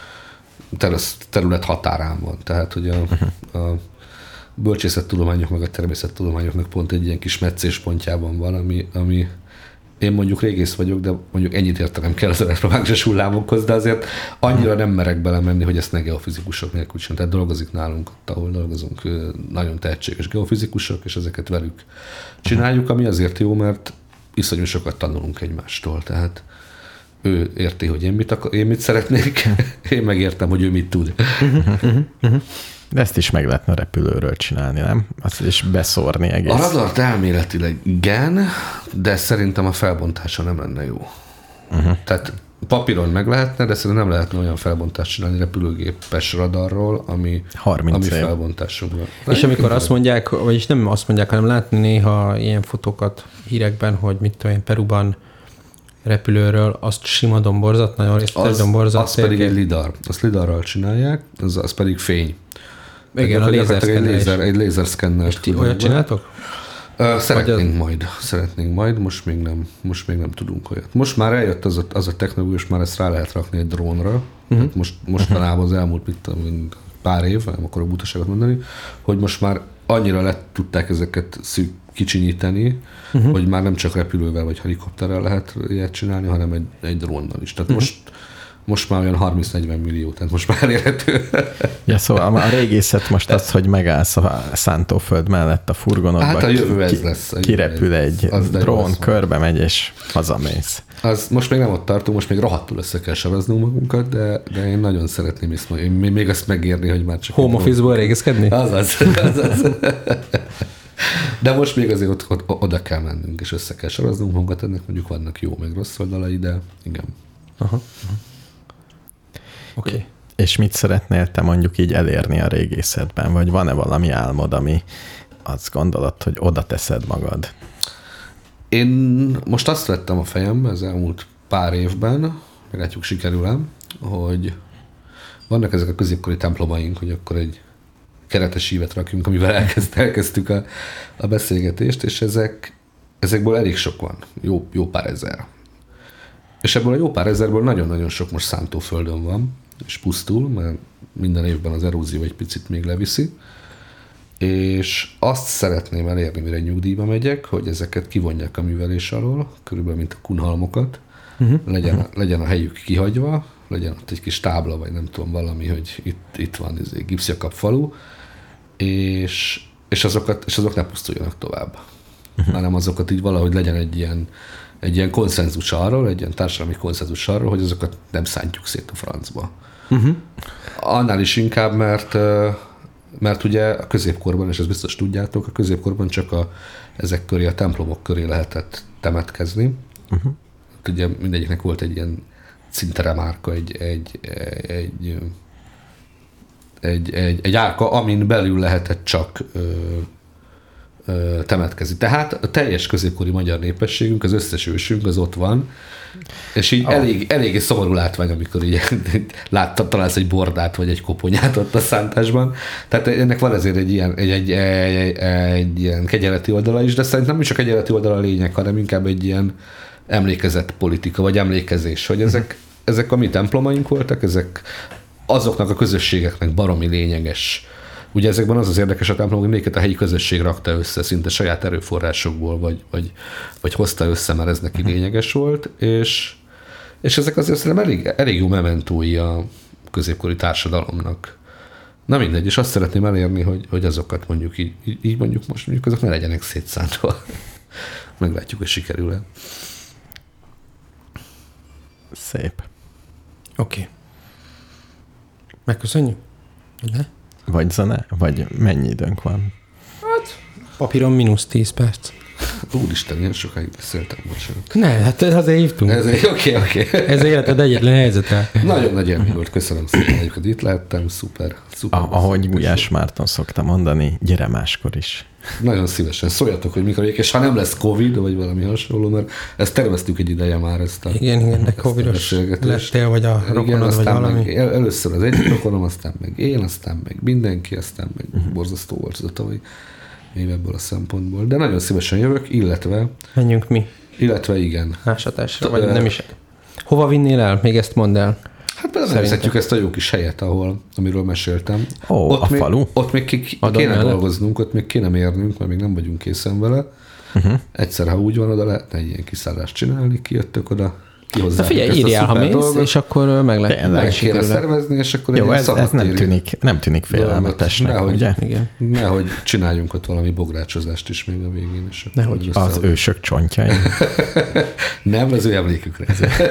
terület határán van, tehát hogy a, a bölcsészettudományok meg a természettudományoknak pont egy ilyen kis meccéspontjában van, ami, ami én mondjuk régész vagyok, de mondjuk ennyit értenem kell az elektromágneses hullámokhoz, de azért annyira nem merek belemenni, hogy ezt ne geofizikusok nélkül csinálom. Tehát dolgozik nálunk, ott, ahol dolgozunk, nagyon tehetséges geofizikusok, és ezeket velük csináljuk, ami azért jó, mert iszonyú sokat tanulunk egymástól. Tehát ő érti, hogy én mit, akar, én mit szeretnék, én megértem, hogy ő mit tud. De ezt is meg lehetne repülőről csinálni, nem? Azt is beszórni egész. A radart elméletileg igen, de szerintem a felbontása nem lenne jó. Uh-huh. Tehát papíron meg lehetne, de szerintem nem lehetne olyan felbontást csinálni repülőgépes radarról, ami, ami felbontásunk van. És és amikor azt mondják, vagyis nem azt mondják, hanem látni néha ilyen fotókat hírekben, hogy mit tudom én, Peruban repülőről, azt sima domborzat, nagyon részletes domborzat. Az pedig egy lidar. Azt lidarral csinálják, az, az pedig fény. Igen, a lézer egy lézer, egy lézerszkennert. Ti olyat csináltok? Uh, szeretnénk az... majd, szeretnénk majd, most még, nem, most még nem tudunk olyat. Most már eljött az a, az a technológia, és már ezt rá lehet rakni egy drónra. Uh-huh. Most, mostanában az elmúlt mit tudom, pár év, nem akarok butaságot mondani, hogy most már annyira le tudták ezeket szűk kicsinyíteni, uh-huh. hogy már nem csak repülővel vagy helikopterrel lehet ilyet csinálni, hanem egy, egy drónnal is. Tehát uh-huh. most Most már olyan harminc-negyven millió, tehát most már érhető. Ja, szóval a régészet most az, hogy megállsz a szántóföld mellett a furgonodba. Hát a jövő ez lesz. Kirepül egy drón, körbe megy, és hazamész. Az, most még nem ott tartunk, most még rohadtul össze kell saraznunk magunkat, de, de én nagyon szeretném ezt, én még azt megérni, hogy már csak... Home office-ból régészkedni? Azaz, azaz. De most még azért ott, ott, oda kell mennünk, és össze kell saraznunk magunkat, ennek mondjuk vannak jó, meg rossz oldalai, de igen. Aha. aha. Oké. Okay. És mit szeretnél te mondjuk így elérni a régészetben? Vagy van-e valami álmod, ami azt gondolod, hogy oda teszed magad? Én most azt vettem a fejembe az elmúlt pár évben, meglátjuk sikerül-e, hogy vannak ezek a középkori templomaink, hogy akkor egy keretes ívet rakjunk, amivel elkezd, elkezdtük a, a beszélgetést, és ezek ezekből elég sok van, jó, jó pár ezer. És ebből a jó pár ezerből nagyon-nagyon sok most szántóföldön van, és pusztul, mert minden évben az erózió egy picit még leviszi. És azt szeretném elérni, mire nyugdíjba megyek, hogy ezeket kivonják a művelés alól, körülbelül mint a kunhalmokat, uh-huh. legyen, uh-huh. legyen a helyük kihagyva, legyen ott egy kis tábla, vagy nem tudom valami, hogy itt, itt van ez egy Gipszjakap falu, és, és, azokat, és azok ne pusztuljanak tovább. Uh-huh. Hanem azokat így valahogy legyen egy ilyen, egy ilyen konszenzus arról, egy ilyen társadalmi konszenzus arról, hogy azokat nem szántjuk szét a francba. Uh-huh. Annál is inkább, mert mert ugye a középkorban, és ezt biztos tudjátok, a középkorban csak a, ezek köré, a templomok köré lehetett temetkezni. Uh-huh. Ugye mindegyiknek volt egy ilyen cinteremárka, egy, egy, egy, egy, egy, egy árka, amin belül lehetett csak ö, ö, temetkezni. Tehát a teljes középkori magyar népességünk, az összes ősünk az ott van, és így oh. elég, eléggé szomorú látvány, amikor így láttam, találsz egy bordát, vagy egy koponyát ott a szántásban. Tehát ennek van ezért egy ilyen, egy, egy, egy, egy ilyen kegyeleti oldala is, de szerintem nem is a kegyeleti oldala a lényeg, hanem inkább egy ilyen emlékezett politika, vagy emlékezés, hogy ezek, ezek a mi templomaink voltak, ezek azoknak a közösségeknek baromi lényeges. Ugye ezekben az az érdekes a templom, hogy melyiket a helyi közösség rakta össze, szinte saját erőforrásokból, vagy, vagy, vagy hozta össze, mert ez neki lényeges volt, és, és ezek azért szerintem elég, elég jó mementói a középkori társadalomnak. Na mindegy, és azt szeretném elérni, hogy, hogy azokat mondjuk így, így mondjuk most mondjuk azok ne legyenek szétszántva. Meglátjuk, hogy sikerül-e. Szép. Oké. Okay. Megköszönjük? Ne? Vagy zene, vagy mennyi időnk van? Hát, papíron mínusz tíz perc. Úristen, ilyen sokáig beszéltem, bocsánat. Ne, hát azért hívtunk. Oké, oké. Okay, okay. Ez életed egyetlen helyzete. Nagyon nagy élmény volt, köszönöm szépen, hogy itt lehettem, szuper. szuper A, ahogy Gulyás Márton szokta mondani, gyere máskor is. Nagyon szívesen szóljatok, hogy mikor, és ha nem lesz Covid, vagy valami hasonló, mert ezt terveztük egy ideje már, ezt a Igen, igen, de Covidos lettél, vagy a rokonod, igen, vagy valami. Meg, először az egyik rokonom, aztán meg én, aztán meg mindenki, aztán meg uh-huh. borzasztó volt az a tavalyi év ebből a szempontból. De nagyon szívesen jövök, illetve... Menjünk mi? Illetve igen. Ásatásra, vagy nem is. Hova vinnél el? Még ezt mondd el. Hát belevezetjük ezt a jó kis helyet, ahol, amiről meséltem. Ó, ott a még, falu? Ott még ki, kéne dolgoznunk, ott még kéne mérnünk, mert még nem vagyunk készen vele. Uh-huh. Egyszer, ha úgy van, oda lehetne egy ilyen kiszállást csinálni, kijöttök oda, Na figyelj, írjál, ha mész, dolgot, és akkor meg lehet. Meg kéne szervezni, és akkor jó, ez, ez nem tűnik, nem tűnik félelmetesnek, nehogy, ugye? Igen. Nehogy csináljunk ott valami bográcsozást is még a végén. És nehogy az össze, ősök csontjai. Nem, az ő emlékükre.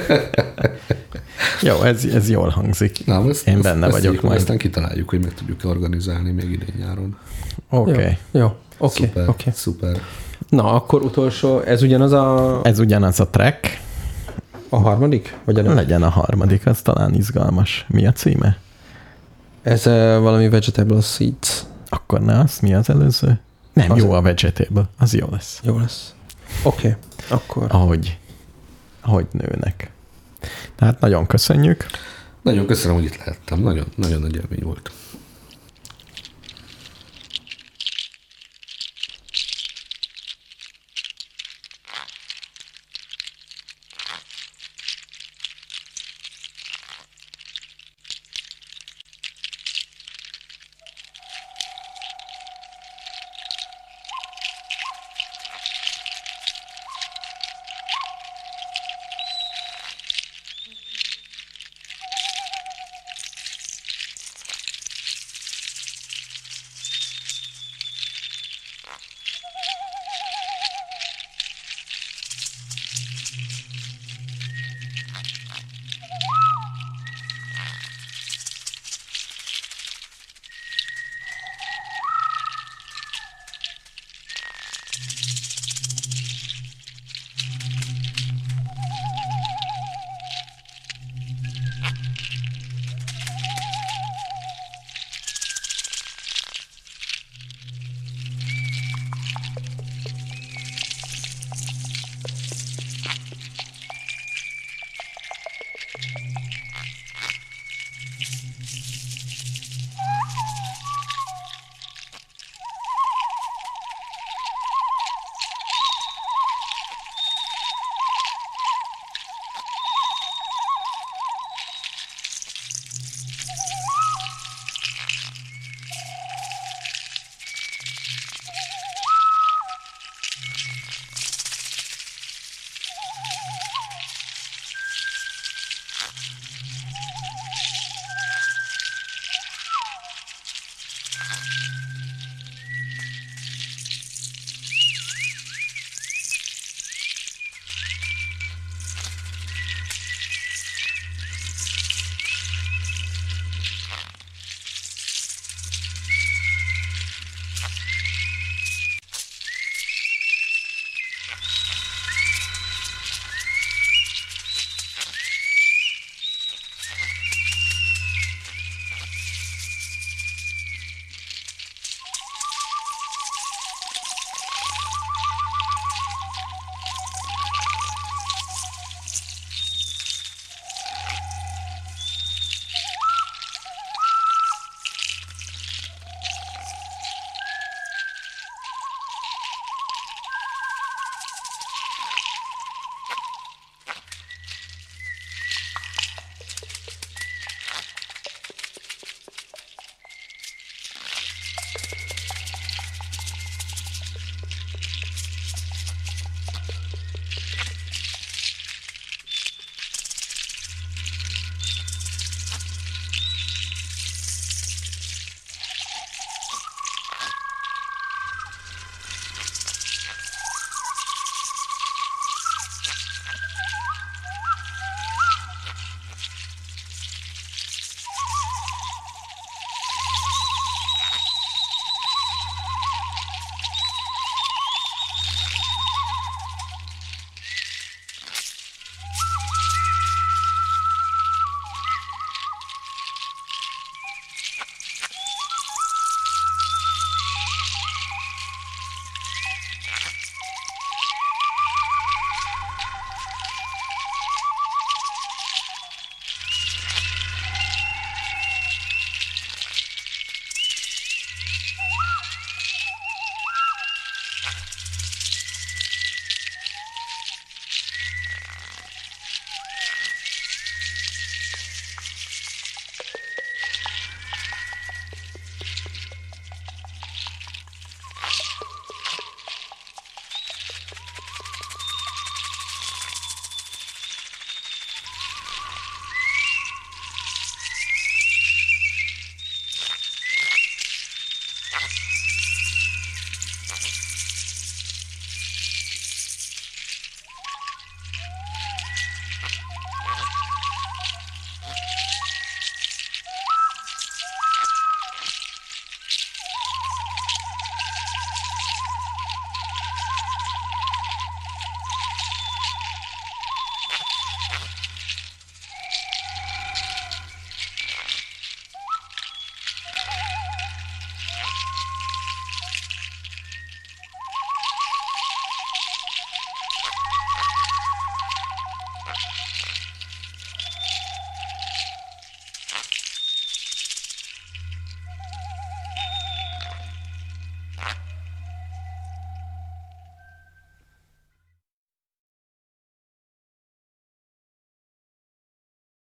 Jó, ez, ez jól hangzik. Na, ezt, Én benne ezt vagyok így, majd. Aztán kitaláljuk, hogy meg tudjuk organizálni még idén nyáron. Oké. Okay. Jó, jó. Okay. Szuper, okay. szuper. Na, akkor utolsó, ez ugyanaz a... Ez ugyanaz a track. A harmadik? Vagy a Legyen a harmadik, az talán izgalmas. Mi a címe? Ez uh, valami Vegetable Seeds. Akkor ne az, mi az előző? Nem, az jó a Vegetable, az jó lesz. Jó lesz. Oké, okay. Akkor. Ahogy, ahogy nőnek. Tehát nagyon köszönjük. Nagyon köszönöm, hogy itt lehettem. Nagyon, nagyon nagy élmény volt.